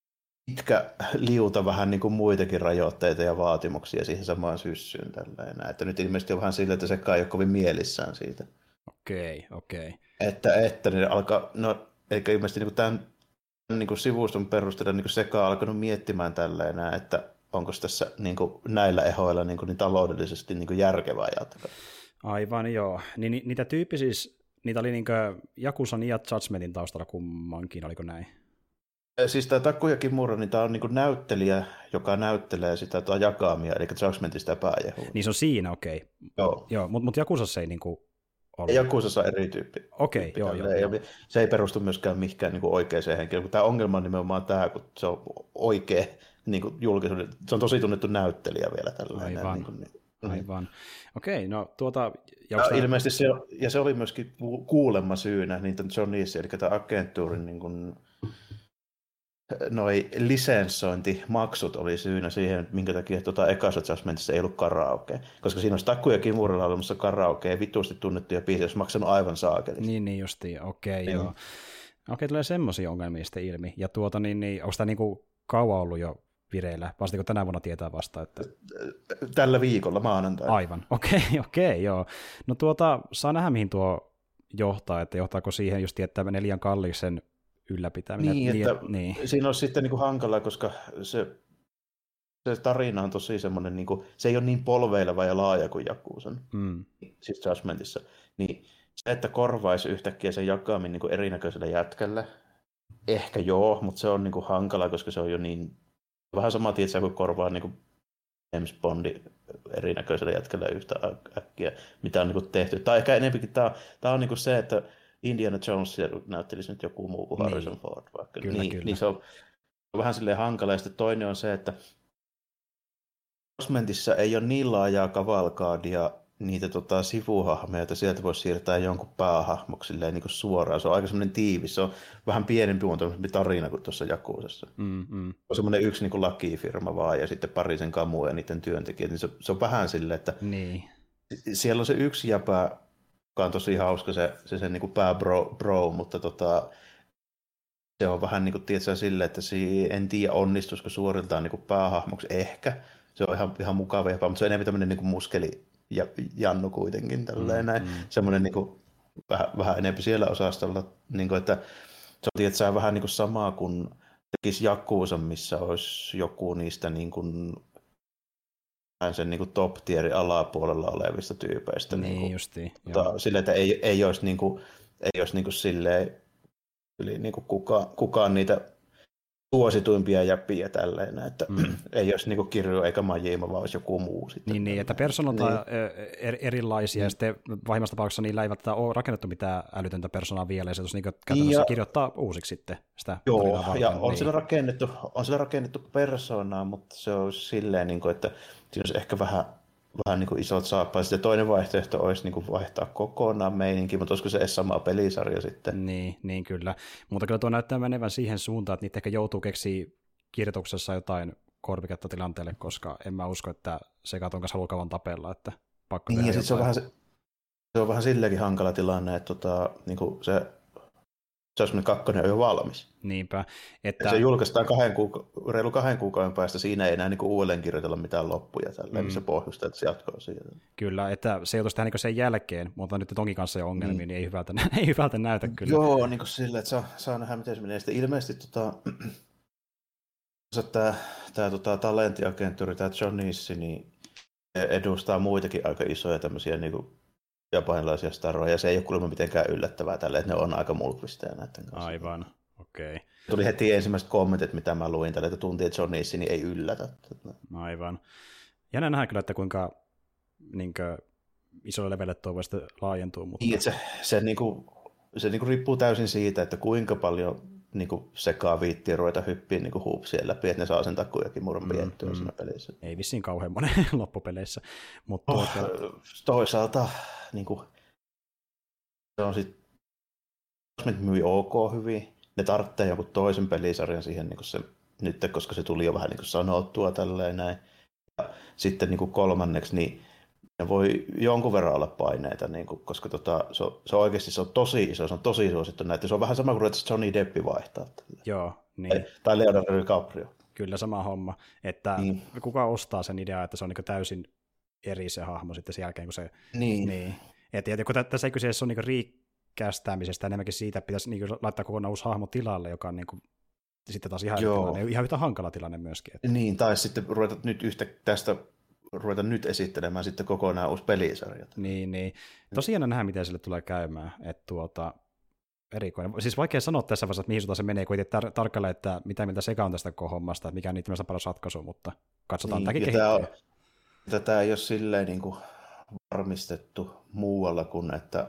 pitkä liuta vähän niin kuin muitakin rajoitteita ja vaatimuksia siihen samaan syssyyn tällainen. Että nyt ilmeisesti on vähän sillä, että sekaan ei ole kovin mielissään siitä. Okei. Että ne alkaa, no eikä ilmeisesti niin kuin tämän niin kuin sivuston perusteella niin kuin sekaan alkanut miettimään tällainen, että onko tässä niin kuin näillä ehoilla niin taloudellisesti niin kuin järkevää jatkaa. Aivan joo. Niitä tyyppi siis, niitä oli niinkö Yakusan ja Judgmentin taustalla kummankin, oliko näin? Siis tämä Takuya Kimura, niin tämä on niinku näyttelijä, joka näyttelee sitä Yakamia, eli Judgmentista pääjehua. Niin se on siinä, okei. Joo, mutta Yakusassa ei niinku ollut. Yakusassa on eri tyyppi. Okei, joo. Se ei perustu myöskään mihinkään niinku oikeaan henkilöön. Tämä ongelma on nimenomaan tämä, kun se on oikea niinku julkisuuden. Se on tosi tunnettu näyttelijä vielä tällainen. Aivan. Okei, no ilmeisesti se oli myöskin kuulemma syynä, niin Johnny's, eli tämä agentuurin niin kuin noi lisenssointimaksut oli syynä siihen, minkä takia ekassa Judgmentissa ei ollut karaoke. Koska siinä olisi Takuya Kimuralla olemassa karaoke ja vitusti tunnettuja biisejä, olisi maksanut aivan saakelisti. Niin justiin, okei, joo. Okei, tulee semmoisia ongelmia sitten ilmi. Ja onko tämä niinku kauan ollut jo vireillä, vasta kun tänä vuonna tietää vasta, että... Tällä viikolla maanantaina. Aivan, okei, joo. No saa nähdä, mihin tuo johtaa, että johtaako siihen just tietää liian kalliiksi sen ylläpitäminen. Niin. Siinä on sitten niin kuin hankalaa, koska se tarina on tosi semmoinen, niin kuin, se ei ole niin polveileva ja laaja kuin Yakusan, siis Judgmentissa. Niin se, että korvaisi yhtäkkiä sen Yakamin niin kuin erinäköisellä jätkällä, ehkä joo, mutta se on niin kuin hankalaa, koska se on jo niin, vähän sama tietää kuin korvaa niin kuin James Bondi erinäköisellä jätkällä yhtä äkkiä, mitä on niin kuin tehty. Tai ehkä enempikin tämä on niin kuin se, että Indiana Jones näyttelisi nyt joku muu kuin Harrison Ford vaikka. Kyllä. Niin se on vähän silleen hankala. Ja sitten toinen on se, että Judgmentissa ei ole niin laajaa kavalkaadia niitä sivuhahmoja, että sieltä voisi siirtää jonkun päähahmoksi niin kuin suoraan. Se on aika semmoinen tiivis. Se on vähän pienempi tarina kuin tuossa Yakusassa. On semmoinen yksi niin kuin lakifirma vaan ja sitten pari sen kamua ja niiden työntekijät. Niin se on vähän silleen, että siellä on se yksi jäpä, joka on tosi hauska se niin kuin pääbro, mutta se on vähän niin kuin tietysti silleen, että en tiedä onnistuisiko suoriltaan niin kuin päähahmoksi ehkä. Se on ihan mukava jäpä, mutta se on enemmän tämmöinen niin kuin muskeli Jannu kuitenkin tällainen. Semmoinen niin kuin, vähän enemmän siellä osastolla, niin kuin, että se on tietysti vähän niin kuin samaa kuin tekisi Yakuza, missä olisi joku niistä niin kuin sen niin kuin top-tierin alapuolella olevista tyypeistä. Niin justiin. Silleen, että ei olisi, niin kuin, silleen, yli niin kuin kukaan niitä suosituimpia jäppiä tälleen, että ei olisi niin kuin Kiryu eikä Majima, vaan olisi joku muu sitten. Niin että persoonat on erilaisia, ja sitten pahimmassa tapauksessa niillä ei välttämättä ole rakennettu mitään älytöntä persoonaa vielä, ja se niin käytännössä kirjoittaa uusiksi sitten sitä. Joo, ja on sillä rakennettu persoonaa, mutta se on silleen, niin kuin, että siinä olisi ehkä vähän niin kuin isot saappaiset. Ja toinen vaihtoehto olisi niin kuin vaihtaa kokonaan meininki, mutta olisiko se edes sama pelisarja sitten? Niin kyllä. Mutta kyllä tuo näyttää menevän siihen suuntaan, että niitä ehkä joutuu keksiä kirjoituksessa jotain korviketta tilanteelle, koska en mä usko, että Segaton kanssa haluaa kauan tapella, että pakko tehdä jotain. Se on vähän silleenkin hankala tilanne, että niin kuin se Judgment 2 on jo valmis. Niinpä. Että se julkaistaan reilu 2 kuukauden päästä, siinä ei enää niin kuin uudelleen kirjoitella mitään loppuja, niin se pohjustaa, että se jatkoa siitä. Kyllä, että se joutuisi tehdä niin sen jälkeen, mutta nyt Tonkin kanssa jo ongelmia, niin ei hyvältä näytä kyllä. Joo, niin kuin silleen, että saa nähdä, miten se menee. Sitten ilmeisesti tämä talenttiagentuuri, tämä Johnny's, niin edustaa muitakin aika isoja tämmöisiä niin kuin japanilaisia staroja, ja se ei ole kuulemma mitenkään yllättävää tälle, että ne on aika mulkvisteja näiden kanssa. Aivan, okei. Tuli heti ensimmäiset kommentit, mitä mä luin tälle, että tunti, että Johnny's niin ei yllätä. Aivan. Jännä nähdä kyllä, että kuinka isolle levelle tuo voi sitten laajentua. Mutta... Niin, että se riippuu täysin siitä, että kuinka paljon sekaan viittiin ruveta hyppiin huupsien läpi, että ne saa sen Takuyakin murron piettyä siinä pelissä. Ei vissiin kauhean monen loppupeleissä. Mutta toisaalta se on sitten, jos myi OK hyvin, ne tarvitsee jonkun toisen pelisarjan siihen se, nyt, koska se tuli jo vähän sanottua tälleen näin. Ja sitten kolmanneksi, niin ne voi jonkun verran olla paineita, koska se oikeasti se on tosi iso, se on tosi suosittu näitä. Se on vähän sama kuin että Johnny Deppi vaihtaa. Joo, niin. Tai Leonardo DiCaprio. Kyllä sama homma, että kuka ostaa sen idean, että se on niin täysin eri se hahmo sitten sen jälkeen, kun se... Niin. Että kun tässä ei kyseessä on niin riikkäästäämisestä, enemmänkin siitä, että pitäisi niin laittaa kokonaan uusi hahmo tilalle, joka on niin kuin, sitten taas ihan yhtä hankala tilanne myöskin. Että... Niin, tai sitten ruveta nyt esittelemään sitten kokonaan uusi pelisarja. Niin. Tosiaan nähdään, miten sille tulee käymään. Että erikoinen. Siis vaikea sanoa tässä vaiheessa, että mihin suuntaan se menee, kun ei tiedä tarkalleen, että mitä mieltä Sega on tästä hommasta, että mikä on niitä mielestä paras ratkaisu, mutta katsotaan tämäkin kehittyy. Tätä ei ole silleen niin kuin varmistettu muualla kuin, että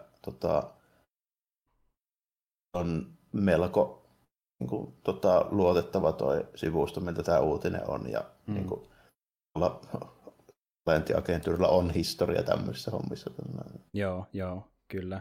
on melko niin kuin, luotettava toi sivusto, miltä tämä uutinen on, ja niin kuin, Lentiagenturilla on historia tämmöisissä hommissa. Joo, kyllä.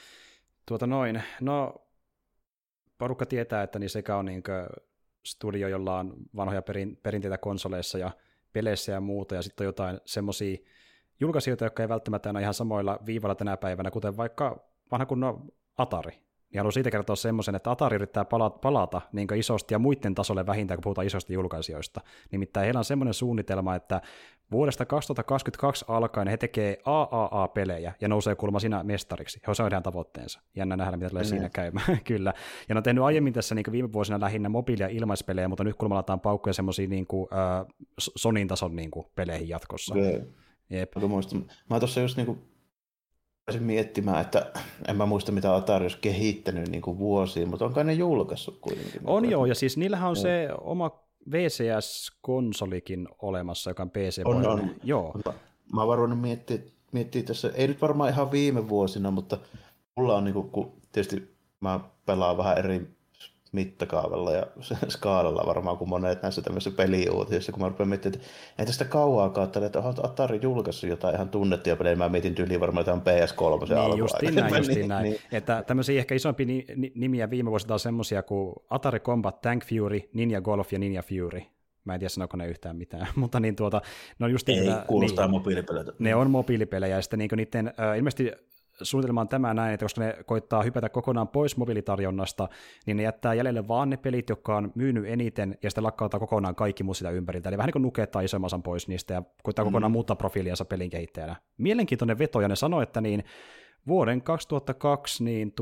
No, porukka tietää, että niin Sega on niin studio, jolla on vanhoja perinteitä konsoleissa ja peleissä ja muuta, ja sitten on jotain semmoisia julkaisijoita, jotka ei välttämättä ole ihan samoilla viivalla tänä päivänä, kuten vaikka vanha kunnon Atari. Ja haluan siitä kertoa semmoisen, että Atari yrittää palata niin isosti ja muiden tasolle vähintään, kun puhutaan isoista julkaisijoista. Nimittäin heillä on semmoinen suunnitelma, että vuodesta 2022 alkaen he tekee AAA-pelejä ja nousee kulma siinä mestariksi. He osaavat tavoitteensa. Jännä nähdä, mitä tulee siinä käymään. Kyllä. Ja ne on tehnyt aiemmin tässä niin viime vuosina lähinnä mobiili- ja ilmaispelejä, mutta nyt kulma laitetaan paukkuja semmoisiin niin Sonyn tason niin peleihin jatkossa. Jep. Mä tuossa just pääsin miettimään, että en mä muista mitä Atari olisi kehittänyt niin kuin vuosiin, mutta onko ne julkaissut kuitenkin? On joo, ja siis niillähän on se oma VCS-konsolikin olemassa, joka on PC-pohjainen. On. Joo. Mä oon varmaan miettiä tässä, ei nyt varmaan ihan viime vuosina, mutta mulla on, niin kuin, kun tietysti mä pelaan vähän eri mittakaavalla ja skaalalla varmaan kuin monet näissä tämmöisissä peliuutisissa, kun mä rupean miettimään, että ei tästä kauaa kautta, että on Atari julkaissut jotain ihan tunnettuja pelejä, mä mietin tyyliin varmaan jotain PS3 se niin, justiin näin. Niin. Että tämmöisiä ehkä isompia nimiä viime vuosilta on semmoisia kuin Atari Combat Tank Fury, Ninja Golf ja Ninja Fury. Mä en tiedä, sanoiko ne yhtään mitään, mutta niin ne on just... Ei, kuulostaa mobiilipelejä. Ne on mobiilipelejä, ja sitten niin niiden ilmeisesti suunnitelma on tämä näin, että koska ne koittaa hypätä kokonaan pois mobiilitarjonnasta, niin ne jättää jäljelle vaan ne pelit, jotka on myynyt eniten, ja sitten lakkauttaa kokonaan kaikki muu sitä ympäriltä. Eli vähän niin kuin nukettaa isomman osan pois niistä, ja koittaa kokonaan muuttaa profiiliansa pelin kehittäjänä. Mielenkiintoinen veto, ja ne sanoi, että niin vuoden 2002 niin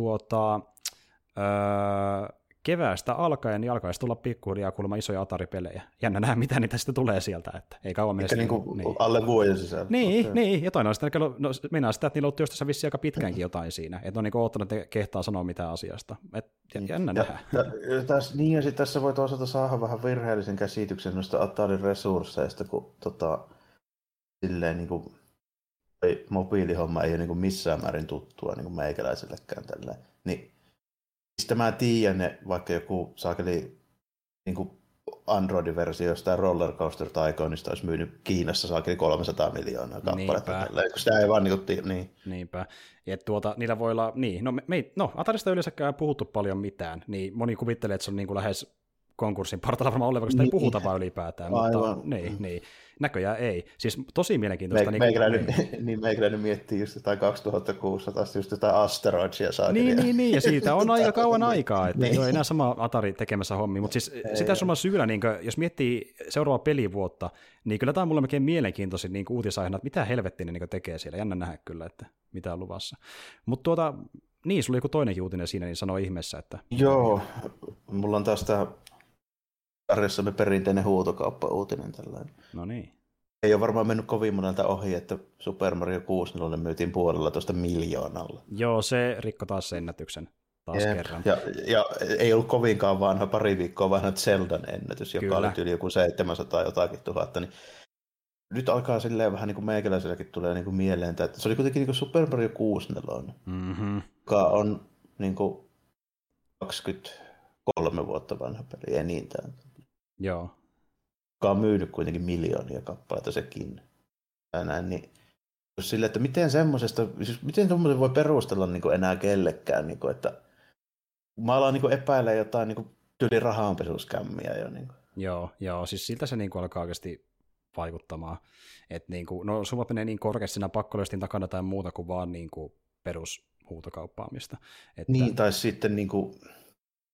keväästä alkaen niin alkaisi tulla pikkuhiljaa kuulemma isoja Atari-pelejä. Jännä nähdä, mitä niitä sitten tulee sieltä, että ei kauan mene. Niin alle vuoden sisällä. Niin, jotain on sitä, meinaa sitä, että niillä on työstössä vissiin aika pitkäänkin jotain siinä, että on niin oottanut, että kehtaa sanoa mitään asiasta. Jännä nähdä. Niin, ja tässä voi toisaalta saada vähän virheellisen käsityksen noista Atarin resursseista, kun silleen niin kuin mobiilihomma ei ole niin missään määrin tuttua niin meikäläisellekään tälleen. Niin mistä mä tiedän ne, vaikka joku saakeli niin Android-versio jostain Roller Coaster Tycoonista olisi myynyt Kiinassa saakeli 300 miljoonaa kappaletta. Sitä ei vaan niin. Niinpä. Et niillä voi olla, niin, Atarista ei yleensäkään puhuttu paljon mitään, niin moni kuvittelee, että se on niin kuin lähes konkurssin partalla varmaan oleva, koska sitä ei puhuta vaan ylipäätään, mutta niin. Näköjään ei. Siis tosi mielenkiintoista. Meikäläinen miettii just jotain 2600, just jotain Asteroidsia saa. Niin, ja siitä on aika kauan aikaa, että ei ole enää sama Atari tekemässä hommia, mutta siis sitä on syynä, niin jos miettii seuraavaa pelivuotta, niin kyllä tämä on mulle melkein mielenkiintoisin niin uutisaiheena, että mitä helvettiä ne niin tekee siellä, jännä nähdä kyllä, että mitä on luvassa. Mutta niin, sulla oli joku toinenkin uutinen siinä, niin sano ihmeessä, että... Joo, mulla on taas tämä sarjassamme perinteinen huutokauppa-uutinen tällainen. No niin. Ei ole varmaan mennyt kovin monelta ohi, että Super Mario 64 myytiin 1,5 miljoonalla. Joo, se rikkoi taas sen ennätyksen taas kerran. Ja ei ollut kovinkaan vanha, pari viikkoa vanha Zeldan ennätys, joka oli yli joku 700 jotakin tuhatta. Niin nyt alkaa silleen vähän niin kuin meikäläiselläkin tulee niin kuin mieleen, että se oli kuitenkin niin kuin Super Mario 64, joka on niin kuin 23 vuotta vanha peli enintään. Joo. Joka on myynyt kuitenkin miljoonia kappaleita sekin. Niin, sille, että miten semmoisesta, siis miten semmoisen voi perustella niin kuin enää kellekään, niin kuin, että mä alan niin kuin epäilemään jotain niin kuin tyyli rahanpesuskämmiä jo. Niin kuin. Joo, siis siltä se niin kuin alkaa oikeasti vaikuttamaan. Että niin kuin, no summat menee niin korkeasti siinä pakkolistin takana tai muuta kuin vaan niin kuin perushuutokauppaamista. Että... Niin, tai sitten niin kuin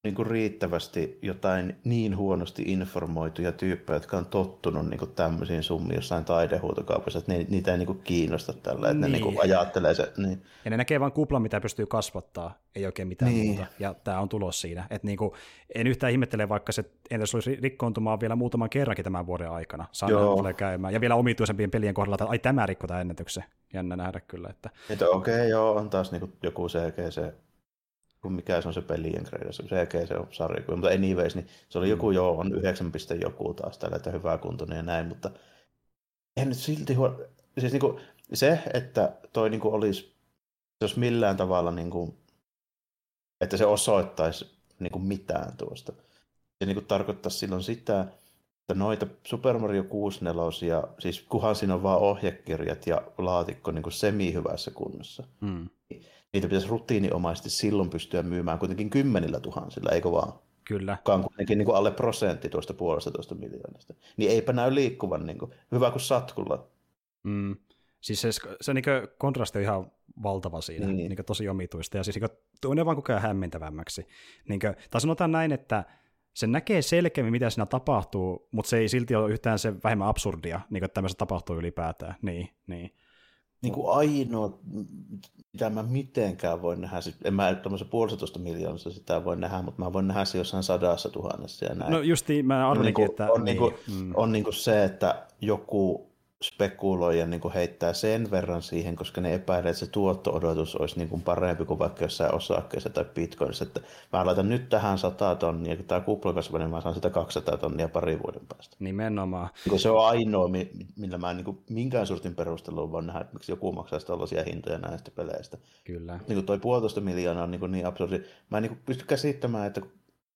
niin kuin riittävästi jotain niin huonosti informoituja tyyppejä, jotka on tottunut niin kuin tämmöisiin summiin jossain taidehuutokaupassa, että niitä ei niin kuin kiinnosta tällä, että ne niin kuin ajattelee se. Niin. Ja ne näkee vain kuplan, mitä pystyy kasvattaa, ei oikein mitään muuta, ja tämä on tulos siinä. Että niin kuin, en yhtään ihmettele, vaikka se entäs olisi rikkoontumaan vielä muutaman kerrankin tämän vuoden aikana. Tulee käymään. Ja vielä omituisempien pelien kohdalla, että ai tämä rikkotaan ennätyksen. Jännä nähdä kyllä. Että okei, on taas niin kuin joku CGC, mikä se on se pelien gradassa, CGC on sarjakuva, mutta anyways, niin se oli joku on 9 joku taas tällä, että hyvä kuntoinen ja näin, mutta en nyt silti siis niin kuin, se, että toi niin kuin olisi, jos millään tavalla, niin kuin, että se osoittaisi niin kuin mitään tuosta, se niin kuin tarkoittaisi silloin sitä, että noita Super Mario 64, siis kunhan siinä on vaan ohjekirjat ja laatikko niin kuin semi-hyvässä kunnossa, niitä pitäisi rutiininomaisesti silloin pystyä myymään kuitenkin 10 000, eikö vaan? Kyllä. Joka on kuitenkin niin kuin alle prosentti tuosta 1,5 miljoonasta. Niin eipä näy liikkuvan niin kuin, hyvä kuin satkulla. Siis se niin kontrasti on ihan valtava siinä, niin tosi omituista, ja siis niin toinen vaan koko ajan hämmentävämmäksi. Tai sanotaan näin, että se näkee selkeämmin, mitä siinä tapahtuu, mutta se ei silti ole yhtään se vähemmän absurdia, niin kuin tämmöistä tapahtuu ylipäätään. Niin kuin ainoa, mitä mä mitenkään voin nähdä, siis en mä tämmöisen 1,5 miljoonassa sitä voi nähdä, mutta mä voin nähdä se jossain 100 000 ja näin. No justiin, mä arvelinkin, että on niin kuin se, että joku spekuloi ja niin kuin heittää sen verran siihen, koska ne epäilee, että se tuotto-odotus olisi niin kuin parempi kuin vaikka jossain osakkeessa tai bitcoinissa, että mä laitan nyt tähän 100 tonnia, ja kun tämä kupla kasvaa, niin mä saan sitä 200 tonnia parin vuoden päästä. Nimenomaan. Niin se on ainoa, millä mä niin kuin minkään sortin perusteluun voin nähdä, että miksi joku maksaisi tällaisia hintoja näistä peleistä. Kyllä. Niin kuin toi 1,5 miljoonaa on niin absurdi. Mä en niin pysty käsittämään, että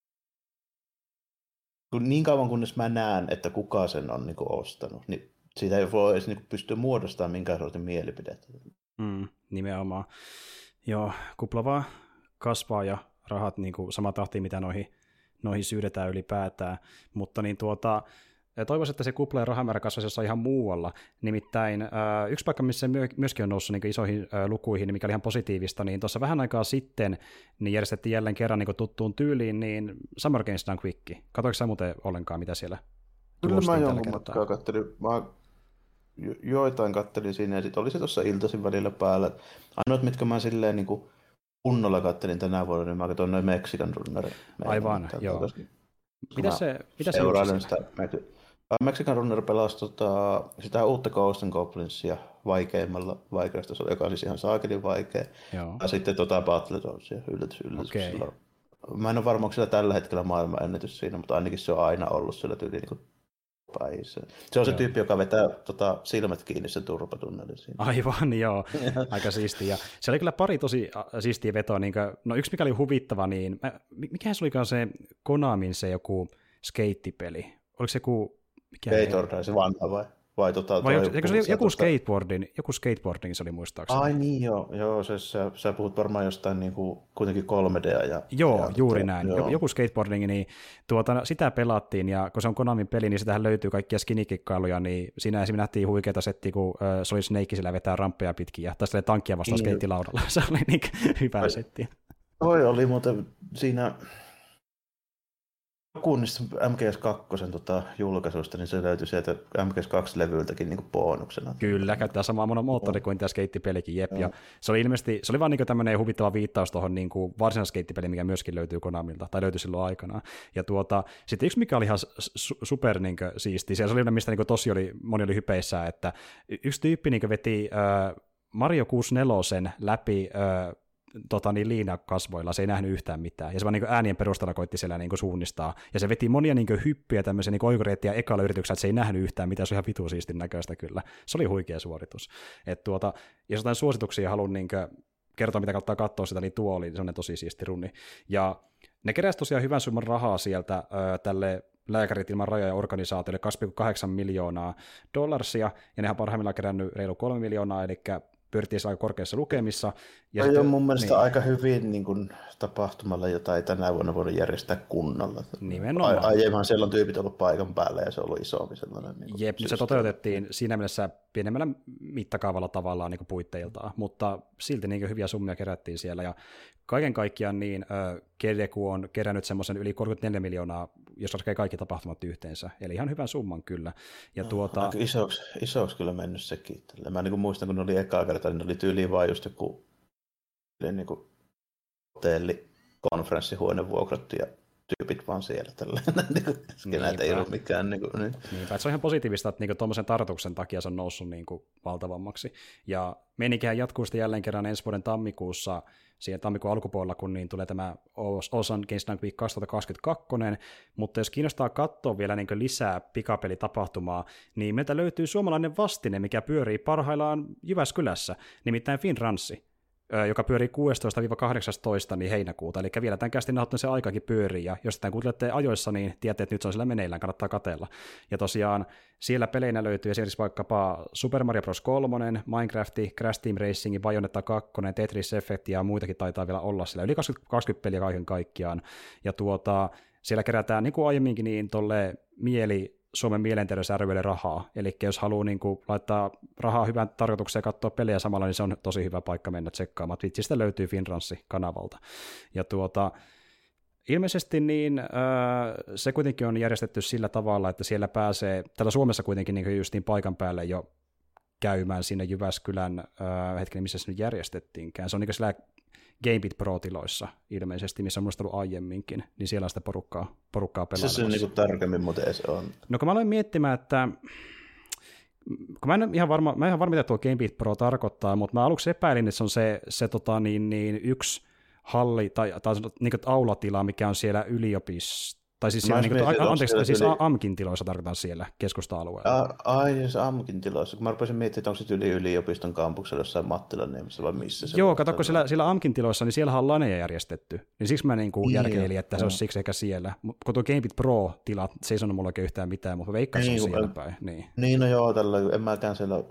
niin kauan kunnes mä näen, että kuka sen on niin kuin ostanut, niin siitä ei voi edes niin pystyä muodostamaan minkään sortin mielipidettä. Nimenomaan. Joo, kupla vaan kasvaa ja rahat niin kuin sama tahtiin, mitä noihin syydetään ylipäätään. Mutta niin toivoisin, että se kupla ja rahamäärä kasvaisi jossain ihan muualla. Nimittäin yksi paikka, missä myöskin on noussut niin isoihin lukuihin, mikä oli ihan positiivista, niin tuossa vähän aikaa sitten niin järjestettiin jälleen kerran niin tuttuun tyyliin niin Summer Games Done Quick. Katoiko sä muuten ollenkaan, mitä siellä Kyllä mä jonkun matkaa kattelin. Mä joitain kattelin siinä ja sitten oli se tuossa iltaisin välillä päällä. Ainoat, mitkä mä silleen niin kuin kunnolla kattelin tänä vuonna, niin mä katsoin noin Mexican Runnerin. Aivan, joo. Mitä se sitä? Mexican Runner pelasi sitä uutta Ghosts and Goblinsia vaikeimmalla vaikeustasolla, joka olisi ihan saakelin vaikea. Joo. Ja sitten Battletoadsia, yllätys. Okay. Mä en ole varma, onko sillä tällä hetkellä maailmanennätys siinä, mutta ainakin se on aina ollut sillä tyyliin niin päissä. Se on se tyyppi, joka vetää silmät kiinni sen turpatunnelin siinä. Aivan, joo. Aika siistiä. Se oli kyllä pari tosi siistiä vetoa. Niin kuin, no yksi, mikä oli huvittava, niin mikähän se olikaan se Konamin se joku skeittipeli? Oliko se joku Skateboard, se vanha vai joku skateboarding se oli muistaakseni. Ai niin, joo sä puhut varmaan jostain niinku, kuitenkin 3D. Joo, juuri näin. Joku skateboarding, niin sitä pelattiin, ja kun se on Konamin peli, niin sitähän löytyy kaikkia skinikikkailuja, niin siinä esimerkiksi nähtiin huikeita settiä, kun Solid Snake sillä vetää ramppeja pitkin, ja taas tankkia vastaan skeittilaudalla. Se oli niin hyvä setti. Toi oli muuten siinä joku niistä MGS2 julkaisuista, niin se löytyi sieltä MGS2-levyltäkin niin bonuksena. Kyllä, käyttää samaa moottori kuin tämä skeittipelikin, jep. Ja se oli ilmeisesti, se oli vaan niin tämmöinen huvittava viittaus tuohon niin varsinaisen skeittipeliin, mikä myöskin löytyy Konamilta, tai löytyi silloin aikanaan. Ja sitten yksi, mikä oli ihan super niin siistiä, se oli mistä niin moni oli hypeissä, että yksi tyyppi niin veti Mario 64 läpi liinakasvoilla, se ei nähnyt yhtään mitään, ja se vaan niin äänien perusteella koitti siellä niin suunnistaa, ja se veti monia niin hyppyjä tämmöisiä niin oikoreittiä ekalla yrityksellä, että se ei nähnyt yhtään mitään, se on ihan vitu siistin näköistä kyllä. Se oli huikea suoritus. Jos jotain suosituksia haluan niin kertoa, mitä kautta katsoa sitä, niin tuo oli semmoinen tosi siisti runni. Ja ne keräsi tosiaan hyvän summan rahaa sieltä tälle Lääkärit ilman rajoja organisaatiolle $2,8 miljoonaa, ja nehän parhaimmillaan kerännyt reilu 3 miljoonaa, eli pyörittiin aika korkeissa lukemissa. Ja sitten, on mun mielestä aika hyvin niin kuin, tapahtumalla, jota ei tänä vuonna voida järjestää kunnolla. Nimenomaan. Aiemmin siellä on tyypit ollut paikan päällä ja se on ollut isompi sellainen. Niin jep, se toteutettiin siinä mielessä pienemmällä mittakaavalla tavallaan niin puitteiltaan, mutta silti niin hyviä summia kerättiin siellä. Ja kaiken kaikkiaan niin Kedeku on kerännyt semmoisen yli 34 miljoonaa, jos laskee kaikki tapahtumat yhteensä, eli ihan hyvän summan kyllä. Ja aika isoksi kyllä mennyt sekin. Mä niin muistan, kun ne oli ekaa kertaa, niin ne oli tyyliin vaan just joku niin hotelli, konferenssihuone vuokrattu ja tyypit vaan siellä tällainen. Näitä ei ole mikään. Niinpä, se on ihan positiivista, että tuommoisen tarkoituksen takia se on noussut valtavammaksi. Ja meininkihän jatkuu sitten jälleen kerran ensi vuoden tammikuussa, siihen tammikuun alkupuolella, kun tulee tämä Osan Games Dunk Week 2022, mutta jos kiinnostaa katsoa vielä lisää pikapelitapahtumaa, niin meiltä löytyy suomalainen vastine, mikä pyörii parhaillaan Jyväskylässä, nimittäin Finranssi, joka pyörii 16-18 niin heinäkuuta, eli vielä tämän kästin nauhoittamisen se aikakin pyörii, ja jos tämän kuuntelette ajoissa, niin tiedätte, että nyt se on siellä meneillään, kannattaa katsella. Ja tosiaan siellä peleinä löytyy esimerkiksi vaikkapa Super Mario Bros. 3, Minecraft, Crash Team Racing, Bayonetta 2, Tetris Effect ja muitakin taitaa vielä olla siellä, yli 20 peliä kaiken kaikkiaan, ja siellä kerätään niin kuin aiemminkin niin tolle Suomen mielenterveys ry:lle rahaa, eli jos haluaa laittaa rahaa hyvään tarkoitukseen ja katsoa pelejä samalla, niin se on tosi hyvä paikka mennä tsekkaamaan. Twitchistä löytyy Finranssi-kanavalta. Ja ilmeisesti se kuitenkin on järjestetty sillä tavalla, että siellä pääsee, täällä Suomessa kuitenkin justiin paikan päälle jo käymään sinne Jyväskylän, missä se nyt järjestettiinkään. Se on siellä Gamebit Pro-tiloissa ilmeisesti, missä on minusta ollut aiemminkin, niin siellä on sitä porukkaa pelailemassa. Se tarkemmin muuten se on. No kun mä aloin miettimään, että kun mä en ihan varma, mitä tuo Gamebit Pro tarkoittaa, mutta mä aluksi epäilin, että se on se yksi halli tai aulatila, mikä on siellä yliopistossa. Tai siis, siis AMKin tiloissa tarkoitan siellä keskusta-alueella. Siis AMKin tiloissa. Kun mä rupesin miettimään, että onko se yliopiston kampuksella jossain Mattilaniemessä vai missä se. Joo, kato, kun siellä AMKin tiloissa, niin siellähän on laneja järjestetty. Niin siksi mä järkeilin, että se olisi siksi eikä siellä. Kun tuo Gamebit Pro-tila, se ei sanonut mulla oikein yhtään mitään, mutta veikkaan se on siellä päin. Niin, no joo, tällä en mäkään siellä.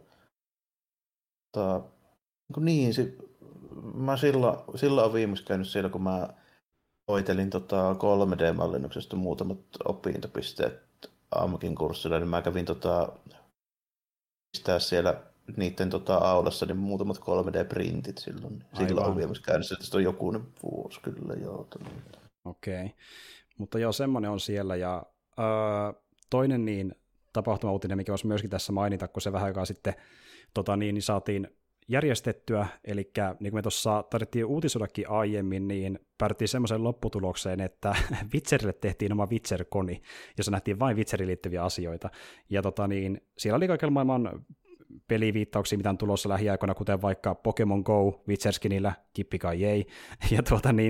Mä silloin olen viimeksi käynyt siellä, kun mä hoitelin 3D-mallinnuksesta muutamat opintopisteet AMKin kurssilla, niin mä kävin pistää siellä niiden aulassa niin muutamat 3D-printit silloin. Silloin on viimeksi käynyt, että on jokunen vuosi kyllä joo. Okei, mutta joo, semmoinen on siellä. Ja toinen tapahtuma-uutinen, mikä voisi myöskin tässä mainita, kun se vähän aikaa sitten niin saatiin järjestettyä, eli niin kuin me tuossa tarvittiin uutisodakin aiemmin, niin päädyttiin semmoiseen lopputulokseen, että Witcherille tehtiin oma Witcher-koni, jossa nähtiin vain Witcheriin liittyviä asioita, ja siellä oli kaikilla maailman peliviittauksia, mitä on tulossa lähiaikoina, kuten vaikka Pokemon Go Witcher-skinillä, kippikai ei, ja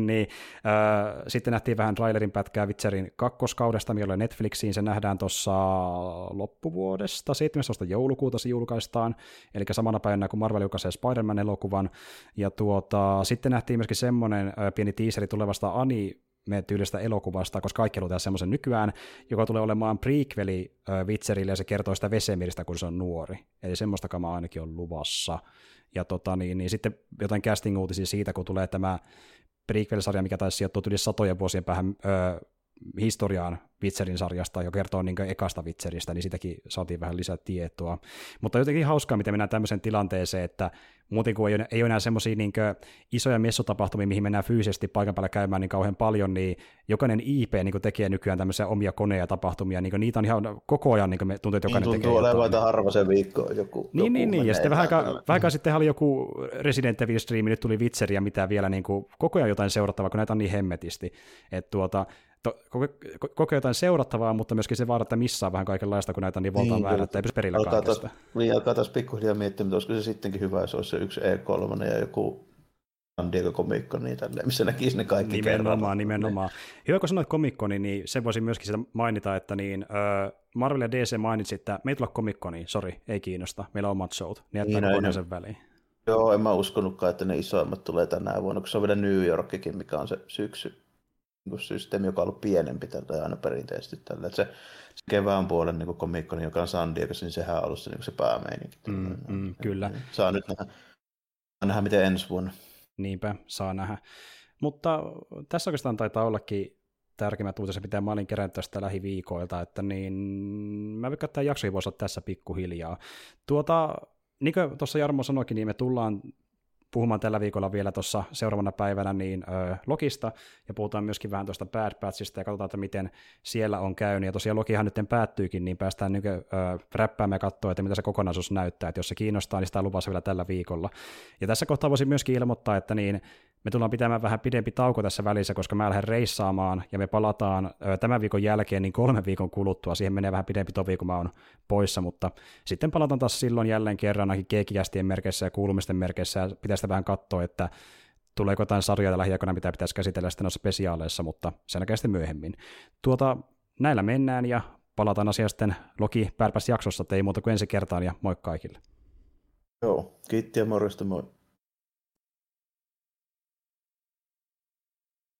sitten nähtiin vähän trailerin pätkää Witcherin kakkoskaudesta, millä Netflixiin, se nähdään tuossa loppuvuodesta, 17. joulukuuta se julkaistaan, eli samana päivänä kuin Marvel julkaisee Spider-Man-elokuvan, ja sitten nähtiin myöskin semmoinen pieni teaseri tulevasta tyylistä elokuvasta, koska kaikki halutaan semmoisen nykyään, joka tulee olemaan prequeli Witcherille, ja se kertoo sitä Vesemiristä, kun se on nuori. Eli semmoista kamaa ainakin on luvassa. Ja sitten jotain casting-uutisia siitä, kun tulee tämä prequel-sarja, mikä taisi sijoittua yli satojen vuosien päähän historiaan Witcherin sarjasta, joka kertoo ekasta Witcheristä, niin sitäkin saatiin vähän lisää tietoa. Mutta jotenkin hauskaa, miten mennään tämmöiseen tilanteeseen, että muuten kuin ei ole enää semmoisia isoja messutapahtumia, mihin mennään fyysisesti paikan päällä käymään niin kauhean paljon, niin jokainen IP tekee nykyään tämmöisiä omia koneja tapahtumia, niitä on ihan koko ajan, me tuntuu, että jokainen tekee. Tuntuu olevan, että harva se viikko joku. Niin, ja sitten vähän aikaa sitten oli joku Resident Evil -striimi, nyt tuli Witcher ja mitä vielä koko ajan jotain seurattavaa, kun näitä on niin hemmetisti, että koko jotain seurattavaa, mutta myöskin se vaara, että missaa vähän kaikenlaista, kun näitä on niin valtaan väärä, että ei pysy perillä kaikesta. Alkaa taas pikkuhiljaa miettiä, mutta olisiko se sittenkin hyvä, jos olisi se yksi E3 ja joku San Diego Comic-Con, niin missä näkisi ne kaikki Nimenomaan. Hyvä, kun sanoit Comic-Coni, niin se voisi myöskin sitä mainita, että Marvel ja DC mainitsi, että me ei tulla Comic-Coniin, sori, ei kiinnosta, meillä on omat showt, niin jättää kokonaan sen väliin. Joo, en mä uskonutkaan, että ne isoimmat tulee tänä vuonna, kun se on vielä New Yorkikin, mikä on se systeemi, joka on ollut pienempi tällä aina perinteisesti tällä. Että se kevään puolen niin Comic-Con, joka on San Diegossa, niin sehän on ollut se, se päämeininki. Kyllä. Saa nyt nähdä, miten ensi vuonna. Niinpä, saa nähdä. Mutta tässä oikeastaan taitaa ollakin tärkeimmät uutiset, mitä mä olin kerännyt tästä lähiviikoilta, että mä veikkaan, että tämä jaksokin voisi olla tässä pikkuhiljaa. Niin kuin tuossa Jarmo sanoikin, niin me tullaan puhumaan tällä viikolla vielä tuossa seuraavana päivänä niin Lokista, ja puhutaan myöskin vähän tuosta Bad Batchista, ja katsotaan, että miten siellä on käynyt, ja tosiaan Lokihan nyt päättyykin, niin päästään niin räppäämään ja katsoa, että mitä se kokonaisuus näyttää, että jos se kiinnostaa, niin sitä on luvassa vielä tällä viikolla. Ja tässä kohtaa voisin myöskin ilmoittaa, että niin me tullaan pitämään vähän pidempi tauko tässä välissä, koska mä lähden reissaamaan, ja me palataan tämän viikon jälkeen niin 3 viikon kuluttua. Siihen menee vähän pidempi tovi, kun mä oon poissa, mutta sitten palataan taas silloin jälleen kerran ainakin keekikästien merkeissä ja kuulumisten merkeissä, ja pitäisi vähän katsoa, että tuleeko jotain sarjoja lähiaikoina, mitä pitäisi käsitellä sitten noissa spesiaaleissa, mutta sen näkee sitten myöhemmin. Näillä mennään, ja palataan asiaan sitten Loki Bad Batch -jaksossa, ei muuta kuin ensi kertaan, ja moi kaikille. Joo, kiitti ja morjesta, moi.